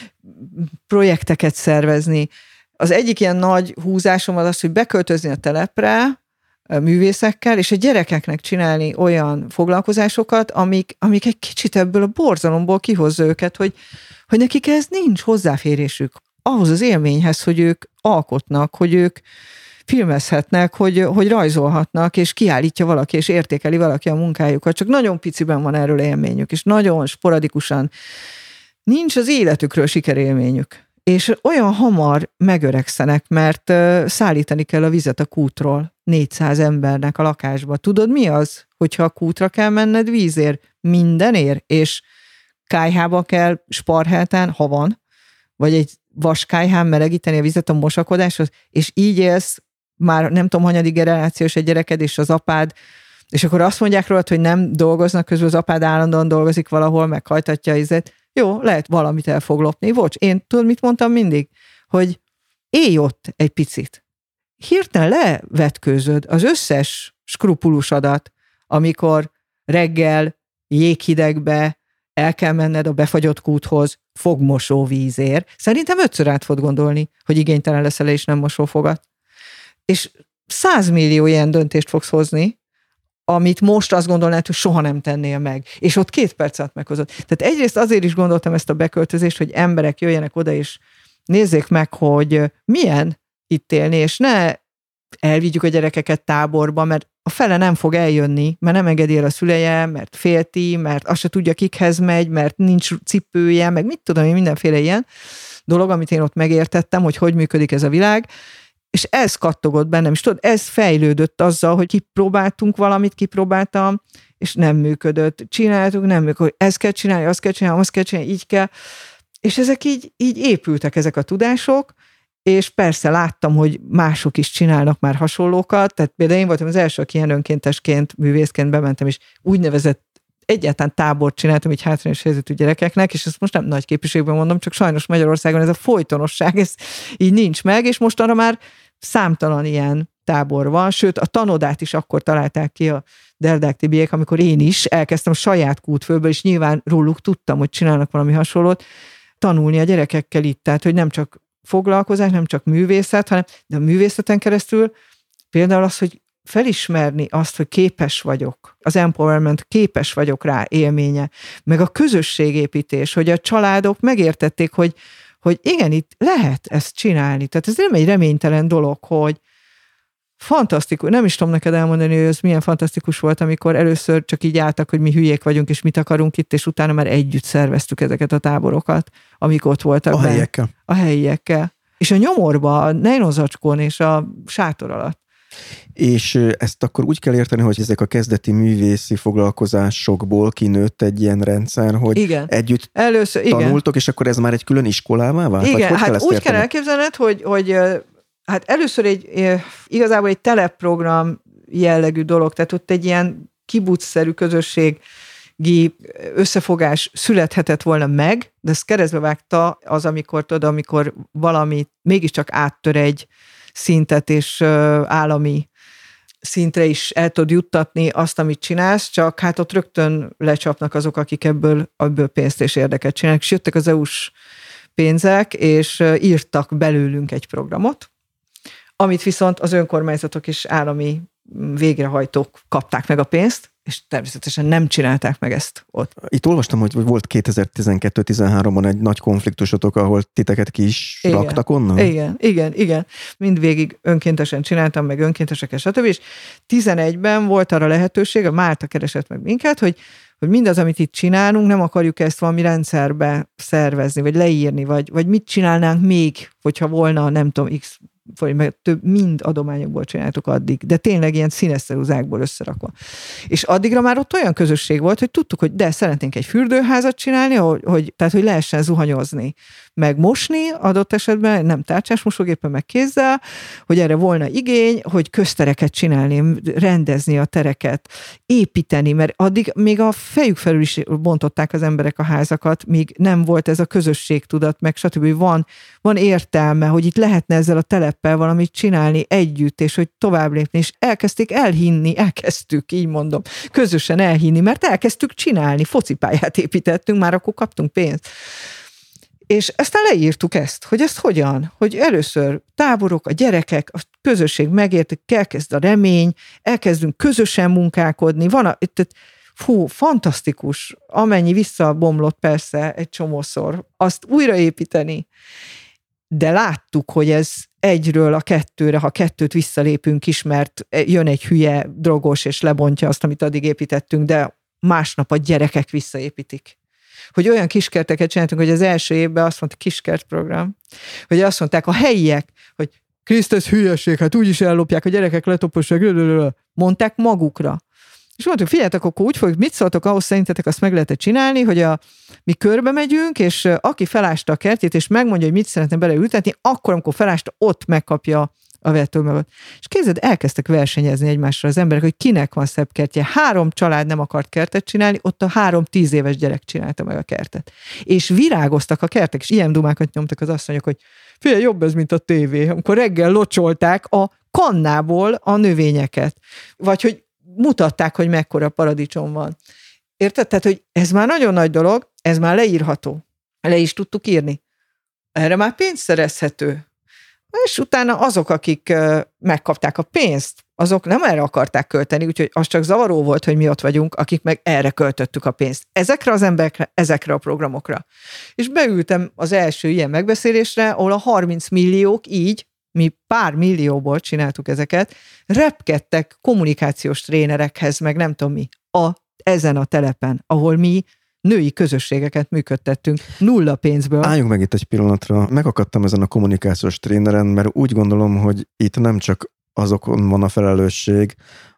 projekteket szervezni. Az egyik ilyen nagy húzásom az az, hogy beköltözni a telepre, a művészekkel, és a gyerekeknek csinálni olyan foglalkozásokat, amik, amik egy kicsit ebből a borzalomból kihozza őket, hogy, hogy nekik ez nincs hozzáférésük ahhoz az élményhez, hogy ők alkotnak, hogy ők filmezhetnek, hogy, hogy rajzolhatnak, és kiállítja valaki, és értékeli valaki a munkájukat. Csak nagyon piciben van erről élményük, és nagyon sporadikusan nincs az életükről sikerélményük. És olyan hamar megöregszenek, mert szállítani kell a vizet a kútról négyszáz embernek a lakásba. Tudod, mi az, hogyha a kútra kell menned vízért? Mindenért? És kályhába kell sparheltán, ha van, vagy egy vaskályhán melegíteni a vizet a mosakodáshoz, és így élsz már nem tudom, hanyadik generációs egy gyereked és az apád, és akkor azt mondják rólad, hogy nem dolgoznak, közben az apád állandóan dolgozik valahol, meghajtatja izet. Jó, lehet valamit el fog lopni. Bocs, én tudod, mit mondtam mindig? Hogy élj ott egy picit. Hirtelen levetkőzöd az összes skrupulusodat, amikor reggel jéghidegbe el kell menned a befagyott kúthoz fogmosó vízért. Szerintem ötször át fogod gondolni, hogy igénytelen leszel és nem mosol fogad. És százmillió ilyen döntést fogsz hozni, amit most azt gondolnád, hogy soha nem tennél meg. És ott két perc alatt meghozod. Tehát egyrészt azért is gondoltam ezt a beköltözést, hogy emberek jöjjenek oda, és nézzék meg, hogy milyen itt élni, és ne elvigyük a gyerekeket táborba, mert a fele nem fog eljönni, mert nem engedi el a szüleje, mert félti, mert azt se tudja, kikhez megy, mert nincs cipője, meg mit tudom én, mindenféle ilyen dolog, amit én ott megértettem, hogy hogy működik ez a világ, és ez kattogott bennem, és tudod, ez fejlődött azzal, hogy kipróbáltunk valamit, kipróbáltam, és nem működött. Csináltuk, nem működött. Ezt kell csinálni, azt kell csinálni, azt kell csinálni, így kell. És ezek így, így épültek, ezek a tudások, és persze láttam, hogy mások is csinálnak már hasonlókat, tehát például én voltam az első, aki ilyen önkéntesként, művészként bementem, és úgynevezett egyáltalán tábort csináltam így hátrányos helyzetű gyerekeknek, és ezt most nem nagy képviségben mondom, csak sajnos Magyarországon ez a folytonosság, ez így nincs meg, és most arra már számtalan ilyen tábor van, sőt a tanodát is akkor találták ki a Derdák Tibiek, amikor én is elkezdtem a saját kútfőből, és nyilván róluk tudtam, hogy csinálnak valami hasonlót, tanulni a gyerekekkel itt, tehát hogy nem csak foglalkozás, nem csak művészet, hanem de a művészeten keresztül például az, hogy felismerni azt, hogy képes vagyok, az empowerment, képes vagyok rá élménye, meg a közösségépítés, hogy a családok megértették, hogy, hogy igen, itt lehet ezt csinálni. Tehát ez nem egy reménytelen dolog, hogy fantasztikus, nem is tudom neked elmondani, hogy ez milyen fantasztikus volt, amikor először csak így álltak, hogy mi hülyék vagyunk, és mit akarunk itt, és utána már együtt szerveztük ezeket a táborokat, amik ott voltak. A be. helyiekkel. A helyiekkel. És a nyomorba, a nejlonzacskón és a sátor alatt. És ezt akkor úgy kell érteni, hogy ezek a kezdeti művészi foglalkozásokból kinőtt egy ilyen rendszer, hogy igen. együtt Először, tanultok, igen. és akkor ez már egy külön iskolává vált? Igen, hát kell úgy érteni? Kell elképzelned, hogy, hogy hát először egy, igazából egy telepprogram jellegű dolog, tehát ott egy ilyen kibucszerű közösségi összefogás születhetett volna meg, de ezt keresztbe vágta az, amikor tudod, amikor valami mégiscsak áttör egy szintet, és állami szintre is el tud juttatni azt, amit csinálsz, csak hát ott rögtön lecsapnak azok, akik ebből, ebből pénzt és érdeket csinálnak, és jöttek az é u-s pénzek, és írtak belőlünk egy programot, amit viszont az önkormányzatok és állami végrehajtók kapták meg a pénzt, és természetesen nem csinálták meg ezt ott. Itt olvastam, hogy volt kétezer-tizenkettő-tizenháromban egy nagy konfliktusotok, ahol titeket ki is igen. raktak onnan? Igen, igen, igen. Mindvégig önkéntesen csináltam, meg önkénteseket, stb. És tizenegyben volt arra lehetőség, a Málta keresett meg minket, hogy, hogy mindaz, amit itt csinálunk, nem akarjuk ezt valami rendszerbe szervezni, vagy leírni, vagy, vagy mit csinálnánk még, hogyha volna, nem tudom, x vagy meg több, mind adományokból csináltuk addig, de tényleg ilyen színes ceruzákból összerakva. És addigra már ott olyan közösség volt, hogy tudtuk, hogy de szeretnénk egy fürdőházat csinálni, hogy, hogy, tehát hogy lehessen zuhanyozni, meg mosni adott esetben, nem tárcsás mosógépen, meg kézzel, hogy erre volna igény, hogy köztereket csinálni, rendezni a tereket, építeni, mert addig még a fejük felül is bontották az emberek a házakat, míg nem volt ez a közösségtudat, meg stb. Van, van értelme, hogy itt lehetne ezzel a teleppel valamit csinálni együtt, és hogy tovább lépni, és elkezdték elhinni, elkezdtük, így mondom, közösen elhinni, mert elkezdtük csinálni, focipályát építettünk, már akkor kaptunk pénzt. És aztán leírtuk ezt, hogy ezt hogyan, hogy először táborok, a gyerekek, a közösség megértik, elkezd a remény, elkezdünk közösen munkálkodni, van a, tehát, fú, fantasztikus, amennyi visszabomlott persze egy csomószor, azt újraépíteni, de láttuk, hogy ez egyről a kettőre, ha kettőt visszalépünk is, mert jön egy hülye drogos, és lebontja azt, amit addig építettünk, de másnap a gyerekek visszaépítik. Hogy olyan kiskerteket csináltunk, hogy az első évben azt mondta, kiskertprogram, hogy azt mondták a helyiek, hogy Krisztus hülyeség, hát úgyis ellopják, a gyerekek letopossák, mondták magukra. És mondtuk, figyeljetek, akkor úgy fogjuk, mit szóltok, ahhoz szerintetek azt meg lehet csinálni, hogy a, mi körbe megyünk, és aki felásta a kertjét, és megmondja, hogy mit szeretne beleültetni, akkor, amikor felásta, ott megkapja a vetőmagot. És képzeld, elkezdtek versenyezni egymásra az emberek, hogy kinek van szebb kertje. Három család nem akart kertet csinálni, ott a három tíz éves gyerek csinálta meg a kertet. És virágoztak a kertek, és ilyen dumákat nyomtak az asszonyok, hogy figyelj, jobb ez, mint a tévé. Amikor reggel locsolták a kannából a növényeket. Vagy hogy mutatták, hogy mekkora paradicsom van. Érted? Tehát, hogy ez már nagyon nagy dolog, ez már leírható. Le is tudtuk írni. Erre már pénzt szerezhető. És utána azok, akik megkapták a pénzt, azok nem erre akarták költeni, úgyhogy az csak zavaró volt, hogy mi ott vagyunk, akik meg erre költöttük a pénzt. Ezekre az emberekre, ezekre a programokra. És beültem az első ilyen megbeszélésre, ahol a harminc milliók így, mi pár millióból csináltuk ezeket, repkedtek kommunikációs trénerekhez, meg nem tudom mi, a, ezen a telepen, ahol mi női közösségeket működtettünk nulla pénzből. Álljunk meg itt egy pillanatra. Megakadtam ezen a kommunikációs tréneren, mert úgy gondolom, hogy itt nem csak azokon van a felelősség,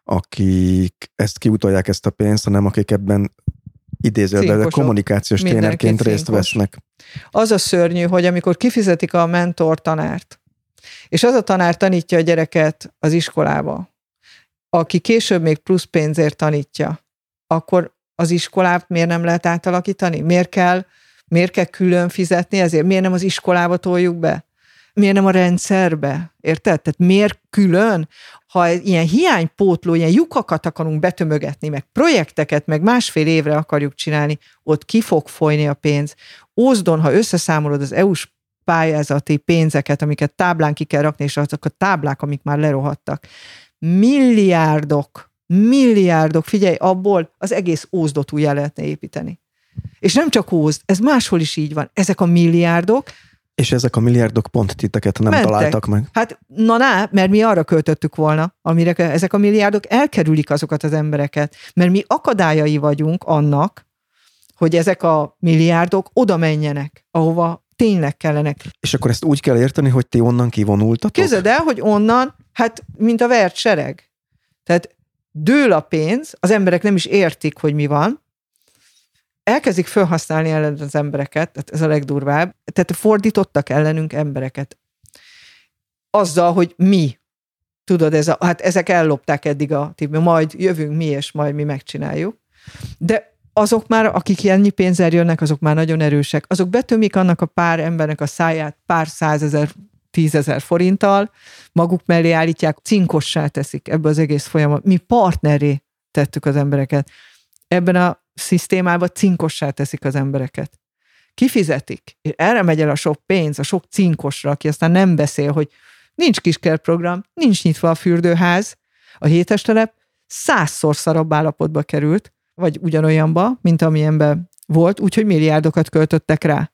akik ezt kiutalják ezt a pénzt, hanem akik ebben idézőjelben, de kommunikációs trénerként részt vesznek. Az a szörnyű, hogy amikor kifizetik a mentor tanárt, és az a tanár tanítja a gyereket az iskolába, aki később még plusz pénzért tanítja, akkor az iskolát miért nem lehet átalakítani? Miért kell, miért kell külön fizetni ezért? Miért nem az iskolába toljuk be? Miért nem a rendszerbe? Érted? Tehát miért külön? Ha ilyen hiánypótló, ilyen lyukakat akarunk betömögetni, meg projekteket, meg másfél évre akarjuk csinálni, ott ki fog folyni a pénz. Ózdon, ha összeszámolod az é u-s pályázati pénzeket, amiket táblán ki kell rakni, és azok a táblák, amik már lerohadtak. Milliárdok, milliárdok, figyelj, abból az egész Ózdot újjá lehetne építeni. És nem csak Ózd, ez máshol is így van. Ezek a milliárdok. És ezek a milliárdok pont titeket nem mentek. Találtak meg. Hát na ná, mert mi arra költöttük volna, amire ezek a milliárdok elkerülik azokat az embereket, mert mi akadályai vagyunk annak, hogy ezek a milliárdok oda menjenek, ahova tényleg kellenek. És akkor ezt úgy kell érteni, hogy ti onnan kivonultatok? Képzeld el, hogy onnan, hát mint a vert sereg. Tehát dől a pénz, az emberek nem is értik, hogy mi van, elkezdik felhasználni ellen az embereket, tehát ez a legdurvább, tehát fordítottak ellenünk embereket. Azzal, hogy mi, tudod, ez a, hát ezek ellopták eddig a típus, majd jövünk mi, és majd mi megcsináljuk. De azok már, akik ennyi pénzzel jönnek, azok már nagyon erősek. Azok betömik annak a pár embernek a száját pár százezer, tízezer forinttal, maguk mellé állítják, cinkossá teszik ebbe az egész folyamat. Mi partneré tettük az embereket. Ebben a szisztémában cinkossá teszik az embereket. Kifizetik, és erre megy el a sok pénz, a sok cinkosra, aki aztán nem beszél, hogy nincs kiskertprogram, nincs nyitva a fürdőház, a hétestelep, százszor szarabb állapotba került, vagy ugyanolyanba, mint amilyenben volt, úgyhogy milliárdokat költöttek rá.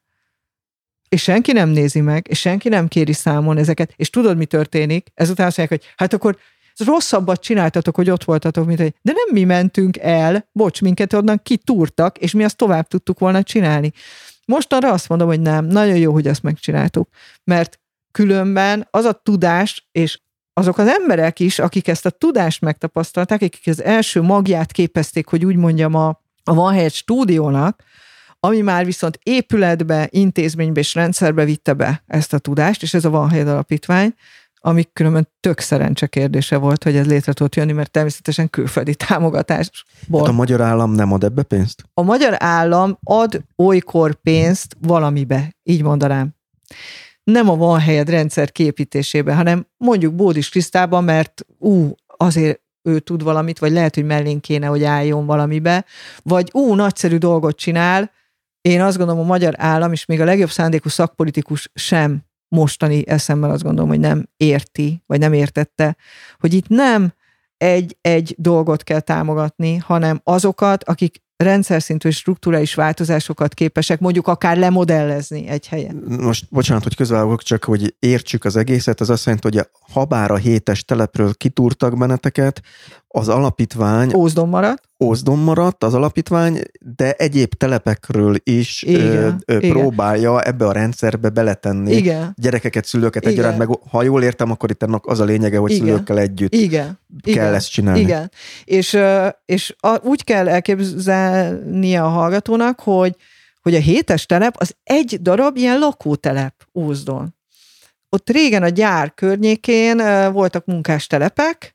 És senki nem nézi meg, és senki nem kéri számon ezeket, és tudod, mi történik? Ezután azt mondják, hogy hát akkor rosszabbat csináltatok, hogy ott voltatok, mint hogy de nem mi mentünk el, bocs, minket onnan kitúrtak, és mi azt tovább tudtuk volna csinálni. Mostanra azt mondom, hogy nem, nagyon jó, hogy ezt megcsináltuk, mert különben az a tudás, és azok az emberek is, akik ezt a tudást megtapasztalták, akik az első magját képezték, hogy úgy mondjam, a, a Van Helyett stúdiónak, ami már viszont épületbe, intézménybe és rendszerbe vitte be ezt a tudást, és ez a Van Helyett Alapítvány, ami különben tök szerencse kérdése volt, hogy ez létre tudott jönni, mert természetesen külföldi támogatásból. Hát a magyar állam nem ad ebbe pénzt? A magyar állam ad olykor pénzt valamibe, így mondanám. Nem a Van Helyett rendszer kiépítésébe, hanem mondjuk Bódis Krisztában, mert ú, azért ő tud valamit, vagy lehet, hogy mellénk kéne, hogy álljon valamibe, vagy ú, nagyszerű dolgot csinál. Én azt gondolom, a magyar állam, és még a legjobb szándékú szakpolitikus sem mostani eszemmel azt gondolom, hogy nem érti, vagy nem értette, hogy itt nem egy-egy dolgot kell támogatni, hanem azokat, akik rendszer szintű strukturális változásokat képesek mondjuk akár lemodellezni egy helyen. Most bocsánat, hogy közvágok, csak hogy értsük az egészet, az azt jelenti, hogy habár a hétes telepről kitúrtak benneteket, az alapítvány... Ózdon maradt. Ózdon maradt az alapítvány, de egyéb telepekről is igen, ö, ö, igen. próbálja ebbe a rendszerbe beletenni igen. gyerekeket, szülőket igen. egyaránt, meg ha jól értem, akkor itt ennek az a lényege, hogy igen. szülőkkel együtt igen. kell igen. ezt csinálni. Igen, és, és a, úgy kell elképzelnie a hallgatónak, hogy, hogy a hétes telep az egy darab ilyen lakótelep Ózdon. Ott régen a gyár környékén voltak munkástelepek,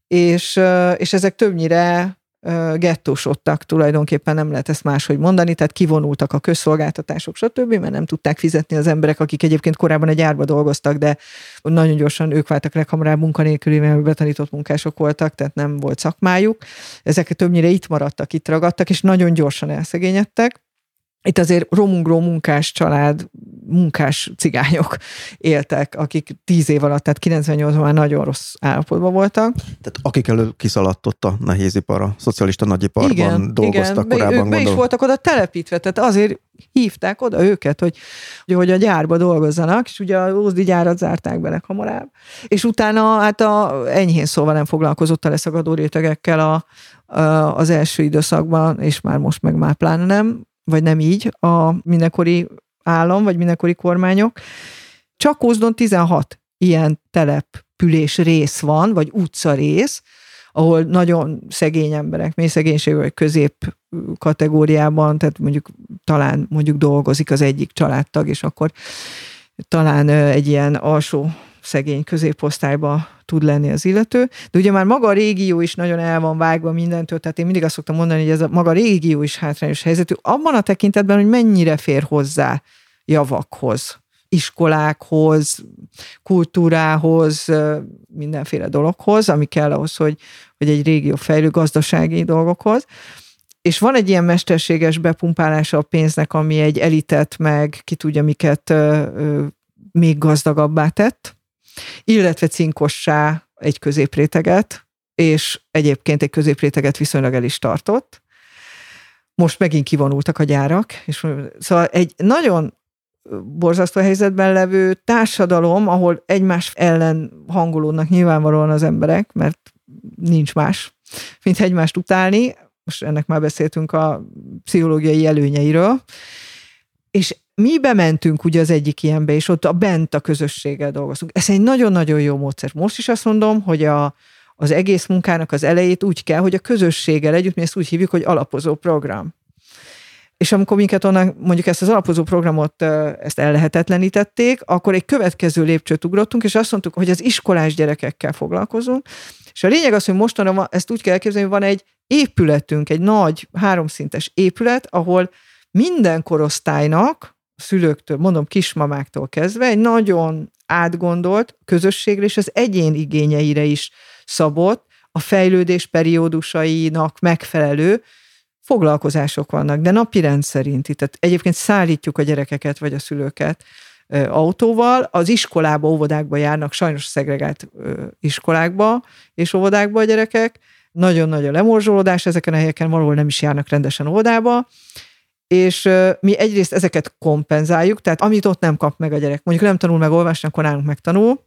és, és ezek többnyire gettósodtak, tulajdonképpen nem lehet ezt máshogy mondani, tehát kivonultak a közszolgáltatások, stb., mert nem tudták fizetni az emberek, akik egyébként korábban a gyárba dolgoztak, de nagyon gyorsan ők váltak leghamarabb munkanélküli, mert betanított munkások voltak, tehát nem volt szakmájuk. Ezek többnyire itt maradtak, itt ragadtak, és nagyon gyorsan elszegényedtek. Itt azért romungró munkás család, munkás cigányok éltek, akik tíz év alatt, tehát kilencvennyolcban már nagyon rossz állapotban voltak. Tehát akik elő kiszaladtt ott a nehézipar, a szocialista nagyiparban igen, dolgoztak igen. korábban. Ők be is voltak oda telepítve, tehát azért hívták oda őket, hogy, hogy a gyárba dolgozzanak, és ugye az ózdi gyárat zárták be leghamarabb. És utána hát a, enyhén szóval nem foglalkozott a leszakadó rétegekkel a, a, az első időszakban, és már most meg már pláne nem, vagy nem így a mindenkori állam, vagy mindenkori kormányok. Csak Ózdon tizenhat ilyen település rész van, vagy utcarész, ahol nagyon szegény emberek, mély szegénység vagy közép kategóriában, tehát mondjuk talán mondjuk dolgozik az egyik családtag, és akkor talán egy ilyen alsó szegény középosztályba tud lenni az illető. De ugye már maga a régió is nagyon el van vágva mindentől, tehát én mindig azt szoktam mondani, hogy ez a maga a régió is hátrányos helyzetű, abban a tekintetben, hogy mennyire fér hozzá javakhoz, iskolákhoz, kultúrához, mindenféle dologhoz, ami kell ahhoz, hogy, hogy egy régió fejlő gazdasági dolgokhoz. És van egy ilyen mesterséges bepumpálása a pénznek, ami egy elitet meg ki tudja miket ö, ö, még gazdagabbá tett, illetve cinkossá egy középréteget, és egyébként egy középréteget viszonylag el is tartott. Most megint kivonultak a gyárak, és szóval egy nagyon borzasztó helyzetben levő társadalom, ahol egymás ellen hangolódnak nyilvánvalóan az emberek, mert nincs más, mint egymást utálni. Most ennek már beszéltünk a pszichológiai előnyeiről, és mi bementünk ugye az egyik ilyenbe, és ott a bent a közösséggel dolgozunk. Ez egy nagyon-nagyon jó módszer. Most is azt mondom, hogy a, az egész munkának az elejét úgy kell, hogy a közösséggel együtt, mi ezt úgy hívjuk, hogy alapozó program. És amikor minket onnan, mondjuk ezt az alapozó programot ezt ellehetetlenítették, akkor egy következő lépcsőt ugrottunk, és azt mondtuk, hogy az iskolás gyerekekkel foglalkozunk. És a lényeg az, hogy mostanra ezt úgy kell elképzelni, hogy van egy épületünk, egy nagy háromszintes épület, ahol minden korosztálynak, szülőktől, mondom kismamáktól kezdve, egy nagyon átgondolt közösségre és az egyén igényeire is szabott, a fejlődés periódusainak megfelelő foglalkozások vannak, de napi rendszerinti. Tehát egyébként szállítjuk a gyerekeket vagy a szülőket autóval, az iskolába, óvodákba járnak, sajnos szegregált iskolákba és óvodákba a gyerekek, nagyon nagy a lemorzsolódás, ezeken a helyeken valahol nem is járnak rendesen óvodába, és mi egyrészt ezeket kompenzáljuk, tehát amit ott nem kap meg a gyerek, mondjuk nem tanul meg olvasni, akkor nálunk megtanul,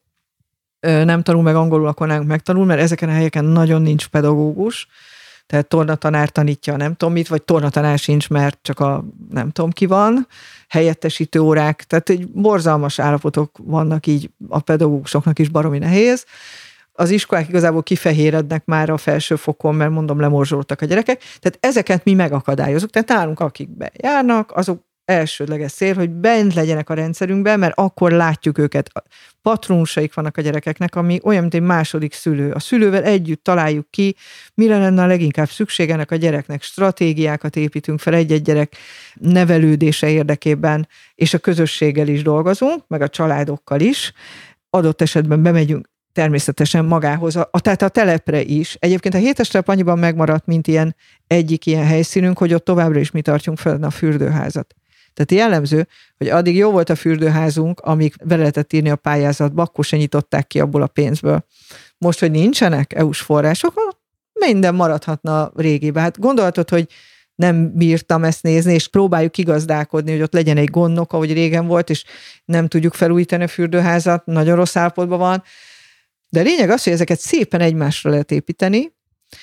nem tanul meg angolul, akkor nálunk megtanul, mert ezeken a helyeken nagyon nincs pedagógus, tehát tornatanár tanítja, nem tudom mit, vagy tornatanár sincs, mert csak a nem tudom ki van, helyettesítő órák, tehát egy borzalmas állapotok vannak így, a pedagógusoknak is baromi nehéz. Az iskolák igazából kifehérednek már a felső fokon, mert mondom, lemorzsolódtak a gyerekek, tehát ezeket mi megakadályozunk, tehát nálunk akik bejárnak, azok elsődleges cél, hogy bent legyenek a rendszerünkben, mert akkor látjuk őket. Patronusaik vannak a gyerekeknek, ami olyan, mint egy második szülő. A szülővel együtt találjuk ki, mire lenne a leginkább szükség ennek a gyereknek. Stratégiákat építünk fel egy-egy gyerek nevelődése érdekében, és a közösséggel is dolgozunk, meg a családokkal is. Adott esetben bemegyünk természetesen magához, a, tehát a telepre is. Egyébként a hétes telep annyiban megmaradt, mint ilyen egyik ilyen helyszínünk, hogy ott továbbra is mi tartjunk fel a fürdőházat. Tehát jellemző, hogy addig jó volt a fürdőházunk, amíg be lehetett írni a pályázatba, akkor se nyitották ki abból a pénzből. Most, hogy nincsenek é u-s források, minden maradhatna régibe. Hát gondolhatod, hogy nem bírtam ezt nézni, és próbáljuk kigazdálkodni, hogy ott legyen egy gondnok, ahogy régen volt, és nem tudjuk felújítani a fürdőházat, nagyon rossz állapotban van. De a lényeg az, hogy ezeket szépen egymásra lehet építeni,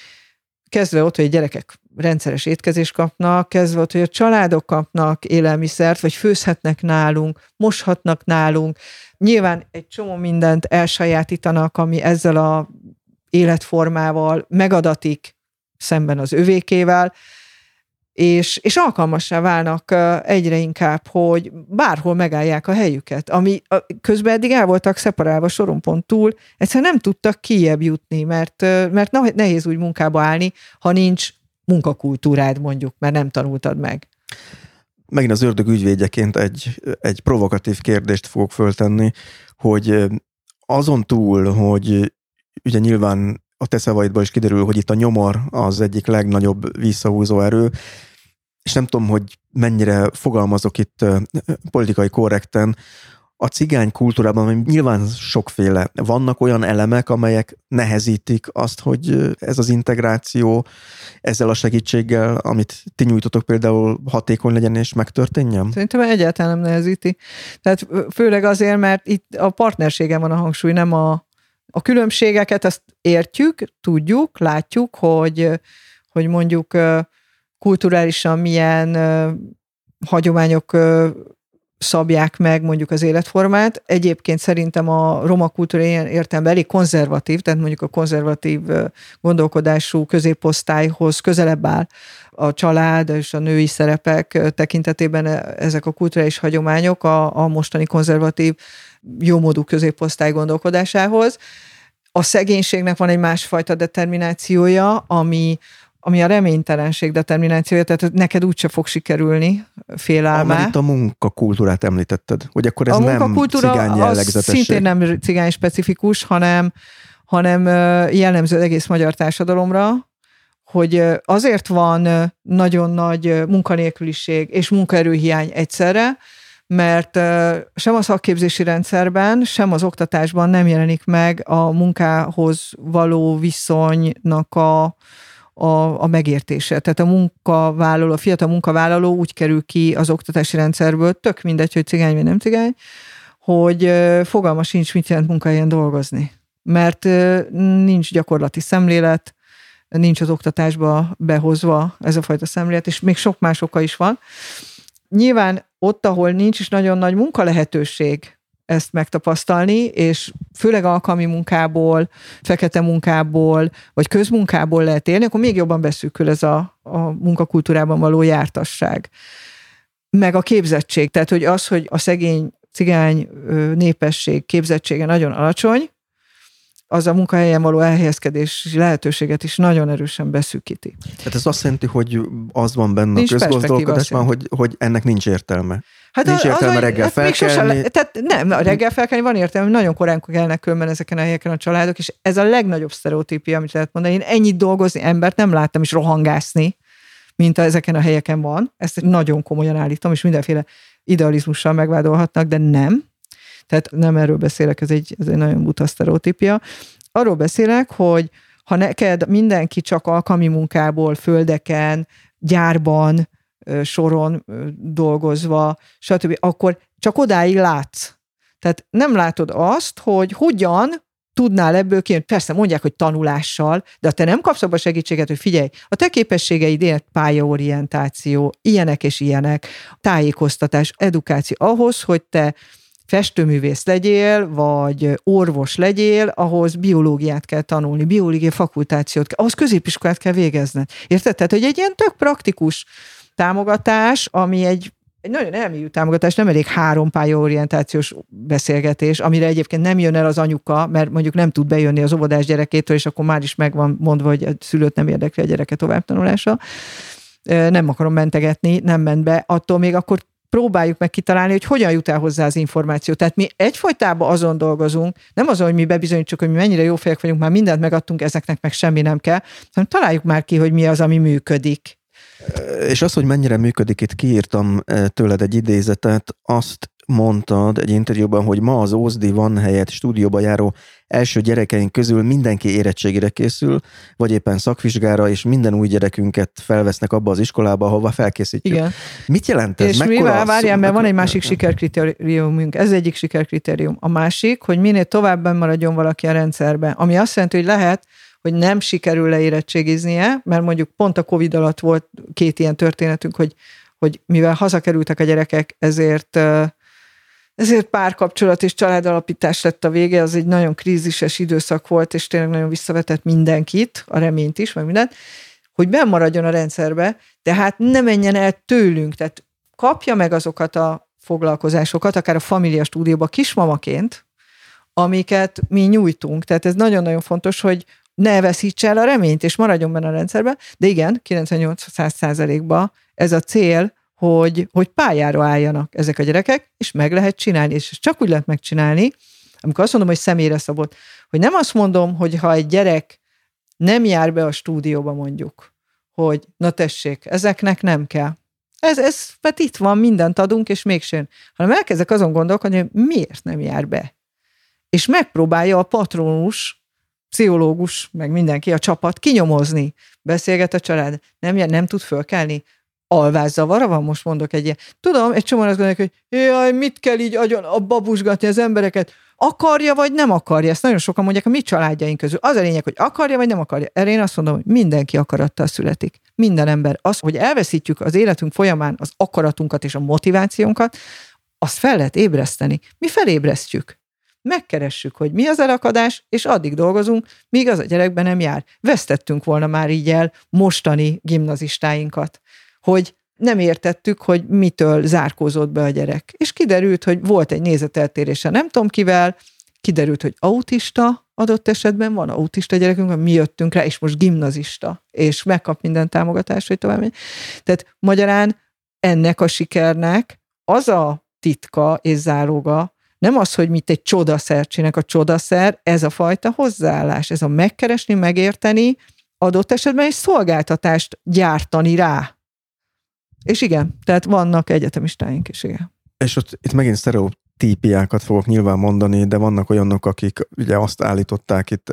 kezdve ott, hogy a gyerekek rendszeres étkezést kapnak, kezdve ott, hogy a családok kapnak élelmiszert, vagy főzhetnek nálunk, moshatnak nálunk. Nyilván egy csomó mindent elsajátítanak, ami ezzel a életformával megadatik szemben az övékével, és, és alkalmassá válnak egyre inkább, hogy bárhol megállják a helyüket, ami közben eddig el voltak szeparálva soron pont túl, egyszerűen nem tudtak kijebb jutni, mert, mert nehéz úgy munkába állni, ha nincs munkakultúrád mondjuk, mert nem tanultad meg. Megint az ördög ügyvédjeként egy, egy provokatív kérdést fogok föltenni, hogy azon túl, hogy ugye nyilván a te szavaidból is kiderül, hogy itt a nyomor az egyik legnagyobb visszahúzó erő, és nem tudom, hogy mennyire fogalmazok itt politikai korrekten, a cigány kultúrában nyilván sokféle. Vannak olyan elemek, amelyek nehezítik azt, hogy ez az integráció ezzel a segítséggel, amit ti nyújtotok például hatékony legyen és megtörténjen? Szerintem egyáltalán nem nehezíti. Tehát főleg azért, mert itt a partnerségen van a hangsúly, nem a, a különbségeket, azt értjük, tudjuk, látjuk, hogy, hogy mondjuk kulturálisan milyen hagyományok szabják meg mondjuk az életformát. Egyébként szerintem a roma kultúra ilyen értelemben elég konzervatív, tehát mondjuk a konzervatív gondolkodású középosztályhoz közelebb áll a család és a női szerepek tekintetében ezek a kulturális hagyományok a, a mostani konzervatív jómódú középosztály gondolkodásához. A szegénységnek van egy másfajta determinációja, ami ami a reménytelenség determinációja, tehát neked úgyse fog sikerülni félálmá. Amint a munkakultúrát említetted, hogy akkor ez a nem cigány jellegzetesség. Szintén nem cigány specifikus, hanem, hanem jellemző az egész magyar társadalomra, hogy azért van nagyon nagy munkanélküliség és munkaerőhiány egyszerre, mert sem a szakképzési rendszerben, sem az oktatásban nem jelenik meg a munkához való viszonynak a A, a megértése. Tehát a munkavállaló, a fiatal munkavállaló úgy kerül ki az oktatási rendszerből, tök mindegy, hogy cigány vagy nem cigány, hogy fogalma sincs, mit jelent munkahelyen dolgozni. Mert nincs gyakorlati szemlélet, nincs az oktatásba behozva ez a fajta szemlélet, és még sok más oka is van. Nyilván ott, ahol nincs is nagyon nagy munkalehetőség ezt megtapasztalni, és főleg alkalmi munkából, fekete munkából, vagy közmunkából lehet élni, akkor még jobban beszűkül ez a, a munkakultúrában való jártasság. Meg a képzettség, tehát hogy az, hogy a szegény cigány népesség képzettsége nagyon alacsony, az a munkahelyen való elhelyezkedési lehetőséget is nagyon erősen beszűkíti. Tehát ez azt jelenti, hogy az van benne nincs a közgazdálkodásban, hogy, hogy ennek nincs értelme. Hát nincs az, értelme az, reggel hát felkelni. Le, tehát nem, a reggel felkelni van értelme, nagyon korán kelnek különben ezeken a helyeken a családok, és ez a legnagyobb sztereotípia, amit lehet mondani. Én ennyit dolgozni embert nem láttam is rohangászni, mint ezeken a helyeken van. Ezt nagyon komolyan állítom, és mindenféle idealizmussal megvádolhatnak, de nem. Tehát nem erről beszélek, ez egy, ez egy nagyon buta sztereotípia. Arról beszélek, hogy ha neked mindenki csak alkalmi munkából, földeken, gyárban, soron dolgozva, stb., akkor csak odáig látsz. Tehát nem látod azt, hogy hogyan tudnál ebből kijönni. Persze mondják, hogy tanulással, de ha te nem kapsz abba segítséget, hogy figyelj, a te képességeid, ilyen pályaorientáció, ilyenek és ilyenek, tájékoztatás, edukáció ahhoz, hogy te festőművész legyél, vagy orvos legyél, ahhoz biológiát kell tanulni, biológiai fakultációt kell, ahhoz középiskolát kell végezned. Érted? Tehát, hogy egy ilyen tök praktikus támogatás, ami egy Egy nagyon elmélyű támogatás, nem elég három pályaorientációs beszélgetés, amire egyébként nem jön el az anyuka, mert mondjuk nem tud bejönni az óvodás gyerekétől, és akkor már is meg van mondva, hogy a szülőt nem érdekli a gyereke továbbtanulása. Nem akarom mentegetni, nem ment be, attól még akkor próbáljuk meg kitalálni, hogy hogyan jut el hozzá az információ. Tehát mi egyfolytában azon dolgozunk, nem azon, hogy mi bebizonyítsuk, hogy mi mennyire jó fejek vagyunk, már mindent megadtunk, ezeknek meg semmi nem kell, hanem találjuk már ki, hogy mi az, ami működik. És az, hogy mennyire működik, itt kiírtam tőled egy idézetet, azt mondtad egy interjúban, hogy ma az ózdi van helyett stúdióba járó első gyerekeink közül mindenki érettségire készül, vagy éppen szakvizsgára, és minden új gyerekünket felvesznek abba az iskolába, ahova felkészítjük. Igen. Mit jelent ez? És mivel, várjál, mert van egy másik sikerkritériumunk, ez egyik sikerkritérium. A másik, hogy minél tovább maradjon valaki a rendszerben, ami azt jelenti, hogy lehet, hogy nem sikerül leérettségiznie, mert mondjuk pont a Covid alatt volt két ilyen történetünk, hogy, hogy mivel hazakerültek a gyerekek, ezért, ezért párkapcsolat és családalapítás lett a vége, az egy nagyon krízises időszak volt, és tényleg nagyon visszavetett mindenkit, a reményt is, meg mindent, hogy bennmaradjon a rendszerbe, tehát ne menjen el tőlünk, tehát kapja meg azokat a foglalkozásokat, akár a Família Stúdióba kismamaként, amiket mi nyújtunk. Tehát ez nagyon-nagyon fontos, hogy ne veszíts el a reményt, és maradjon benne a rendszerben. De igen, kilencvennyolc százalékban ez a cél, hogy, hogy pályára álljanak ezek a gyerekek, és meg lehet csinálni, és csak úgy lehet megcsinálni, amikor azt mondom, hogy személyre szabott, hogy nem azt mondom, hogy ha egy gyerek nem jár be a stúdióba mondjuk, hogy na tessék, ezeknek nem kell. Ez, ez, mert itt van, mindent adunk, és mégsem. Hanem elkezdek azon gondolkodni, hogy miért nem jár be. És megpróbálja a patronus, pszichológus, meg mindenki, a csapat kinyomozni. Beszélget a család. Nem, nem tud fölkelni. Alvászavara van, most mondok egy ilyen. Tudom, egy csomóan azt gondolják, hogy jaj, mit kell így agyon a babusgatni az embereket. Akarja, vagy nem akarja? Ezt nagyon sokan mondják a mi családjaink közül. Az a lényeg, hogy akarja, vagy nem akarja. Erre én azt mondom, hogy mindenki akarattal születik. Minden ember. Az, hogy elveszítjük az életünk folyamán az akaratunkat és a motivációnkat, azt fel lehet ébreszteni. Mi felébresztjük. Megkeressük, hogy mi az elakadás, és addig dolgozunk, míg az a gyerekben nem jár. Vesztettünk volna már így el mostani gimnazistáinkat, hogy nem értettük, hogy mitől zárkózott be a gyerek. És kiderült, hogy volt egy nézeteltérése nem tudom kivel, kiderült, hogy autista adott esetben van, autista gyerekünk, mi jöttünk rá, és most gimnazista, és megkap minden támogatást, hogy tovább megy. Tehát magyarán ennek a sikernek az a titka és záloga, nem az, hogy mit egy csodaszer csinálnak, a csodaszer, ez a fajta hozzáállás, ez a megkeresni, megérteni, adott esetben egy szolgáltatást gyártani rá. És igen, tehát vannak egyetemistáink is, igen. És ott itt megint sztereotípiákat fogok nyilván mondani, de vannak olyanok, akik ugye azt állították itt,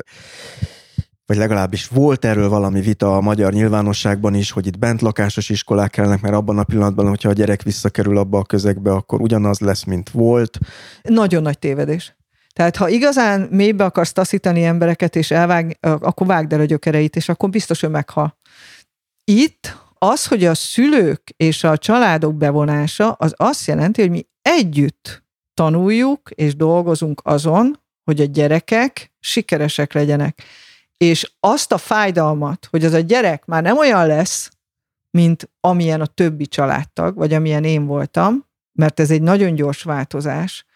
vagy legalábbis volt erről valami vita a magyar nyilvánosságban is, hogy itt bentlakásos iskolák kellene, mert abban a pillanatban, hogyha a gyerek visszakerül abba a közegbe, akkor ugyanaz lesz, mint volt. Nagyon nagy tévedés. Tehát ha igazán mélybe akarsz taszítani embereket, és elvág, akkor vágd el a gyökereit, és akkor biztos, hogy meghal. Itt az, hogy a szülők és a családok bevonása, az azt jelenti, hogy mi együtt tanuljuk és dolgozunk azon, hogy a gyerekek sikeresek legyenek. És azt a fájdalmat, hogy az a gyerek már nem olyan lesz, mint amilyen a többi családtag, vagy amilyen én voltam, mert ez egy nagyon gyors változás,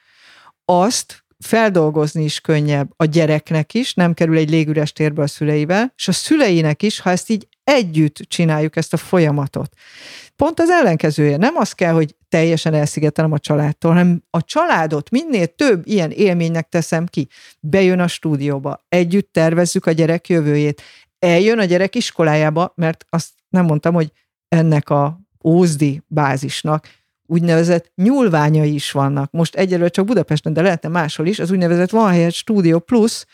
azt feldolgozni is könnyebb a gyereknek is, nem kerül egy légüres térbe a szüleivel, és a szüleinek is, ha ezt így együtt csináljuk ezt a folyamatot. Pont az ellenkezője. Nem az kell, hogy teljesen elszigetelem a családtól, hanem a családot minél több ilyen élménynek teszem ki. Bejön a stúdióba, együtt tervezzük a gyerek jövőjét. Eljön a gyerek iskolájába, mert azt nem mondtam, hogy ennek a ózdi bázisnak úgynevezett nyúlványai is vannak. Most egyelőre csak Budapesten, de lehetne máshol is, az úgynevezett Van Helyett Stúdió Plusz,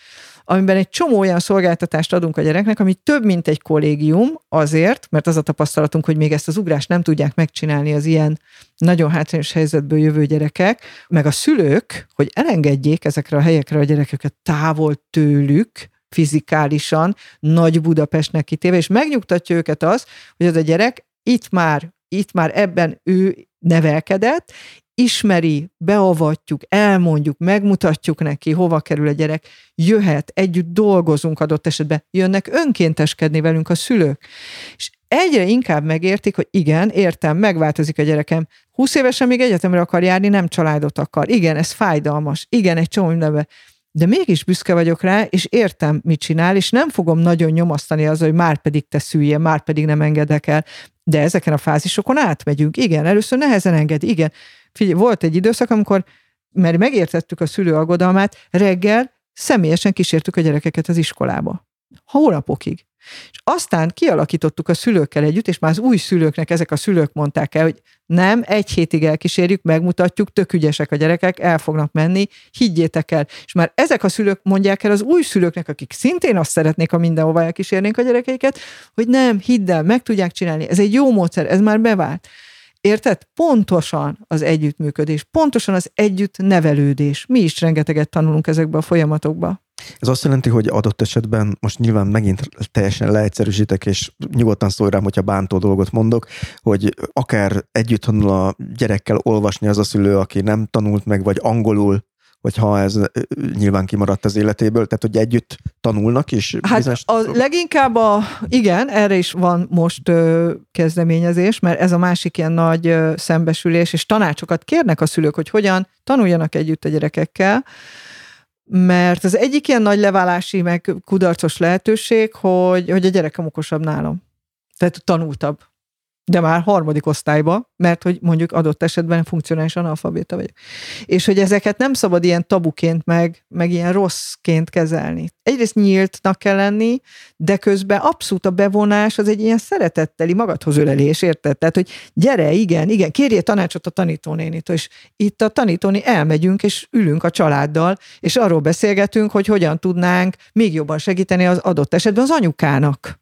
amiben egy csomó olyan szolgáltatást adunk a gyereknek, ami több, mint egy kollégium, azért, mert az a tapasztalatunk, hogy még ezt az ugrást nem tudják megcsinálni az ilyen nagyon hátrányos helyzetből jövő gyerekek, meg a szülők, hogy elengedjék ezekre a helyekre a gyerekeket távol tőlük, fizikálisan, Nagy Budapestnek kitéve, és megnyugtatja őket az, hogy az a gyerek itt már, itt már ebben ő nevelkedett, ismeri, beavatjuk, elmondjuk, megmutatjuk neki, hova kerül a gyerek, jöhet, együtt dolgozunk adott esetben, jönnek önkénteskedni velünk a szülők. És egyre inkább megértik, hogy igen, értem, megváltozik a gyerekem. húsz évesen még egyetemre akar járni, nem családot akar. Igen, ez fájdalmas. Igen, egy csomó mindenben. De mégis büszke vagyok rá, és értem, mit csinál, és nem fogom nagyon nyomasztani azzal, hogy már pedig te szülje, már pedig nem engedek el. De ezeken a fázisokon átmegyünk. Igen, először nehezen enged, igen. Figyelj, volt egy időszak, amikor, mert megértettük a szülő aggodalmát, reggel személyesen kísértük a gyerekeket az iskolába. Hónapokig. És aztán kialakítottuk a szülőkkel együtt, és már az új szülőknek ezek a szülők mondták el, hogy nem, egy hétig elkísérjük, megmutatjuk, tök ügyesek a gyerekek, el fognak menni, higgyétek el. És már ezek a szülők mondják el az új szülőknek, akik szintén azt szeretnék, ha mindenhova elkísérnénk a gyerekeiket, hogy nem, hidd el, meg tudják csinálni, ez egy jó módszer, ez már bevált. Érted? Pontosan az együttműködés, pontosan az együtt nevelődés. Mi is rengeteget tanulunk ezekbe a folyamatokba. Ez azt jelenti, hogy adott esetben, most nyilván megint teljesen leegyszerűsítek, és nyugodtan szólj rám, hogyha bántó dolgot mondok, hogy akár együtt tanul a gyerekkel olvasni az a szülő, aki nem tanult meg, vagy angolul, vagy ha ez nyilván kimaradt az életéből, tehát hogy együtt tanulnak is? Hát bizonyos... a leginkább a, igen, erre is van most ö, kezdeményezés, mert ez a másik ilyen nagy ö, szembesülés, és tanácsokat kérnek a szülők, hogy hogyan tanuljanak együtt a gyerekekkel, mert az egyik ilyen nagy leválási, meg kudarcos lehetőség, hogy, hogy a gyerekem okosabb nálam. Tehát tanultabb. De már harmadik osztályba, mert hogy mondjuk adott esetben funkcionális analfabéta vagyok. És hogy ezeket nem szabad ilyen tabuként, meg, meg ilyen rosszként kezelni. Egyrészt nyíltnak kell lenni, de közben abszolút a bevonás az egy ilyen szeretetteli magadhoz ölelés, érted? Tehát, hogy gyere, igen, igen, kérjél tanácsot a tanítónénitől, és itt a tanítóni elmegyünk, és ülünk a családdal, és arról beszélgetünk, hogy hogyan tudnánk még jobban segíteni az adott esetben az anyukának.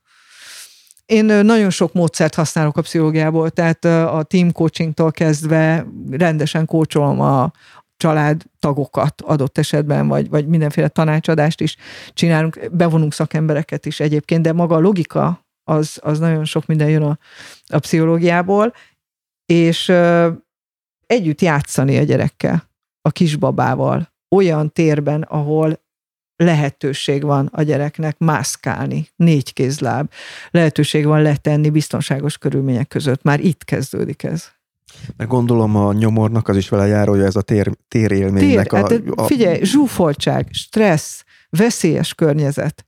Én nagyon sok módszert használok a pszichológiából, tehát a team coachingtól kezdve rendesen kócsolom a családtagokat adott esetben, vagy, vagy mindenféle tanácsadást is csinálunk, bevonunk szakembereket is egyébként, de maga a logika, az, az nagyon sok minden jön a, a pszichológiából, és ö, együtt játszani a gyerekkel, a kisbabával, olyan térben, ahol lehetőség van a gyereknek mászkálni, négy kézláb, lehetőség van letenni biztonságos körülmények között. Már itt kezdődik ez. Mert gondolom a nyomornak az is vele járója ez a tér, térélménynek. Tér, a, hát, a... Figyelj, zsúfoltság, stressz, veszélyes környezet,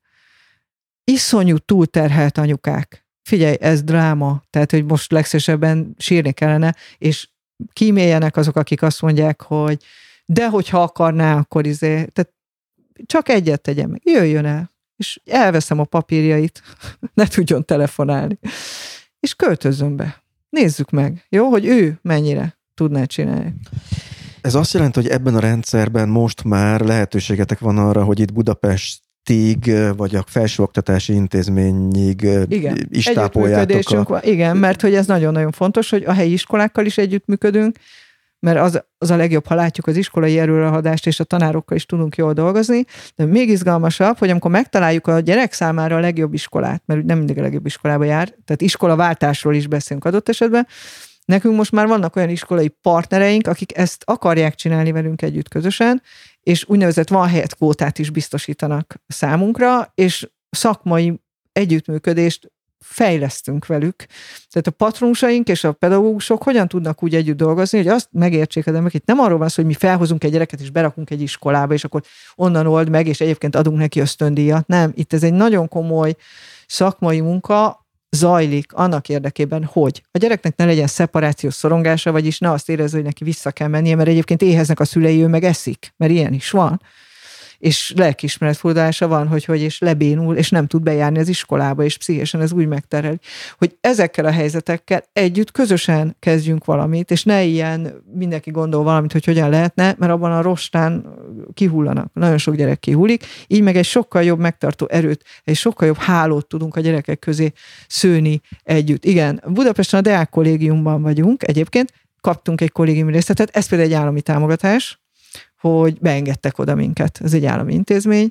iszonyú túlterhelt anyukák. Figyelj, ez dráma, tehát, hogy most legszívesebben sírni kellene, és kíméljenek azok, akik azt mondják, hogy de hogyha akarná, akkor izé, tehát csak egyet tegyen meg, jöjjön el, és elveszem a papírjait, ne tudjon telefonálni, és költözzön be. Nézzük meg, jó, hogy ő mennyire tudná csinálni. Ez azt jelenti, hogy ebben a rendszerben most már lehetőségetek van arra, hogy itt Budapestig, vagy a felsőoktatási intézményig igen, is tápoljátok a... van. Igen, mert hogy ez nagyon-nagyon fontos, hogy a helyi iskolákkal is együttműködünk, mert az, az a legjobb, ha látjuk az iskolai erőrehadást, és a tanárokkal is tudunk jól dolgozni, de még izgalmasabb, hogy amikor megtaláljuk a gyerek számára a legjobb iskolát, mert nem mindig a legjobb iskolába jár, tehát iskolaváltásról is beszélünk adott esetben, nekünk most már vannak olyan iskolai partnereink, akik ezt akarják csinálni velünk együtt közösen, és úgynevezett van helyett kvótát is biztosítanak számunkra, és szakmai együttműködést fejlesztünk velük. Tehát a patronusaink és a pedagógusok hogyan tudnak úgy együtt dolgozni, hogy azt megértsék az emberek, itt nem arról van szó, hogy mi felhozunk egy gyereket, és berakunk egy iskolába, és akkor onnan old meg, és egyébként adunk neki ösztöndíjat. Nem, itt ez egy nagyon komoly szakmai munka zajlik annak érdekében, hogy a gyereknek ne legyen szeparációs szorongása, vagyis ne azt érezze, hogy neki vissza kell mennie, mert egyébként éheznek a szülei, ő meg eszik, mert ilyen is van. és lelkiismeretfurdalása van, hogy hogy és lebénul, és nem tud bejárni az iskolába, és pszichésen ez úgy megterhel, hogy ezekkel a helyzetekkel együtt közösen kezdjünk valamit, és ne ilyen mindenki gondol valamit, hogy hogyan lehetne, mert abban a rostán kihullanak. Nagyon sok gyerek kihullik, így meg egy sokkal jobb megtartó erőt, egy sokkal jobb hálót tudunk a gyerekek közé szőni együtt. Igen, Budapesten a Deák kollégiumban vagyunk, egyébként kaptunk egy kollégiumi részletet, ez például egy állami támogatás, hogy beengedtek oda minket, ez egy állami intézmény,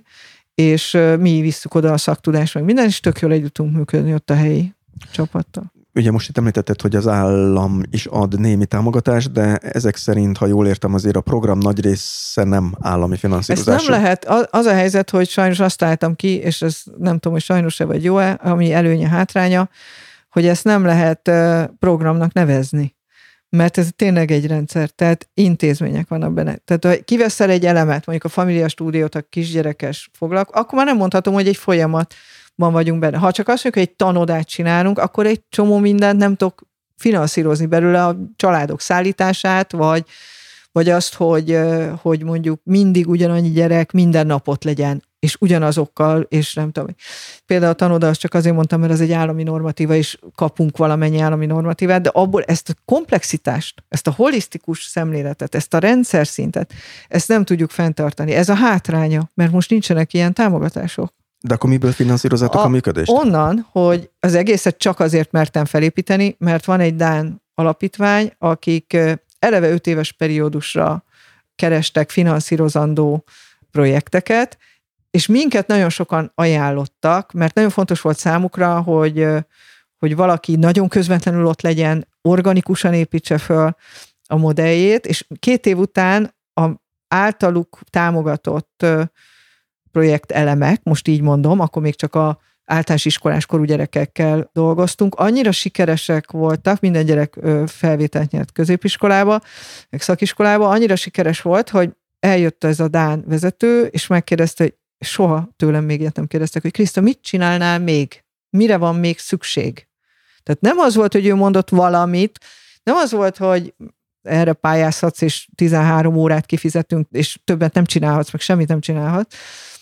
és mi visszük oda a szaktudást, meg minden, és tök jól együtt tudunk működni ott a helyi csapattal. Ugye most itt említetted, hogy az állam is ad némi támogatást, de ezek szerint, ha jól értem, azért a program nagy része nem állami finanszírozású. Ez nem lehet. Az a helyzet, hogy sajnos azt találtam ki, és ez nem tudom, hogy sajnos-e vagy jó-e, ami előnye, hátránya, hogy ezt nem lehet programnak nevezni. Mert ez tényleg egy rendszer, tehát intézmények vannak benne. Tehát ha kiveszel egy elemet, mondjuk a Familia Stúdiót, a kisgyerekes foglalkozás, akkor már nem mondhatom, hogy egy folyamatban vagyunk benne. Ha csak azt mondjuk, hogy egy tanodát csinálunk, akkor egy csomó mindent nem tudok finanszírozni belőle, a családok szállítását, vagy, vagy azt, hogy, hogy mondjuk mindig ugyanannyi gyerek minden napot legyen, és ugyanazokkal, és nem tudom. Például a tanoda, azt csak azért mondtam, mert ez egy állami normatíva, és kapunk valamennyi állami normatívát, de abból ezt a komplexitást, ezt a holisztikus szemléletet, ezt a rendszer szintet, ezt nem tudjuk fenntartani. Ez a hátránya, mert most nincsenek ilyen támogatások. De akkor miből finanszírozzátok a, a működést? Onnan, hogy az egészet csak azért mertem felépíteni, mert van egy dán alapítvány, akik eleve öt éves periódusra kerestek finanszírozandó projekteket, és minket nagyon sokan ajánlottak, mert nagyon fontos volt számukra, hogy, hogy valaki nagyon közvetlenül ott legyen, organikusan építse föl a modelljét, és két év után a általuk támogatott projektelemek, most így mondom, akkor még csak a általános iskolás korú gyerekekkel dolgoztunk, annyira sikeresek voltak, minden gyerek felvételt nyert középiskolába, meg szakiskolába, annyira sikeres volt, hogy eljött ez a dán vezető, és megkérdezte, hogy soha tőlem még ilyet nem kérdeztek, hogy Kriszta, mit csinálnál még? Mire van még szükség? Tehát nem az volt, hogy ő mondott valamit, nem az volt, hogy erre pályázhatsz, és tizenhárom órát kifizetünk, és többet nem csinálhatsz, meg semmit nem csinálhatsz.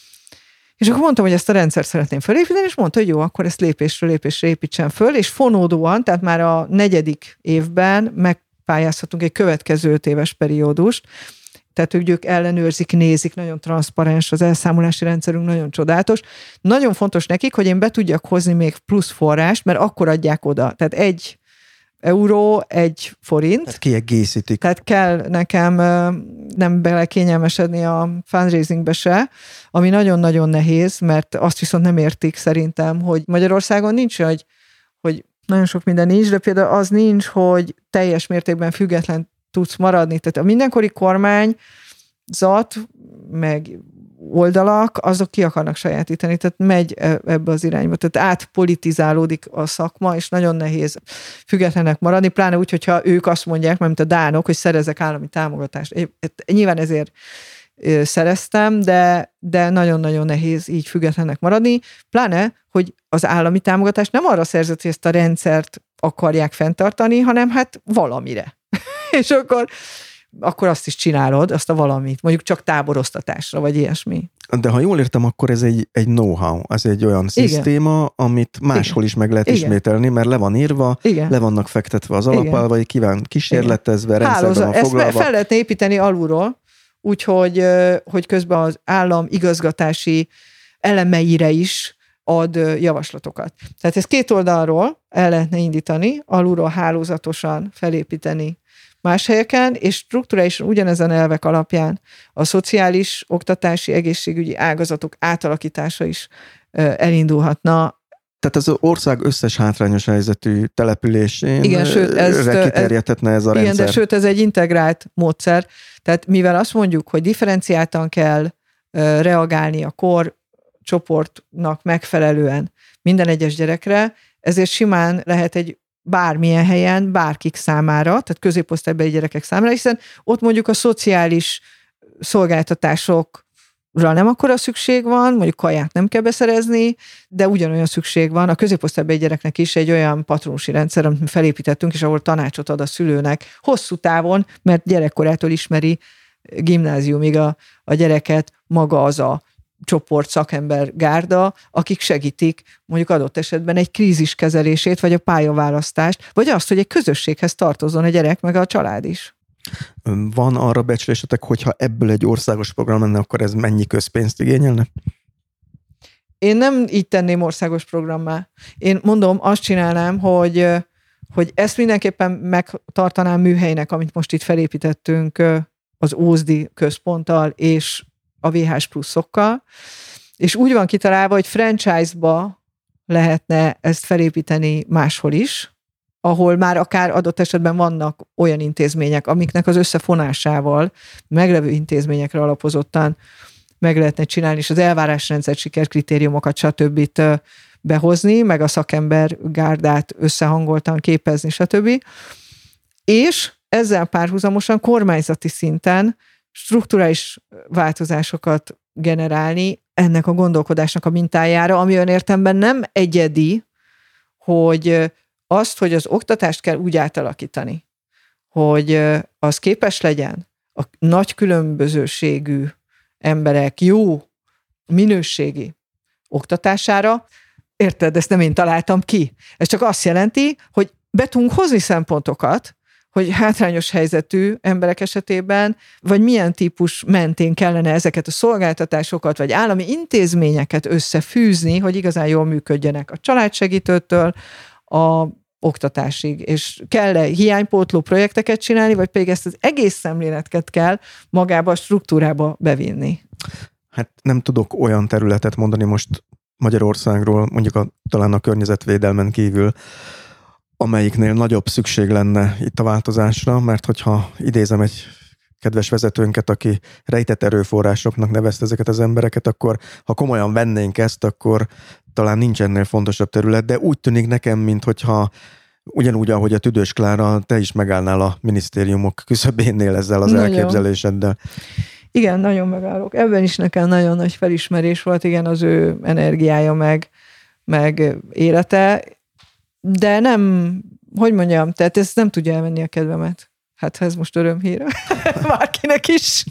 És akkor mondtam, hogy ezt a rendszert szeretném felépíteni, és mondta, hogy jó, akkor ezt lépésről lépésre építsen föl, és fonódóan, tehát már a negyedik évben megpályázhatunk egy következő öt éves periódust, tehát hogy ők ellenőrzik, nézik, nagyon transzparens, az elszámolási rendszerünk nagyon csodálatos. Nagyon fontos nekik, hogy én be tudjak hozni még plusz forrást, mert akkor adják oda. Tehát egy euró, egy forint. Tehát kiegészítik. Tehát kell nekem nem bele kényelmesedni a fundraisingbe se, ami nagyon-nagyon nehéz, mert azt viszont nem értik szerintem, hogy Magyarországon nincs, hogy, hogy nagyon sok minden nincs, de például az nincs, hogy teljes mértékben független tudsz maradni. Tehát a mindenkori kormányzat, meg oldalak, azok ki akarnak sajátítani, tehát megy ebbe az irányba. Tehát átpolitizálódik a szakma, és nagyon nehéz függetlenek maradni, pláne úgy, hogyha ők azt mondják, mint a dánok, hogy szerezek állami támogatást. Nyilván ezért szereztem, de, de nagyon-nagyon nehéz így függetlenek maradni, pláne, hogy az állami támogatást nem arra szerzett, hogy ezt a rendszert akarják fenntartani, hanem hát valamire. És akkor, akkor azt is csinálod, azt a valamit, mondjuk csak táboroztatásra, vagy ilyesmi. De ha jól értem, akkor ez egy, egy know-how, ez egy olyan Igen. szisztéma, amit máshol Igen. is meg lehet Igen. ismételni, mert le van írva, Igen. le vannak fektetve az alapelvei, kíván kísérletezve, Igen. rendszerben van foglalva. Ezt fel lehetne építeni alulról, úgyhogy hogy közben az állam igazgatási elemeire is ad javaslatokat. Tehát ezt két oldalról el lehetne indítani, alulról hálózatosan felépíteni más helyeken, és strukturálisan ugyanezen elvek alapján a szociális, oktatási, egészségügyi ágazatok átalakítása is elindulhatna. Tehát az ország összes hátrányos helyzetű településén igen, sőt, ezt, kiterjedhetne ez a igen, rendszer. De sőt, ez egy integrált módszer. Tehát mivel azt mondjuk, hogy differenciáltan kell reagálni a kor csoportnak megfelelően minden egyes gyerekre, ezért simán lehet egy bármilyen helyen, bárkik számára, tehát középosztálybeli gyerekek számára, hiszen ott mondjuk a szociális szolgáltatásokra nem akkora szükség van, mondjuk kaját nem kell beszerezni, de ugyanolyan szükség van a középosztálybeli gyereknek is egy olyan patronusi rendszer, amit felépítettünk, és ahol tanácsot ad a szülőnek hosszú távon, mert gyerekkorától ismeri gimnáziumig a, a gyereket maga az a csoport szakember gárda, akik segítik mondjuk adott esetben egy krízis kezelését, vagy a pályaválasztást, vagy azt, hogy egy közösséghez tartozzon a gyerek, meg a család is. Van arra becslésetek, hogyha ebből egy országos program lenne, akkor ez mennyi közpénzt igényelne? Én nem így tenném országos programmá. Én mondom, azt csinálnám, hogy, hogy ezt mindenképpen megtartanám műhelynek, amit most itt felépítettünk az Ózdi központtal és a vé há es pluszokkal, és úgy van kitalálva, hogy franchise-ba lehetne ezt felépíteni máshol is, ahol már akár adott esetben vannak olyan intézmények, amiknek az összefonásával meglevő intézményekre alapozottan meg lehetne csinálni, és az elvárásrendszer, sikerkritériumokat, stb. Behozni, meg a szakember gárdát összehangoltan képezni, stb. És ezzel párhuzamosan kormányzati szinten strukturális változásokat generálni ennek a gondolkodásnak a mintájára, ami olyan értelemben nem egyedi, hogy azt, hogy az oktatást kell úgy átalakítani, hogy az képes legyen a nagy különbözőségű emberek jó minőségi oktatására. Érted, ezt nem én találtam ki. Ez csak azt jelenti, hogy be tudunk hozni szempontokat, hogy hátrányos helyzetű emberek esetében, vagy milyen típus mentén kellene ezeket a szolgáltatásokat, vagy állami intézményeket összefűzni, hogy igazán jól működjenek a családsegítőtől a oktatásig, és kell-e hiánypótló projekteket csinálni, vagy pedig ezt az egész szemléletket kell magába a struktúrába bevinni? Hát nem tudok olyan területet mondani most Magyarországról, mondjuk a, talán a környezetvédelmen kívül, amelyiknél nagyobb szükség lenne itt a változásra, mert hogyha idézem egy kedves vezetőnket, aki rejtett erőforrásoknak nevezte ezeket az embereket, akkor ha komolyan vennénk ezt, akkor talán nincs ennél fontosabb terület, de úgy tűnik nekem, minthogyha ugyanúgy, ahogy a Tüdős Klára, te is megállnál a minisztériumok küszöbénél ezzel az nagyon elképzeléseddel. Igen, nagyon megállok. Ebben is nekem nagyon nagy felismerés volt, igen, az ő energiája meg, meg élete, de nem, hogy mondjam, tehát ez nem tudja elvenni a kedvemet. Hát ez most örömhír. Bárkinek is.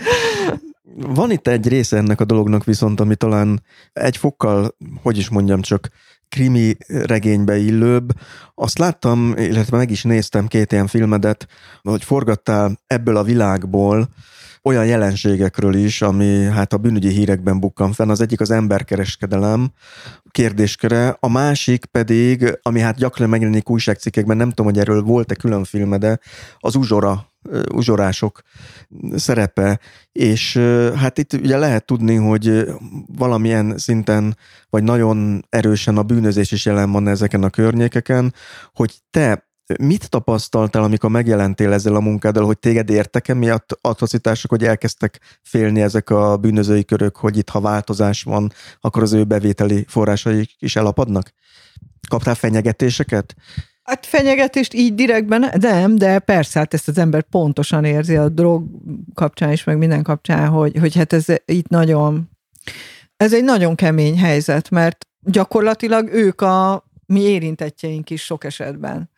Van itt egy része ennek a dolognak viszont, ami talán egy fokkal, hogy is mondjam, csak krimi regénybe illőbb. Azt láttam, illetve meg is néztem két ilyen filmedet, hogy forgattál ebből a világból olyan jelenségekről is, ami hát a bűnügyi hírekben bukkan fenn. Az egyik az emberkereskedelem kérdésköre, a másik pedig, ami hát gyakran megjelenik újságcikkekben, nem tudom, hogy erről volt-e külön filme, de az uzsora, uzsorások szerepe, és hát itt ugye lehet tudni, hogy valamilyen szinten, vagy nagyon erősen a bűnözés is jelen van ezeken a környékeken, hogy te mit tapasztaltál, amikor megjelentél ezzel a munkáddal, hogy téged értek emiatt atrocitások, hogy elkezdtek félni ezek a bűnözői körök, hogy itt ha változás van, akkor az ő bevételi forrásaik is elapadnak? Kaptál fenyegetéseket? Hát fenyegetést így direktben nem, de persze, hát ezt az ember pontosan érzi a drog kapcsán is, meg minden kapcsán, hogy, hogy hát ez itt nagyon, ez egy nagyon kemény helyzet, mert gyakorlatilag ők a mi érintettjeink is sok esetben.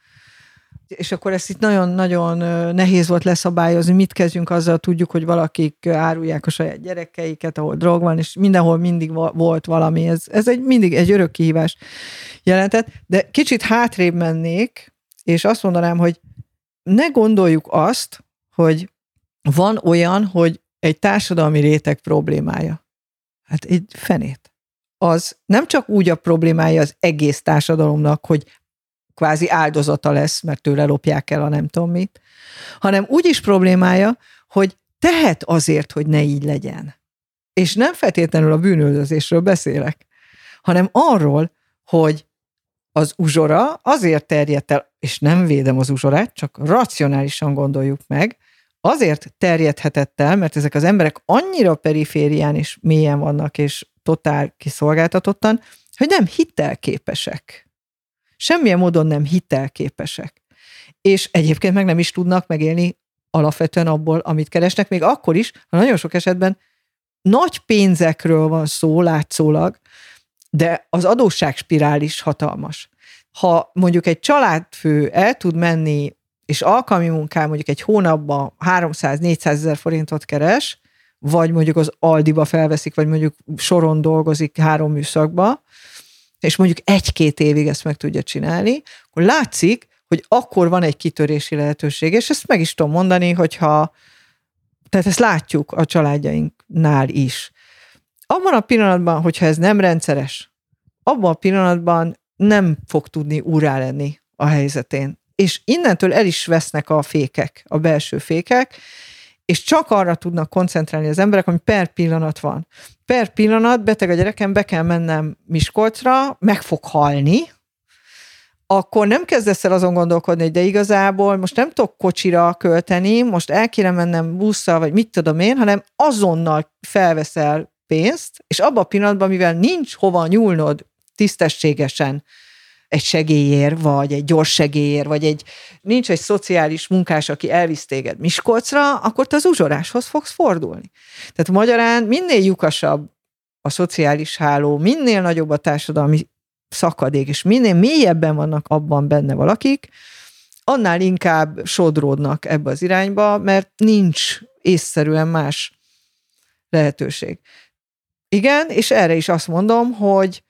És akkor ezt itt nagyon-nagyon nehéz volt leszabályozni, mit kezdjünk azzal, tudjuk, hogy valakik árulják a saját gyerekeiket, ahol drog van, és mindenhol mindig volt valami. Ez, ez egy, mindig egy örök kihívás jelentett, de kicsit hátrébb mennék, és azt mondanám, hogy ne gondoljuk azt, hogy van olyan, hogy egy társadalmi réteg problémája. Hát egy fenét. Az nem csak úgy a problémája az egész társadalomnak, hogy kvázi áldozata lesz, mert tőle lopják el a nem tudom mit, hanem úgy is problémája, hogy tehet azért, hogy ne így legyen. És nem feltétlenül a bűnöldözésről beszélek, hanem arról, hogy az uzsora azért terjedt el, és nem védem az uzsorát, csak racionálisan gondoljuk meg, azért terjedhetett el, mert ezek az emberek annyira periférián és mélyen vannak, és totál kiszolgáltatottan, hogy nem hitelképesek. Semmilyen módon nem hitelképesek. És egyébként meg nem is tudnak megélni alapvetően abból, amit keresnek, még akkor is, ha nagyon sok esetben nagy pénzekről van szó látszólag, de az adósságspirál is hatalmas. Ha mondjuk egy családfő el tud menni és alkalmi munkán mondjuk egy hónapban háromszáz-négyszázezer forintot keres, vagy mondjuk az Aldiba felveszik, vagy mondjuk soron dolgozik három műszakba, és mondjuk egy-két évig ezt meg tudja csinálni, akkor látszik, hogy akkor van egy kitörési lehetőség, és ezt meg is tudom mondani, hogyha, tehát ezt látjuk a családjainknál is. Abban a pillanatban, hogyha ez nem rendszeres, abban a pillanatban nem fog tudni úrrá lenni a helyzetén. És innentől el is vesznek a fékek, a belső fékek, és csak arra tudnak koncentrálni az emberek, ami per pillanat van. Per pillanat, beteg a gyerekem, be kell mennem Miskolcra, meg fog halni, akkor nem kezdesz el azon gondolkodni, hogy de igazából most nem tudok kocsira költeni, most el kéne mennem busszal, vagy mit tudom én, hanem azonnal felveszel pénzt, és abban a pillanatban, mivel nincs hova nyúlnod tisztességesen egy segélyér, vagy egy gyors segélyér, vagy egy, nincs egy szociális munkás, aki elvisz téged Miskolcra, akkor te az uzsoráshoz fogsz fordulni. Tehát magyarán minél lyukasabb a szociális háló, minél nagyobb a társadalmi szakadék, és minél mélyebben vannak abban benne valakik, annál inkább sodródnak ebbe az irányba, mert nincs észszerűen más lehetőség. Igen, és erre is azt mondom, hogy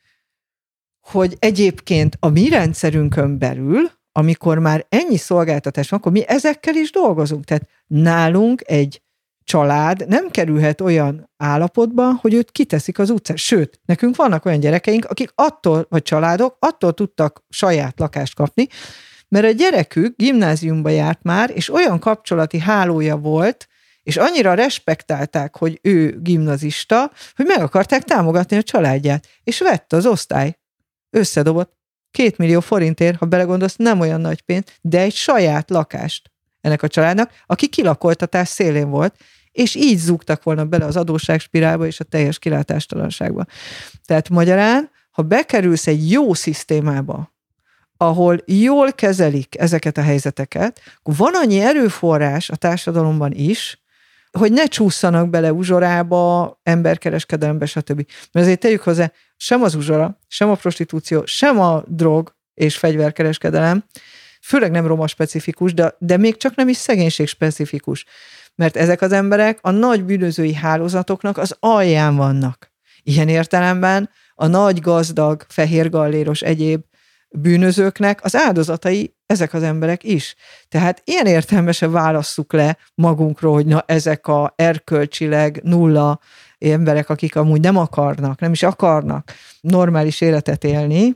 hogy egyébként a mi rendszerünkön belül, amikor már ennyi szolgáltatás van, akkor mi ezekkel is dolgozunk. Tehát nálunk egy család nem kerülhet olyan állapotba, hogy őt kiteszik az utcára. Sőt, nekünk vannak olyan gyerekeink, akik attól, vagy családok, attól tudtak saját lakást kapni, mert a gyerekük gimnáziumba járt már, és olyan kapcsolati hálója volt, és annyira respektálták, hogy ő gimnazista, hogy meg akarták támogatni a családját. És vett az osztály. Összedobott két millió forintért, ha belegondolsz, nem olyan nagy pénz, de egy saját lakást ennek a családnak, aki kilakoltatás szélén volt, és így zúgtak volna bele az adósságspirálba és a teljes kilátástalanságba. Tehát magyarán, ha bekerülsz egy jó szisztémába, ahol jól kezelik ezeket a helyzeteket, akkor van annyi erőforrás a társadalomban is, hogy ne csúszanak bele uzsorába, emberkereskedelembe, stb. Mert azért tegyük hozzá, sem az uzsora, sem a prostitúció, sem a drog és fegyverkereskedelem, főleg nem roma specifikus, de, de még csak nem is szegénység specifikus. Mert ezek az emberek a nagy bűnözői hálózatoknak az alján vannak. Ilyen értelemben a nagy gazdag, fehérgalléros egyéb bűnözőknek az áldozatai ezek az emberek is. Tehát ilyen értelemben se válasszuk le magunkról, hogy na ezek a erkölcsileg nulla emberek, akik amúgy nem akarnak, nem is akarnak normális életet élni,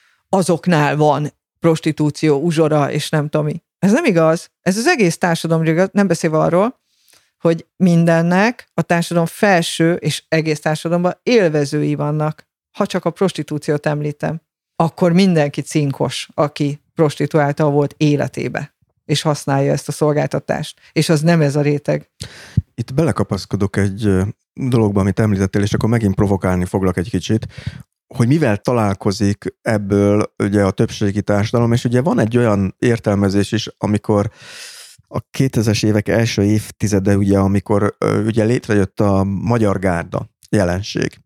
azoknál van prostitúció, uzsora, és nem tudom mi. Ez nem igaz. Ez az egész társadalom, nem beszélve arról, hogy mindennek a társadalom felső és egész társadalomban élvezői vannak. Ha csak a prostitúciót említem, akkor mindenki cinkos, aki prostituálta volt életébe, és használja ezt a szolgáltatást. És az nem ez a réteg. Itt belekapaszkodok egy dologba, amit említettél, és akkor megint provokálni foglak egy kicsit, hogy mivel találkozik ebből ugye a többségi társadalom, és ugye van egy olyan értelmezés is, amikor a kétezres évek első évtizede, ugye, amikor ugye létrejött a Magyar Gárda jelenség,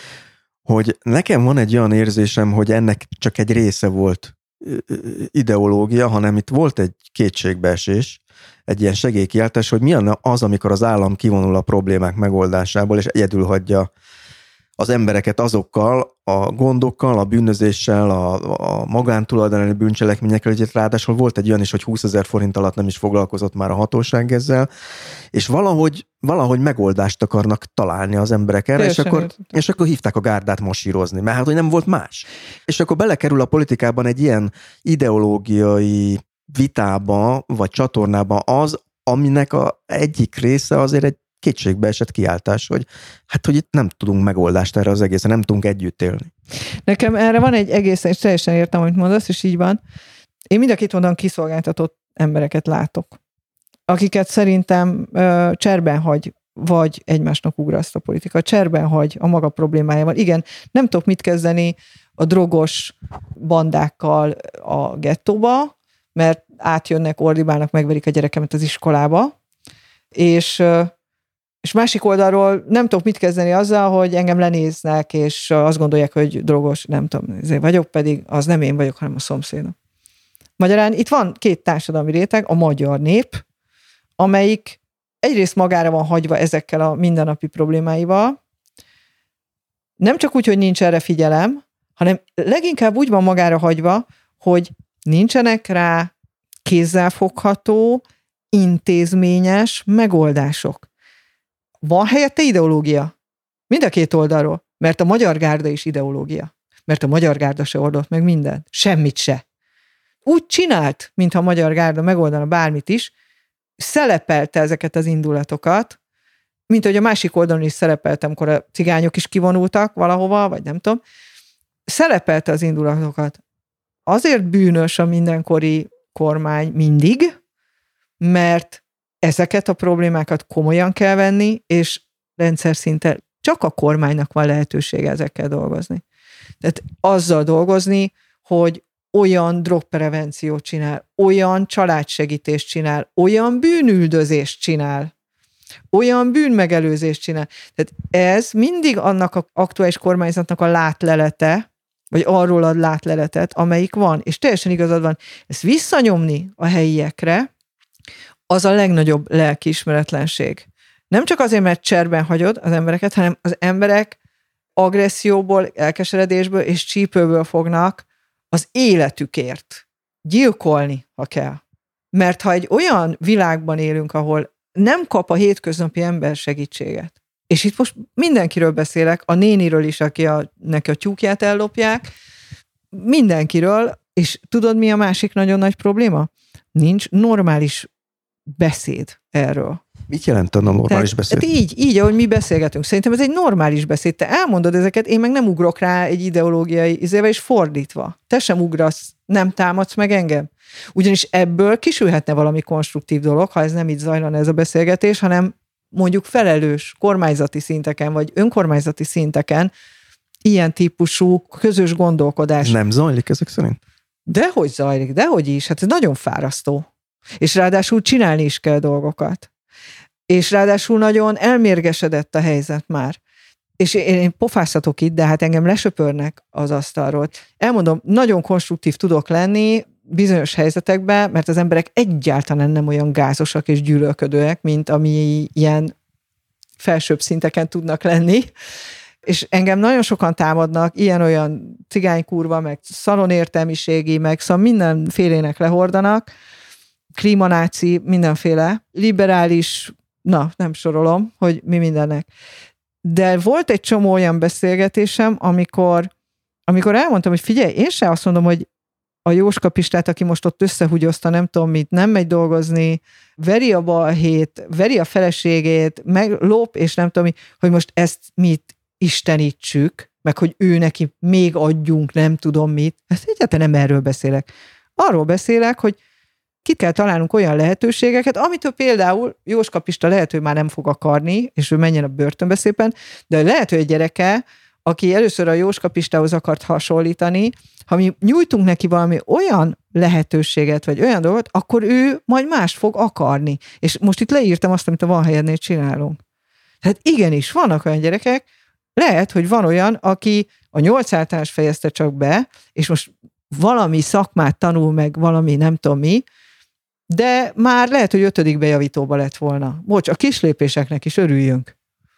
hogy nekem van egy olyan érzésem, hogy ennek csak egy része volt ideológia, hanem itt volt egy kétségbeesés, egy ilyen segélykiáltás, hogy mi az, amikor az állam kivonul a problémák megoldásából, és egyedül hagyja az embereket azokkal a gondokkal, a bűnözéssel, a, a magántulajdoni bűncselekményekkel, ugye ráadásul volt egy olyan is, hogy húszezer forint alatt nem is foglalkozott már a hatóság ezzel, és valahogy, valahogy megoldást akarnak találni az emberek erre, és akkor, és akkor hívták a gárdát masírozni, mert hát, hogy nem volt más. És akkor belekerül a politikában egy ilyen ideológiai vitába, vagy csatornába az, aminek a egyik része azért egy kétségbeesett kiáltás, hogy hát, hogy itt nem tudunk megoldást erre az egészen, nem tudunk együtt élni. Nekem erre van egy egészen, és teljesen értem, amit mondasz, és így van. Én mind a két oldalon kiszolgáltatott embereket látok, akiket szerintem ö, cserben hagy, vagy egymásnak ugraszt a politika. Cserben hagy a maga problémájával. Igen, nem tudok mit kezdeni a drogos bandákkal a gettóba, mert átjönnek, ordibálnak, megverik a gyerekemet az iskolába, és És másik oldalról nem tudok mit kezdeni azzal, hogy engem lenéznek, és azt gondolják, hogy drogos, nem tudom, ezért vagyok, pedig az nem én vagyok, hanem a szomszédom. Magyarán itt van két társadalmi réteg, a magyar nép, amelyik egyrészt magára van hagyva ezekkel a mindennapi problémáival, nem csak úgy, hogy nincs erre figyelem, hanem leginkább úgy van magára hagyva, hogy nincsenek rá kézzelfogható, intézményes megoldások. Van helyette ideológia. Mind a két oldalról. Mert a magyar gárda is ideológia. Mert a magyar gárda se oldott meg mindent. Semmit se. Úgy csinált, mintha a magyar gárda megoldana bármit is, szelepelte ezeket az indulatokat, mint hogy a másik oldalon is szerepeltem, amikor a cigányok is kivonultak valahova, vagy nem tudom, szelepelte az indulatokat. Azért bűnös a mindenkori kormány mindig, mert ezeket a problémákat komolyan kell venni, és rendszer szinten csak a kormánynak van lehetősége ezekkel dolgozni. Tehát azzal dolgozni, hogy olyan drogprevenciót csinál, olyan családsegítést csinál, olyan bűnüldözést csinál, olyan bűnmegelőzést csinál. Tehát ez mindig annak az aktuális kormányzatnak a látlelete, vagy arról ad látleletet, amelyik van, és teljesen igazad van. Ezt visszanyomni a helyiekre, az a legnagyobb lelkiismeretlenség. Nem csak azért, mert cserben hagyod az embereket, hanem az emberek agresszióból, elkeseredésből és csípőből fognak az életükért gyilkolni, ha kell. Mert ha egy olyan világban élünk, ahol nem kap a hétköznapi ember segítséget, és itt most mindenkiről beszélek, a néniről is, aki a, neki a tyúkját ellopják, mindenkiről, és tudod, mi a másik nagyon nagy probléma? Nincs normális beszéd erről. Mit jelent a normális beszéd? Tehát így, így, ahogy mi beszélgetünk. Szerintem ez egy normális beszéd. Te elmondod ezeket, én meg nem ugrok rá egy ideológiai izével, és fordítva. Te sem ugrasz, nem támadsz meg engem. Ugyanis ebből kisülhetne valami konstruktív dolog, ha ez nem így zajlana ez a beszélgetés, hanem mondjuk felelős kormányzati szinteken, vagy önkormányzati szinteken ilyen típusú közös gondolkodás. Nem zajlik ezek szerint? Dehogy zajlik, dehogy is. Hát ez nagyon fárasztó. És ráadásul csinálni is kell dolgokat. És ráadásul nagyon elmérgesedett a helyzet már. És én, én pofázhatok itt, de hát engem lesöpörnek az asztalról. Elmondom, nagyon konstruktív tudok lenni bizonyos helyzetekben, mert az emberek egyáltalán nem olyan gázosak és gyűlölködőek, mint ami ilyen felsőbb szinteken tudnak lenni. És engem nagyon sokan támadnak, ilyen-olyan cigánykurva, meg szalonértelmiségi, meg szóval mindenfélének lehordanak, klímanáci, mindenféle, liberális, na, nem sorolom, hogy mi mindennek. De volt egy csomó olyan beszélgetésem, amikor, amikor elmondtam, hogy figyelj, én se azt mondom, hogy a Jóska Pistát, aki most ott összehúgyozta, nem tudom mit, nem megy dolgozni, veri a balhét, veri a feleségét, meg lop, és nem tudom mi, hogy most ezt mit istenítsük, meg hogy ő neki még adjunk, nem tudom mit. Ezt egyáltalán nem erről beszélek. Arról beszélek, hogy ki kell találnunk olyan lehetőségeket, amitől például Jóska Pista lehet, hogy már nem fog akarni, és ő menjen a börtönbe szépen, de lehet, hogy egy gyereke, aki először a Jóska Pistához akart hasonlítani, ha mi nyújtunk neki valami olyan lehetőséget, vagy olyan dolgot, akkor ő majd mást fog akarni. És most itt leírtam azt, amit a Van Helyednél csinálunk. Tehát igenis, vannak olyan gyerekek, lehet, hogy van olyan, aki a nyolc általános fejezte csak be, és most valami szakmát tanul meg, valami nem tudom mi, de már lehet, hogy ötödik bejavítóba lett volna. Bocs, a kislépéseknek is örüljünk.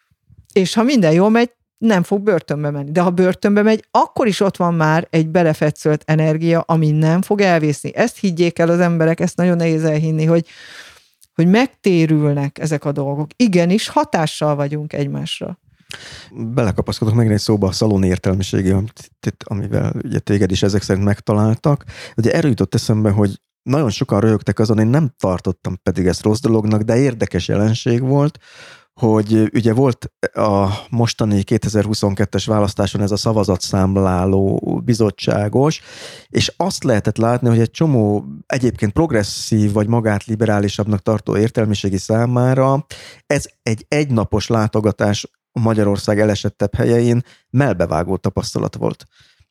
És ha minden jól megy, nem fog börtönbe menni. De ha börtönbe megy, akkor is ott van már egy belefetszölt energia, ami nem fog elvészni. Ezt higgyék el az emberek, ezt nagyon nehéz elhinni, hogy, hogy megtérülnek ezek a dolgok. Igenis, hatással vagyunk egymásra. Belekapaszkodok meg egy szóba a szalon értelmiségi, amivel ugye téged is ezek szerint megtaláltak. Ugye erről jutott eszembe, hogy nagyon sokan röhögtek azon, én nem tartottam pedig ezt rossz dolognak, de érdekes jelenség volt, hogy ugye volt a mostani kétezer-huszonkettes választáson ez a szavazatszámláló bizottságos, és azt lehetett látni, hogy egy csomó egyébként progresszív vagy magát liberálisabbnak tartó értelmiségi számára ez egy egynapos látogatás Magyarország elesettebb helyein mellbevágó tapasztalat volt.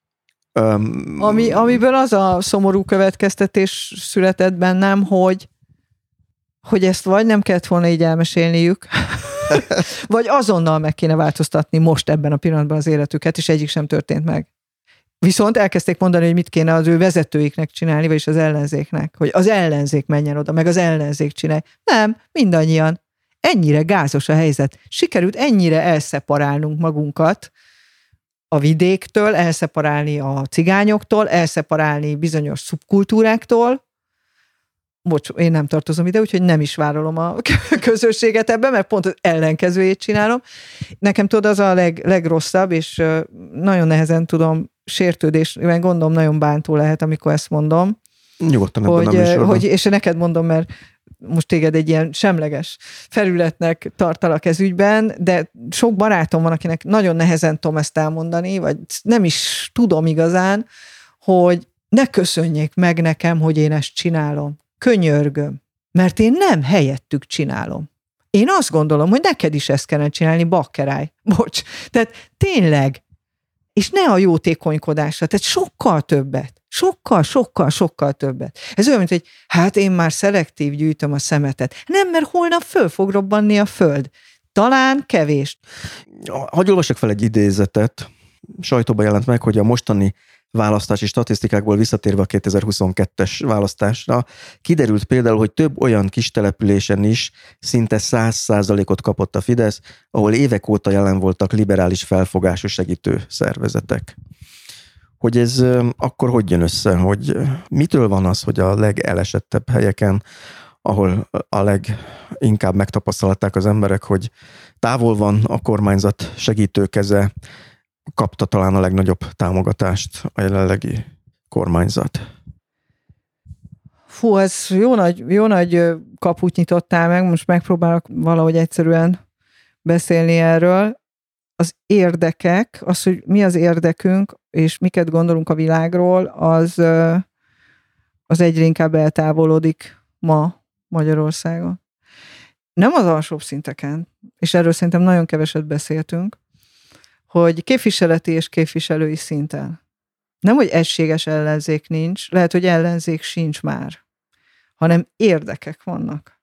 Um, Ami, amiből az a szomorú következtetés született bennem, hogy, hogy ezt vagy nem kellett volna így elmesélniük, vagy azonnal meg kéne változtatni most ebben a pillanatban az életüket, és egyik sem történt meg. Viszont elkezdték mondani, hogy mit kéne az ő vezetőiknek csinálni, vagyis az ellenzéknek, hogy az ellenzék menjen oda, meg az ellenzék csinálj. Nem, mindannyian. Ennyire gázos a helyzet. Sikerült ennyire elszeparálnunk magunkat a vidéktől, elszeparálni a cigányoktól, elszeparálni bizonyos szubkultúráktól. Bocs, én nem tartozom ide, úgyhogy nem is vállalom a közösséget ebben, mert pont az ellenkezőjét csinálom. Nekem tudod, az a leg, legrosszabb, és nagyon nehezen tudom, sértődésben gondolom nagyon bántó lehet, amikor ezt mondom. Nyugodtan hogy, nem is hogy, és neked mondom, mert most téged egy ilyen semleges felületnek tartalak ez ügyben, de sok barátom van, akinek nagyon nehezen tudom ezt elmondani, vagy nem is tudom igazán, hogy ne köszönjék meg nekem, hogy én ezt csinálom. Könyörgöm, mert én nem helyettük csinálom. Én azt gondolom, hogy neked is ezt kellene csinálni, bakkeráj. Bocs. Tehát tényleg, és ne a jótékonykodásra, tehát sokkal többet. Sokkal, sokkal, sokkal többet. Ez olyan, mint hogy hát én már szelektív gyűjtöm a szemetet. Nem, mert holnap föl fog robbanni a föld. Talán kevés. Hadd olvassak fel egy idézetet. Sajtóban jelent meg, hogy a mostani választási statisztikákból visszatérve a kétezer-huszonkettes választásra, kiderült például, hogy több olyan kis településen is szinte száz százalékot kapott a Fidesz, ahol évek óta jelen voltak liberális felfogású segítő szervezetek. Hogy ez akkor hogy jön össze, hogy mitől van az, hogy a legelesettebb helyeken, ahol a leginkább megtapasztalták az emberek, hogy távol van a kormányzat segítőkeze, kapta talán a legnagyobb támogatást a jelenlegi kormányzat. Fú, ez jó nagy, jó nagy kaput nyitottál meg, most megpróbálok valahogy egyszerűen beszélni erről. Az érdekek, az, hogy mi az érdekünk, és miket gondolunk a világról, az, az egyre inkább eltávolodik ma Magyarországon. Nem az alsóbb szinteken, és erről szerintem nagyon keveset beszéltünk, hogy képviseleti és képviselői szinten. Nem, hogy egységes ellenzék nincs, lehet, hogy ellenzék sincs már, hanem érdekek vannak,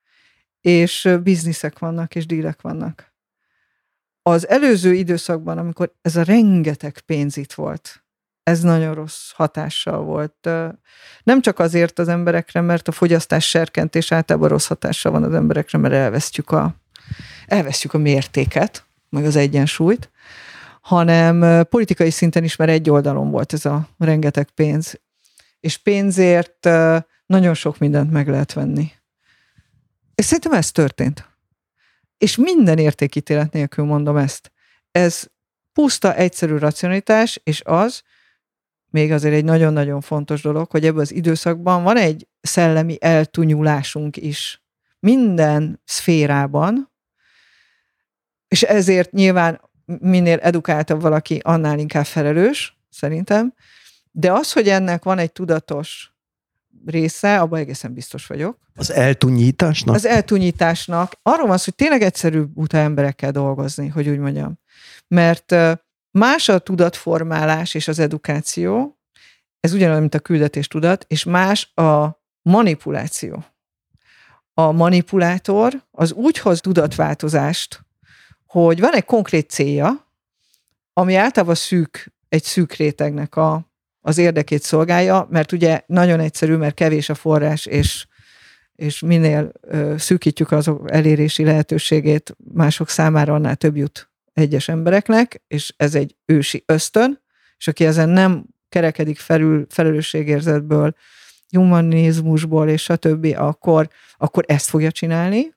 és bizniszek vannak, és dílek vannak. Az előző időszakban, amikor ez a rengeteg pénz itt volt, ez nagyon rossz hatással volt. Nem csak azért az emberekre, mert a fogyasztás serkentés általában rossz hatással van az emberekre, mert elvesztjük a, elvesztjük a mértéket, meg az egyensúlyt, hanem politikai szinten is már egy oldalon volt ez a rengeteg pénz. És pénzért nagyon sok mindent meg lehet venni. És szerintem ez történt. És minden értékítélet nélkül mondom ezt. Ez puszta, egyszerű racionalitás, és az, még azért egy nagyon-nagyon fontos dolog, hogy ebben az időszakban van egy szellemi eltunyulásunk is. Minden szférában, és ezért nyilván minél edukáltabb valaki, annál inkább felelős, szerintem. De az, hogy ennek van egy tudatos része, abban egészen biztos vagyok. Az eltunyításnak? Az eltunyításnak. Arról van szó, hogy tényleg egyszerű buta emberekkel dolgozni, hogy úgy mondjam. Mert más a tudatformálás és az edukáció, ez ugyanolyan, mint a küldetés tudat, és más a manipuláció. A manipulátor az úgy hoz tudatváltozást, hogy van egy konkrét célja, ami általában szűk, egy szűk rétegnek a, az érdekét szolgálja, mert ugye nagyon egyszerű, mert kevés a forrás, és, és minél ö, szűkítjük az elérési lehetőségét mások számára, annál több jut egyes embereknek, és ez egy ősi ösztön, és aki ezen nem kerekedik felül felelősségérzetből, humanizmusból, és stb., akkor, akkor ezt fogja csinálni.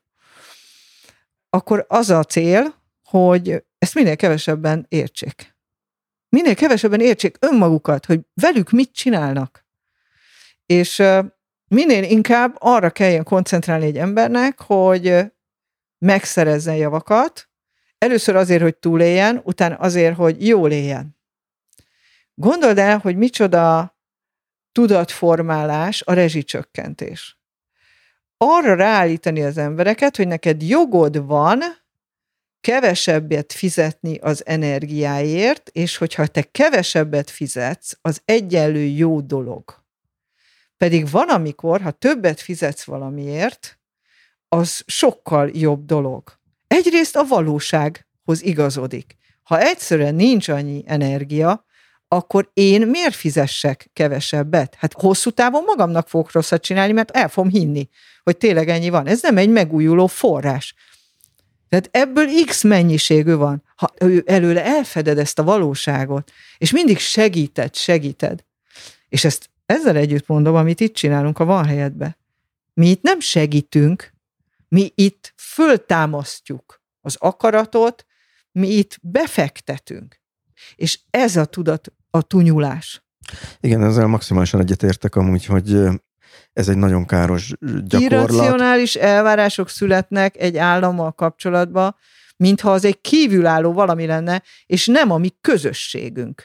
Akkor az a cél, hogy ezt minél kevesebben értsék. Minél kevesebben értsék önmagukat, hogy velük mit csinálnak. És minél inkább arra kelljen koncentrálni egy embernek, hogy megszerezzen javakat, először azért, hogy túléljen, utána azért, hogy jól éljen. Gondold el, hogy micsoda tudatformálás a rezsicsökkentés. Arra ráállítani az embereket, hogy neked jogod van kevesebbet fizetni az energiáért, és hogyha te kevesebbet fizetsz, az egyenlő jó dolog. Pedig van, amikor, ha többet fizetsz valamiért, az sokkal jobb dolog. Egyrészt a valósághoz igazodik. Ha egyszerűen nincs annyi energia, akkor én miért fizessek kevesebbet? Hát hosszú távon magamnak fogok rosszat csinálni, mert el fogom hinni, hogy tényleg ennyi van. Ez nem egy megújuló forrás. Tehát ebből X mennyiségű van. Ha ő előle elfeded ezt a valóságot, és mindig segíted, segíted. És ezt ezzel együtt mondom, amit itt csinálunk a Van helyedbe. Mi itt nem segítünk, mi itt föltámasztjuk az akaratot, mi itt befektetünk. És ez a tudat, a tunyulás. Igen, ezzel maximálisan egyetértek amúgy, hogy ez egy nagyon káros gyakorlat. Irracionális elvárások születnek egy állammal kapcsolatban, mintha az egy kívülálló valami lenne, és nem a mi közösségünk.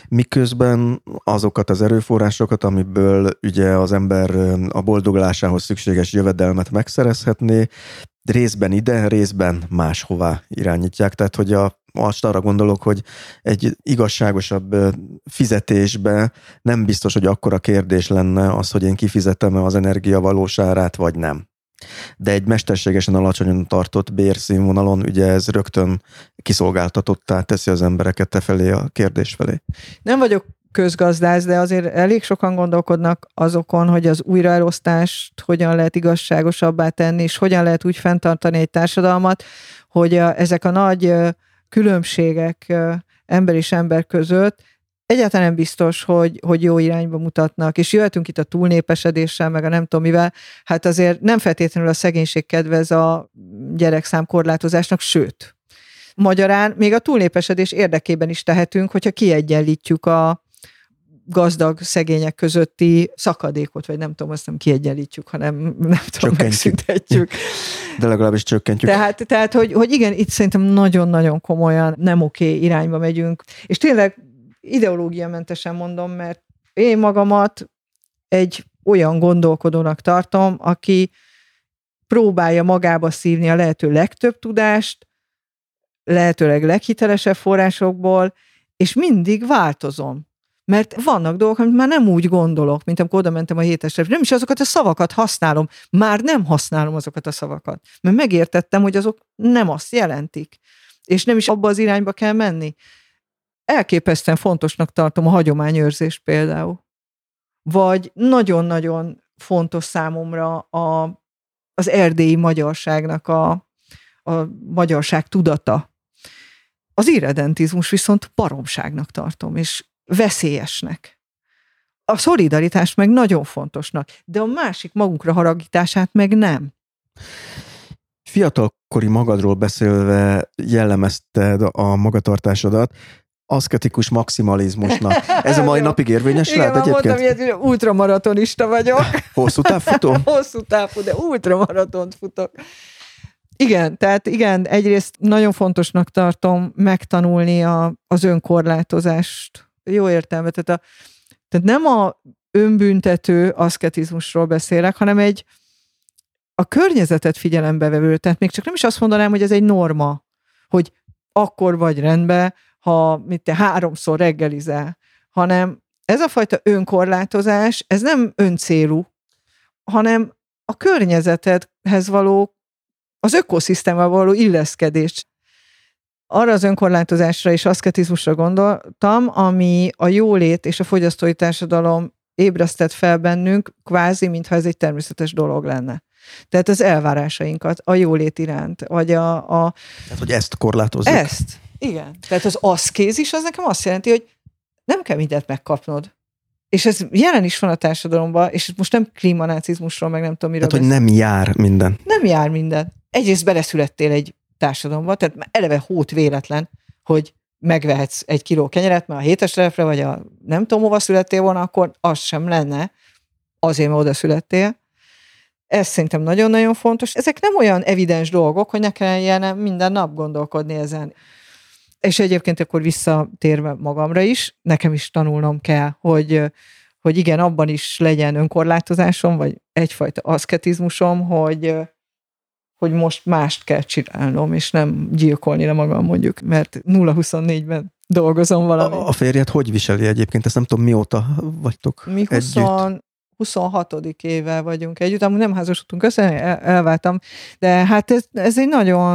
Miközben azokat az erőforrásokat, amiből ugye az ember a boldogulásához szükséges jövedelmet megszerezhetné, részben ide, részben máshová irányítják. Tehát, hogy a, most arra gondolok, hogy egy igazságosabb fizetésbe nem biztos, hogy akkora kérdés lenne az, hogy én kifizetem-e az energia valósárát, vagy nem. De egy mesterségesen alacsonyan tartott bérszínvonalon ugye ez rögtön kiszolgáltatottá teszi az embereket te felé a kérdés felé. Nem vagyok közgazdász, de azért elég sokan gondolkodnak azokon, hogy az újraelosztást hogyan lehet igazságosabbá tenni, és hogyan lehet úgy fenntartani egy társadalmat, hogy a, ezek a nagy különbségek ember és ember között egyáltalán nem biztos, hogy, hogy jó irányba mutatnak, és jöhetünk itt a túlnépesedéssel, meg a nem tudom mivel, hát azért nem feltétlenül a szegénység kedvez a gyerekszámkorlátozásnak, sőt. Magyarán még a túlnépesedés érdekében is tehetünk, hogyha kiegyenlítjük a gazdag szegények közötti szakadékot, vagy nem tudom, azt nem kiegyenlítjük, hanem nem tudom, megszüntetjük. De legalábbis csökkentjük. Tehát, tehát hogy, hogy igen, itt szerintem nagyon-nagyon komolyan nem oké irányba megyünk. És tényleg ideológiamentesen mondom, mert én magamat egy olyan gondolkodónak tartom, aki próbálja magába szívni a lehető legtöbb tudást, lehetőleg leghitelesebb forrásokból, és mindig változom. Mert vannak dolgok, amit már nem úgy gondolok, mint amikor oda mentem a hétesre. Nem is azokat a szavakat használom. Már nem használom azokat a szavakat. Mert megértettem, hogy azok nem azt jelentik. És nem is abba az irányba kell menni. Elképesztően fontosnak tartom a hagyományőrzést például. Vagy nagyon-nagyon fontos számomra a, az erdélyi magyarságnak a, a magyarság tudata. Az irredentizmus viszont baromságnak tartom, és veszélyesnek. A szolidaritást meg nagyon fontosnak, de a másik magunkra haragítását meg nem. Fiatalkori magadról beszélve jellemezted a magatartásodat aszketikus maximalizmusnak. Ez a mai napig érvényes rád egyébként? Igen, mondtam, hogy ultramaratonista vagyok. Hosszú távfutó? Hosszú távfutó, de ultramaratont futok. Igen, tehát igen, egyrészt nagyon fontosnak tartom megtanulni a, az önkorlátozást. Jó értelme. Tehát, a, tehát nem a önbüntető aszketizmusról beszélek, hanem egy a környezetet figyelembe vevő. Tehát még csak nem is azt mondanám, hogy ez egy norma, hogy akkor vagy rendben, ha mit te háromszor reggelizel, hanem ez a fajta önkorlátozás, ez nem öncélú, hanem a környezetedhez való, az ökoszisztémával való illeszkedés. Arra az önkorlátozásra és aszketizmusra gondoltam, ami a jólét és a fogyasztói társadalom ébresztett fel bennünk, kvázi, mintha ez egy természetes dolog lenne. Tehát az elvárásainkat a jólét iránt, vagy a... a Tehát, hogy ezt korlátozzuk. Ezt, igen. Tehát az aszkézis az nekem azt jelenti, hogy nem kell mindent megkapnod. És ez jelen is van a társadalomban, és most nem klímanácizmusról, meg nem tudom miről. Tehát, hogy nem jár minden. Nem jár minden. Egyrészt beleszülettél egy társadalomba, tehát eleve hót véletlen, hogy megvehetsz egy kiló kenyeret, mert a hétesrefre, vagy a nem tudom, hova születtél volna, akkor az sem lenne, azért, mert oda születtél. Ez szerintem nagyon-nagyon fontos. Ezek nem olyan evidens dolgok, hogy ne kelljen minden nap gondolkodni ezen. És egyébként akkor visszatérve magamra is, nekem is tanulnom kell, hogy, hogy igen, abban is legyen önkorlátozásom, vagy egyfajta aszketizmusom, hogy, hogy most mást kell csinálnom, és nem gyilkolni le magam mondjuk, mert nulla huszonnégyben dolgozom valami. A, a férjed hogy viseli egyébként? Ezt nem tudom, mióta vagytok Mi együtt? huszonhatodik éve vagyunk együtt, amúgy nem házasodtunk össze, el, elváltam, de hát ez, ez egy nagyon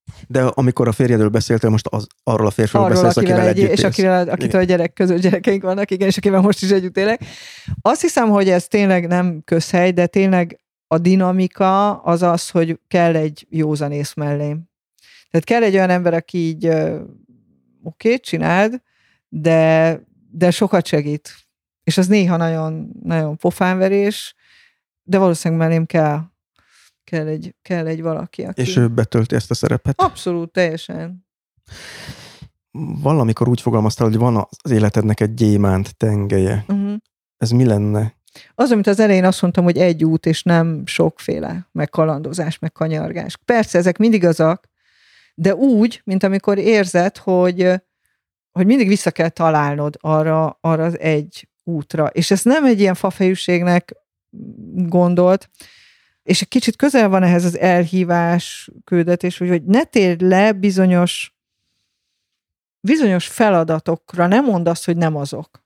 De amikor a férjedről beszéltél, most az, arról a férfiról arról, beszélsz, akivel egy, együtt és akivel, akitől a gyerek között gyerekeink vannak, igen, és akivel most is együtt élek. Azt hiszem, hogy ez tényleg nem közhely, de tényleg a dinamika az az, hogy kell egy józanész mellé. Tehát kell egy olyan ember, aki így oké, okay, csináld, de, de sokat segít. És az néha nagyon, nagyon pofánverés, de valószínűleg mellém kell, kell, egy, kell egy valaki, aki... És ő betölti ezt a szerepet? Abszolút, teljesen. Valamikor úgy fogalmaztál, hogy van az életednek egy gyémánt tengelye. Uh-huh. Ez mi lenne? Az, amit az elején azt mondtam, hogy egy út, és nem sokféle, meg kalandozás, meg kanyargás. Persze, ezek mind igazak, de úgy, mint amikor érzed, hogy, hogy mindig vissza kell találnod arra, arra az egy útra. És ez nem egy ilyen fafejűségnek gondolt, és egy kicsit közel van ehhez az elhívás küldetés, hogy ne térd le bizonyos bizonyos feladatokra, nem mondd azt, hogy nem azok.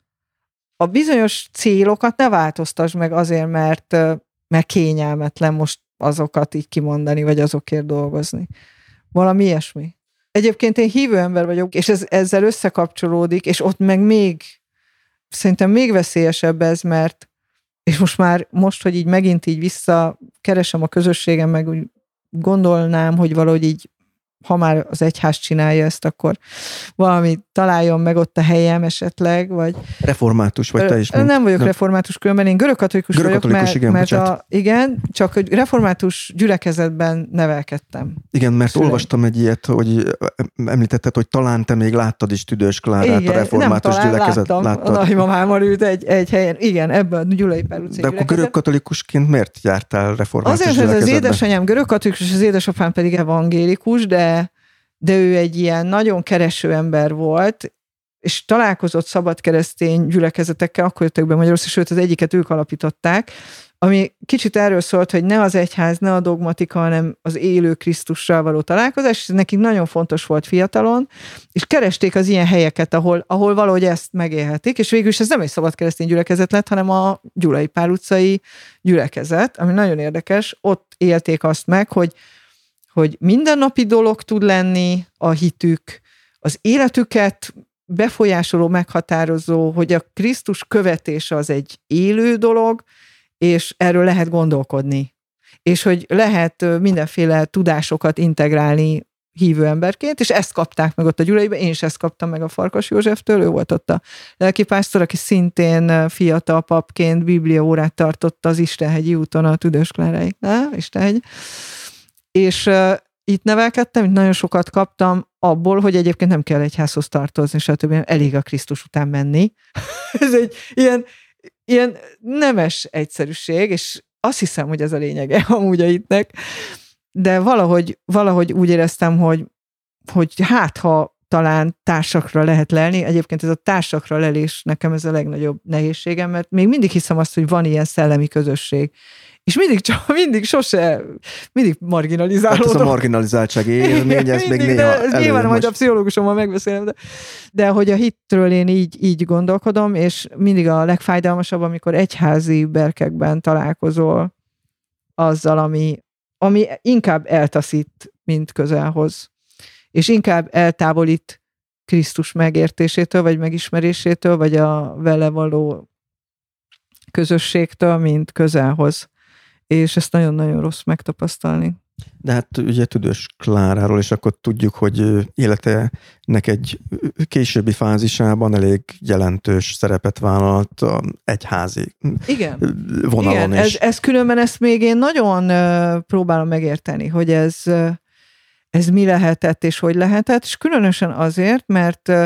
A bizonyos célokat ne változtasd meg azért, mert, mert kényelmetlen most azokat így kimondani, vagy azokért dolgozni. Valami ilyesmi. Egyébként én hívő ember vagyok, és ez, ezzel összekapcsolódik, és ott meg még, szerintem még veszélyesebb ez, mert és most már, most, hogy így megint így visszakeresem a közösségem, meg úgy gondolnám, hogy valahogy így ha már az egyház csinálja ezt, akkor valami találjon meg ott a helyem esetleg, vagy... Református vagy te is? Mint... Nem vagyok nem. református, különben én görögkatolikus vagyok, mert, igen, mert a, igen, csak hogy református gyülekezetben nevelkedtem. Igen, mert Szüleim. Olvastam egy ilyet, hogy említetted, hogy talán te még láttad is Tüdős Klárát igen, a református nem, gyülekezet. Láttam, láttad. A nagymamámmal ült egy, egy helyen, igen, ebben a Gyulai Pál utcai De akkor görögkatolikusként miért jártál református azért, gyülekezetben? Azért, az édesanyám görögkatolikus, és az édesapám pedig evangélikus, de de ő egy ilyen nagyon kereső ember volt, és találkozott szabad keresztény gyülekezetekkel, akkor jöttek be Magyarország, sőt az egyiket ők alapították, ami kicsit erről szólt, hogy ne az egyház, ne a dogmatika, hanem az élő Krisztussal való találkozás, és ez nekik nagyon fontos volt fiatalon, és keresték az ilyen helyeket, ahol, ahol valahogy ezt megélhetik, és végül is ez nem egy szabad keresztény gyülekezet lett, hanem a Gyulai Pál utcai gyülekezet, ami nagyon érdekes, ott élték azt meg, hogy hogy mindennapi dolog tud lenni a hitük, az életüket befolyásoló, meghatározó, hogy a Krisztus követése az egy élő dolog, és erről lehet gondolkodni. És hogy lehet mindenféle tudásokat integrálni hívő emberként, és ezt kapták meg ott a Gyulaiba, én is ezt kaptam meg a Farkas Józseftől, ő volt ott a lelkipásztor, aki szintén fiatal papként bibliaórát tartott az Istenhegyi úton a Tüdős Kláráig. Istenhegy. És uh, itt nevelkedtem, itt nagyon sokat kaptam abból, hogy egyébként nem kell egyházhoz tartozni, stb. Elég a Krisztus után menni. Ez egy ilyen, ilyen nemes egyszerűség, és azt hiszem, hogy ez a lényege amúgy a hitnek. De valahogy, valahogy úgy éreztem, hogy, hogy hát, ha talán társakra lehet lelni. Egyébként ez a társakra lelés nekem ez a legnagyobb nehézségem, mert még mindig hiszem azt, hogy van ilyen szellemi közösség. És mindig, csak, mindig sose, mindig marginalizálódom. Hát ez a marginalizáltság élmény, ez még néha előjön. Nyilván majd a pszichológusommal megbeszélem, de, de hogy a hitről én így, így gondolkodom, és mindig a legfájdalmasabb, amikor egyházi berkekben találkozol azzal, ami, ami inkább eltaszít, mint közelhoz. És inkább eltávolít Krisztus megértésétől, vagy megismerésétől, vagy a vele való közösségtől, mint közelhoz. És ezt nagyon-nagyon rossz megtapasztalni. De hát ugye Tüdős Kláráról, és akkor tudjuk, hogy életének egy későbbi fázisában elég jelentős szerepet vállalt egyházi Igen. vonalon. Igen, is. Ez, ez különben ezt még én nagyon uh, próbálom megérteni, hogy ez, uh, ez mi lehetett és hogy lehetett, és különösen azért, mert uh,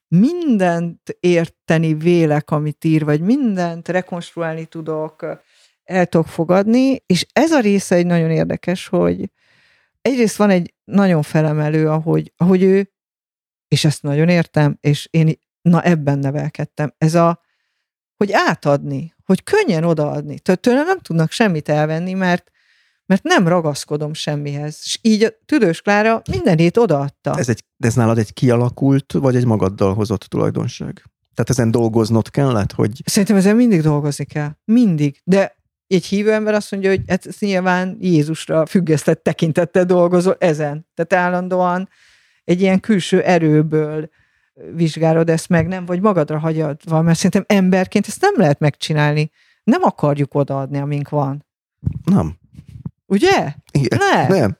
mindent érteni vélek, amit ír, vagy mindent rekonstruálni tudok, el tudok fogadni, és ez a része egy nagyon érdekes, hogy egyrészt van egy nagyon felemelő, ahogy, ahogy ő, és ezt nagyon értem, és én na ebben nevelkedtem, ez a, hogy átadni, hogy könnyen odaadni. Tehát tőlem nem tudnak semmit elvenni, mert, mert nem ragaszkodom semmihez. És így a Tüdős Klára minden hét odaadta. Ez, egy, ez nálad egy kialakult, vagy egy magaddal hozott tulajdonság? Tehát ezen dolgoznod kellett, hogy... Szerintem ezen mindig dolgozni kell. Mindig. De egy hívő ember azt mondja, hogy ez nyilván Jézusra függesztett tekintettel dolgozol ezen. Tehát állandóan egy ilyen külső erőből vizsgálod ezt meg, nem, vagy magadra hagyad van, mert szerintem emberként ezt nem lehet megcsinálni. Nem akarjuk odaadni, amink van. Nem. Ugye? Igen. Nem. Nem.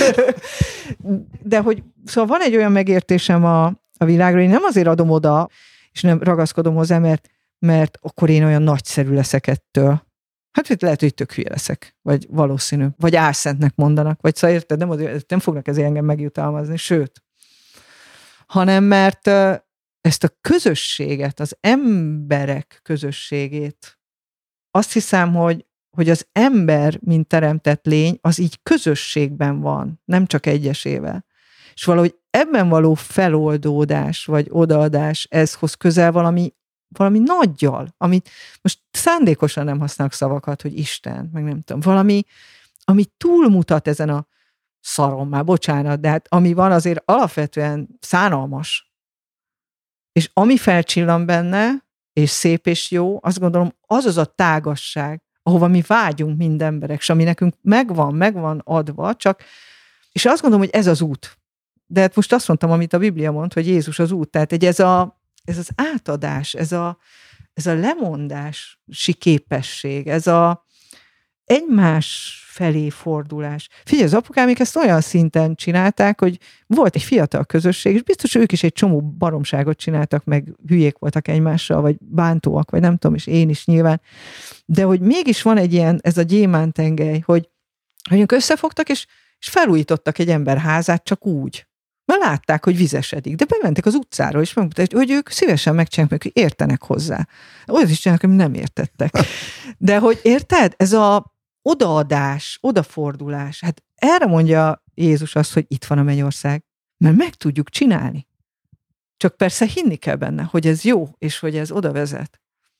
De hogy, szóval van egy olyan megértésem a, a világra, hogy nem azért adom oda, és nem ragaszkodom hozzá, mert, mert akkor én olyan nagyszerű leszek ettől. Hát lehet, hogy tök hülye leszek, vagy valószínű, vagy álszentnek mondanak, vagy szóval érted, nem, azért, nem fognak ezért engem megjutalmazni, sőt. Hanem mert ezt a közösséget, az emberek közösségét, azt hiszem, hogy, hogy az ember, mint teremtett lény, az így közösségben van, nem csak egyesével. És valahogy ebben való feloldódás, vagy odaadás, ez hoz közel valami, valami nagyjal, amit most szándékosan nem használok szavakat, hogy Isten, meg nem tudom, valami, ami túlmutat ezen a szaron már, bocsánat, de hát ami van azért alapvetően szánalmas. És ami felcsillan benne, és szép és jó, azt gondolom, az az a tágasság, ahova mi vágyunk mind emberek, és ami nekünk megvan, megvan adva, csak, és azt gondolom, hogy ez az út. De hát most azt mondtam, amit a Biblia mond, hogy Jézus az út, tehát egy ez, a, ez az átadás, ez a, ez a lemondási képesség, ez a egymás felé fordulás. Figyelj, az apukámék ezt olyan szinten csinálták, hogy volt egy fiatal közösség, és biztos ők is egy csomó baromságot csináltak, meg hülyék voltak egymással, vagy bántóak, vagy nem tudom, és én is nyilván. De hogy mégis van egy ilyen, ez a gyémántengely, hogy, hogy ők összefogtak, és, és felújítottak egy ember házát csak úgy. Mert látták, hogy vizesedik, de bementek az utcára, és megmutatták, hogy ők szívesen megcsinálják, hogy értenek hozzá. Olyat is csinálnak, amit nem értettek. De hogy érted? Ez a odaadás, odafordulás. Hát erre mondja Jézus azt, hogy itt van a mennyország, mert meg tudjuk csinálni. Csak persze hinni kell benne, hogy ez jó, és hogy ez oda vezet.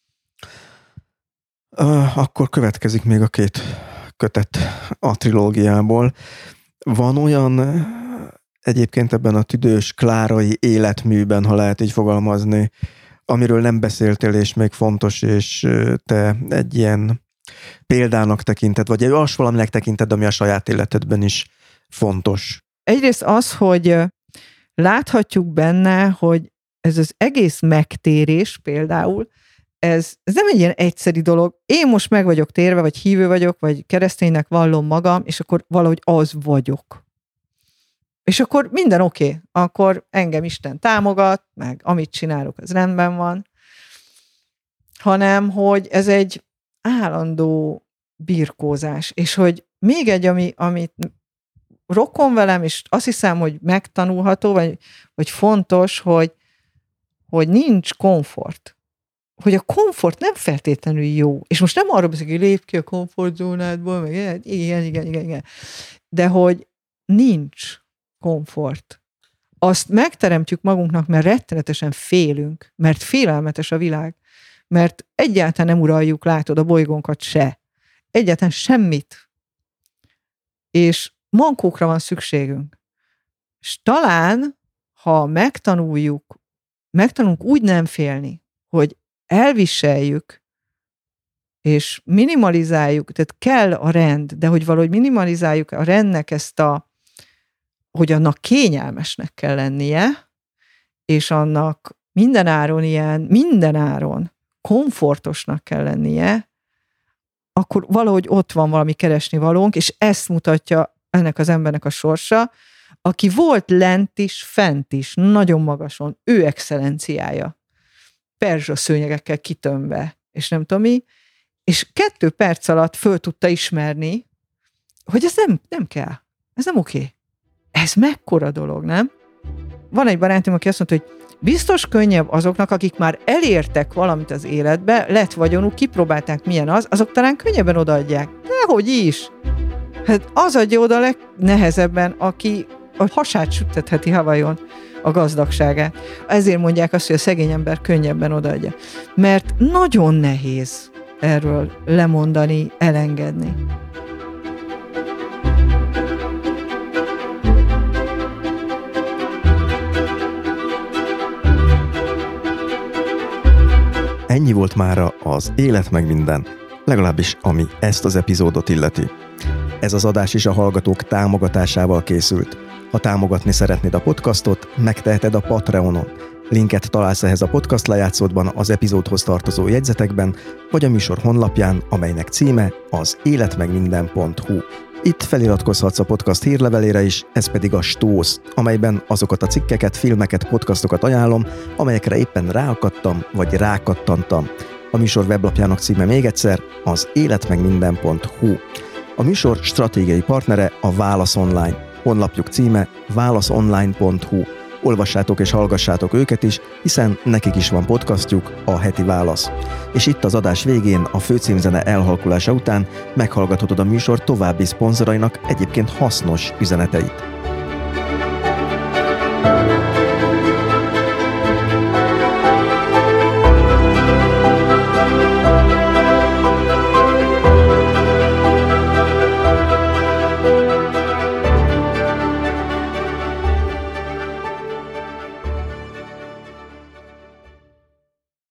Akkor következik még a két kötet a trilógiából. Van olyan egyébként ebben a tüdős klárai életműben, ha lehet így fogalmazni, amiről nem beszéltél, és még fontos, és te egy ilyen példának tekinted, vagy egy olyas valaminek tekinted, ami a saját életedben is fontos? Egyrészt az, hogy láthatjuk benne, hogy ez az egész megtérés például, ez, ez nem egy ilyen egyszeri dolog. Én most meg vagyok térve, vagy hívő vagyok, vagy kereszténynek vallom magam, és akkor valahogy az vagyok. És akkor minden oké. Okay. Akkor engem Isten támogat, meg amit csinálok, az rendben van. Hanem, hogy ez egy állandó birkózás, és hogy még egy, ami, amit rokon velem, és azt hiszem, hogy megtanulható, vagy, vagy fontos, hogy, hogy nincs komfort. Hogy a komfort nem feltétlenül jó. És most nem arról beszélek, hogy lép ki a komfortzónádból, meg igen, igen, igen, igen. De hogy nincs komfort. Azt megteremtjük magunknak, mert rettenetesen félünk, mert félelmetes a világ, mert egyáltalán nem uraljuk, látod, a bolygónkat se. Egyáltalán semmit. És mankókra van szükségünk. És talán, ha megtanuljuk, megtanulunk úgy nem félni, hogy elviseljük, és minimalizáljuk, tehát kell a rend, de hogy valahogy minimalizáljuk a rendnek ezt a, hogy annak kényelmesnek kell lennie, és annak mindenáron ilyen, mindenáron komfortosnak kell lennie, akkor valahogy ott van valami keresni valónk, és ezt mutatja ennek az embernek a sorsa, aki volt lent is, fent is, nagyon magason, ő excellenciája, perzsa szőnyegekkel kitömve, és nem tudom mi, és kettő perc alatt föl tudta ismerni, hogy ez nem, nem kell, ez nem oké. Okay. Ez mekkora dolog, nem? Van egy barátom, aki azt mondta, hogy biztos könnyebb azoknak, akik már elértek valamit az életbe, lett vagyonuk, kipróbálták milyen az, azok talán könnyebben odaadják. Dehogy is. Hát az adja oda legnehezebben, aki a hasát süttetheti Havajon a gazdagságát. Ezért mondják azt, hogy a szegény ember könnyebben odaadja. Mert nagyon nehéz erről lemondani, elengedni. Ennyi volt mára az Élet meg minden. legalábbis ami ezt az epizódot illeti. Ez az adás is a hallgatók támogatásával készült. Ha támogatni szeretnéd a podcastot, megteheted a Patreonon. Linket találsz ehhez a podcast lejátszódban, az epizódhoz tartozó jegyzetekben, vagy a műsor honlapján, amelynek címe az életmegminden pont hu. Itt feliratkozhatsz a podcast hírlevelére is, ez pedig a Stósz, amelyben azokat a cikkeket, filmeket, podcastokat ajánlom, amelyekre éppen ráakadtam, vagy rákattantam. A műsor weblapjának címe még egyszer az életmegminden pont hu. A műsor stratégiai partnere a Válasz Online. Honlapjuk címe válaszonline pont hu. Olvassátok és hallgassátok őket is, hiszen nekik is van podcastjuk, a Heti Válasz. És itt az adás végén, a főcímzene elhalkulása után meghallgathatod a műsor további szponzorainak egyébként hasznos üzeneteit.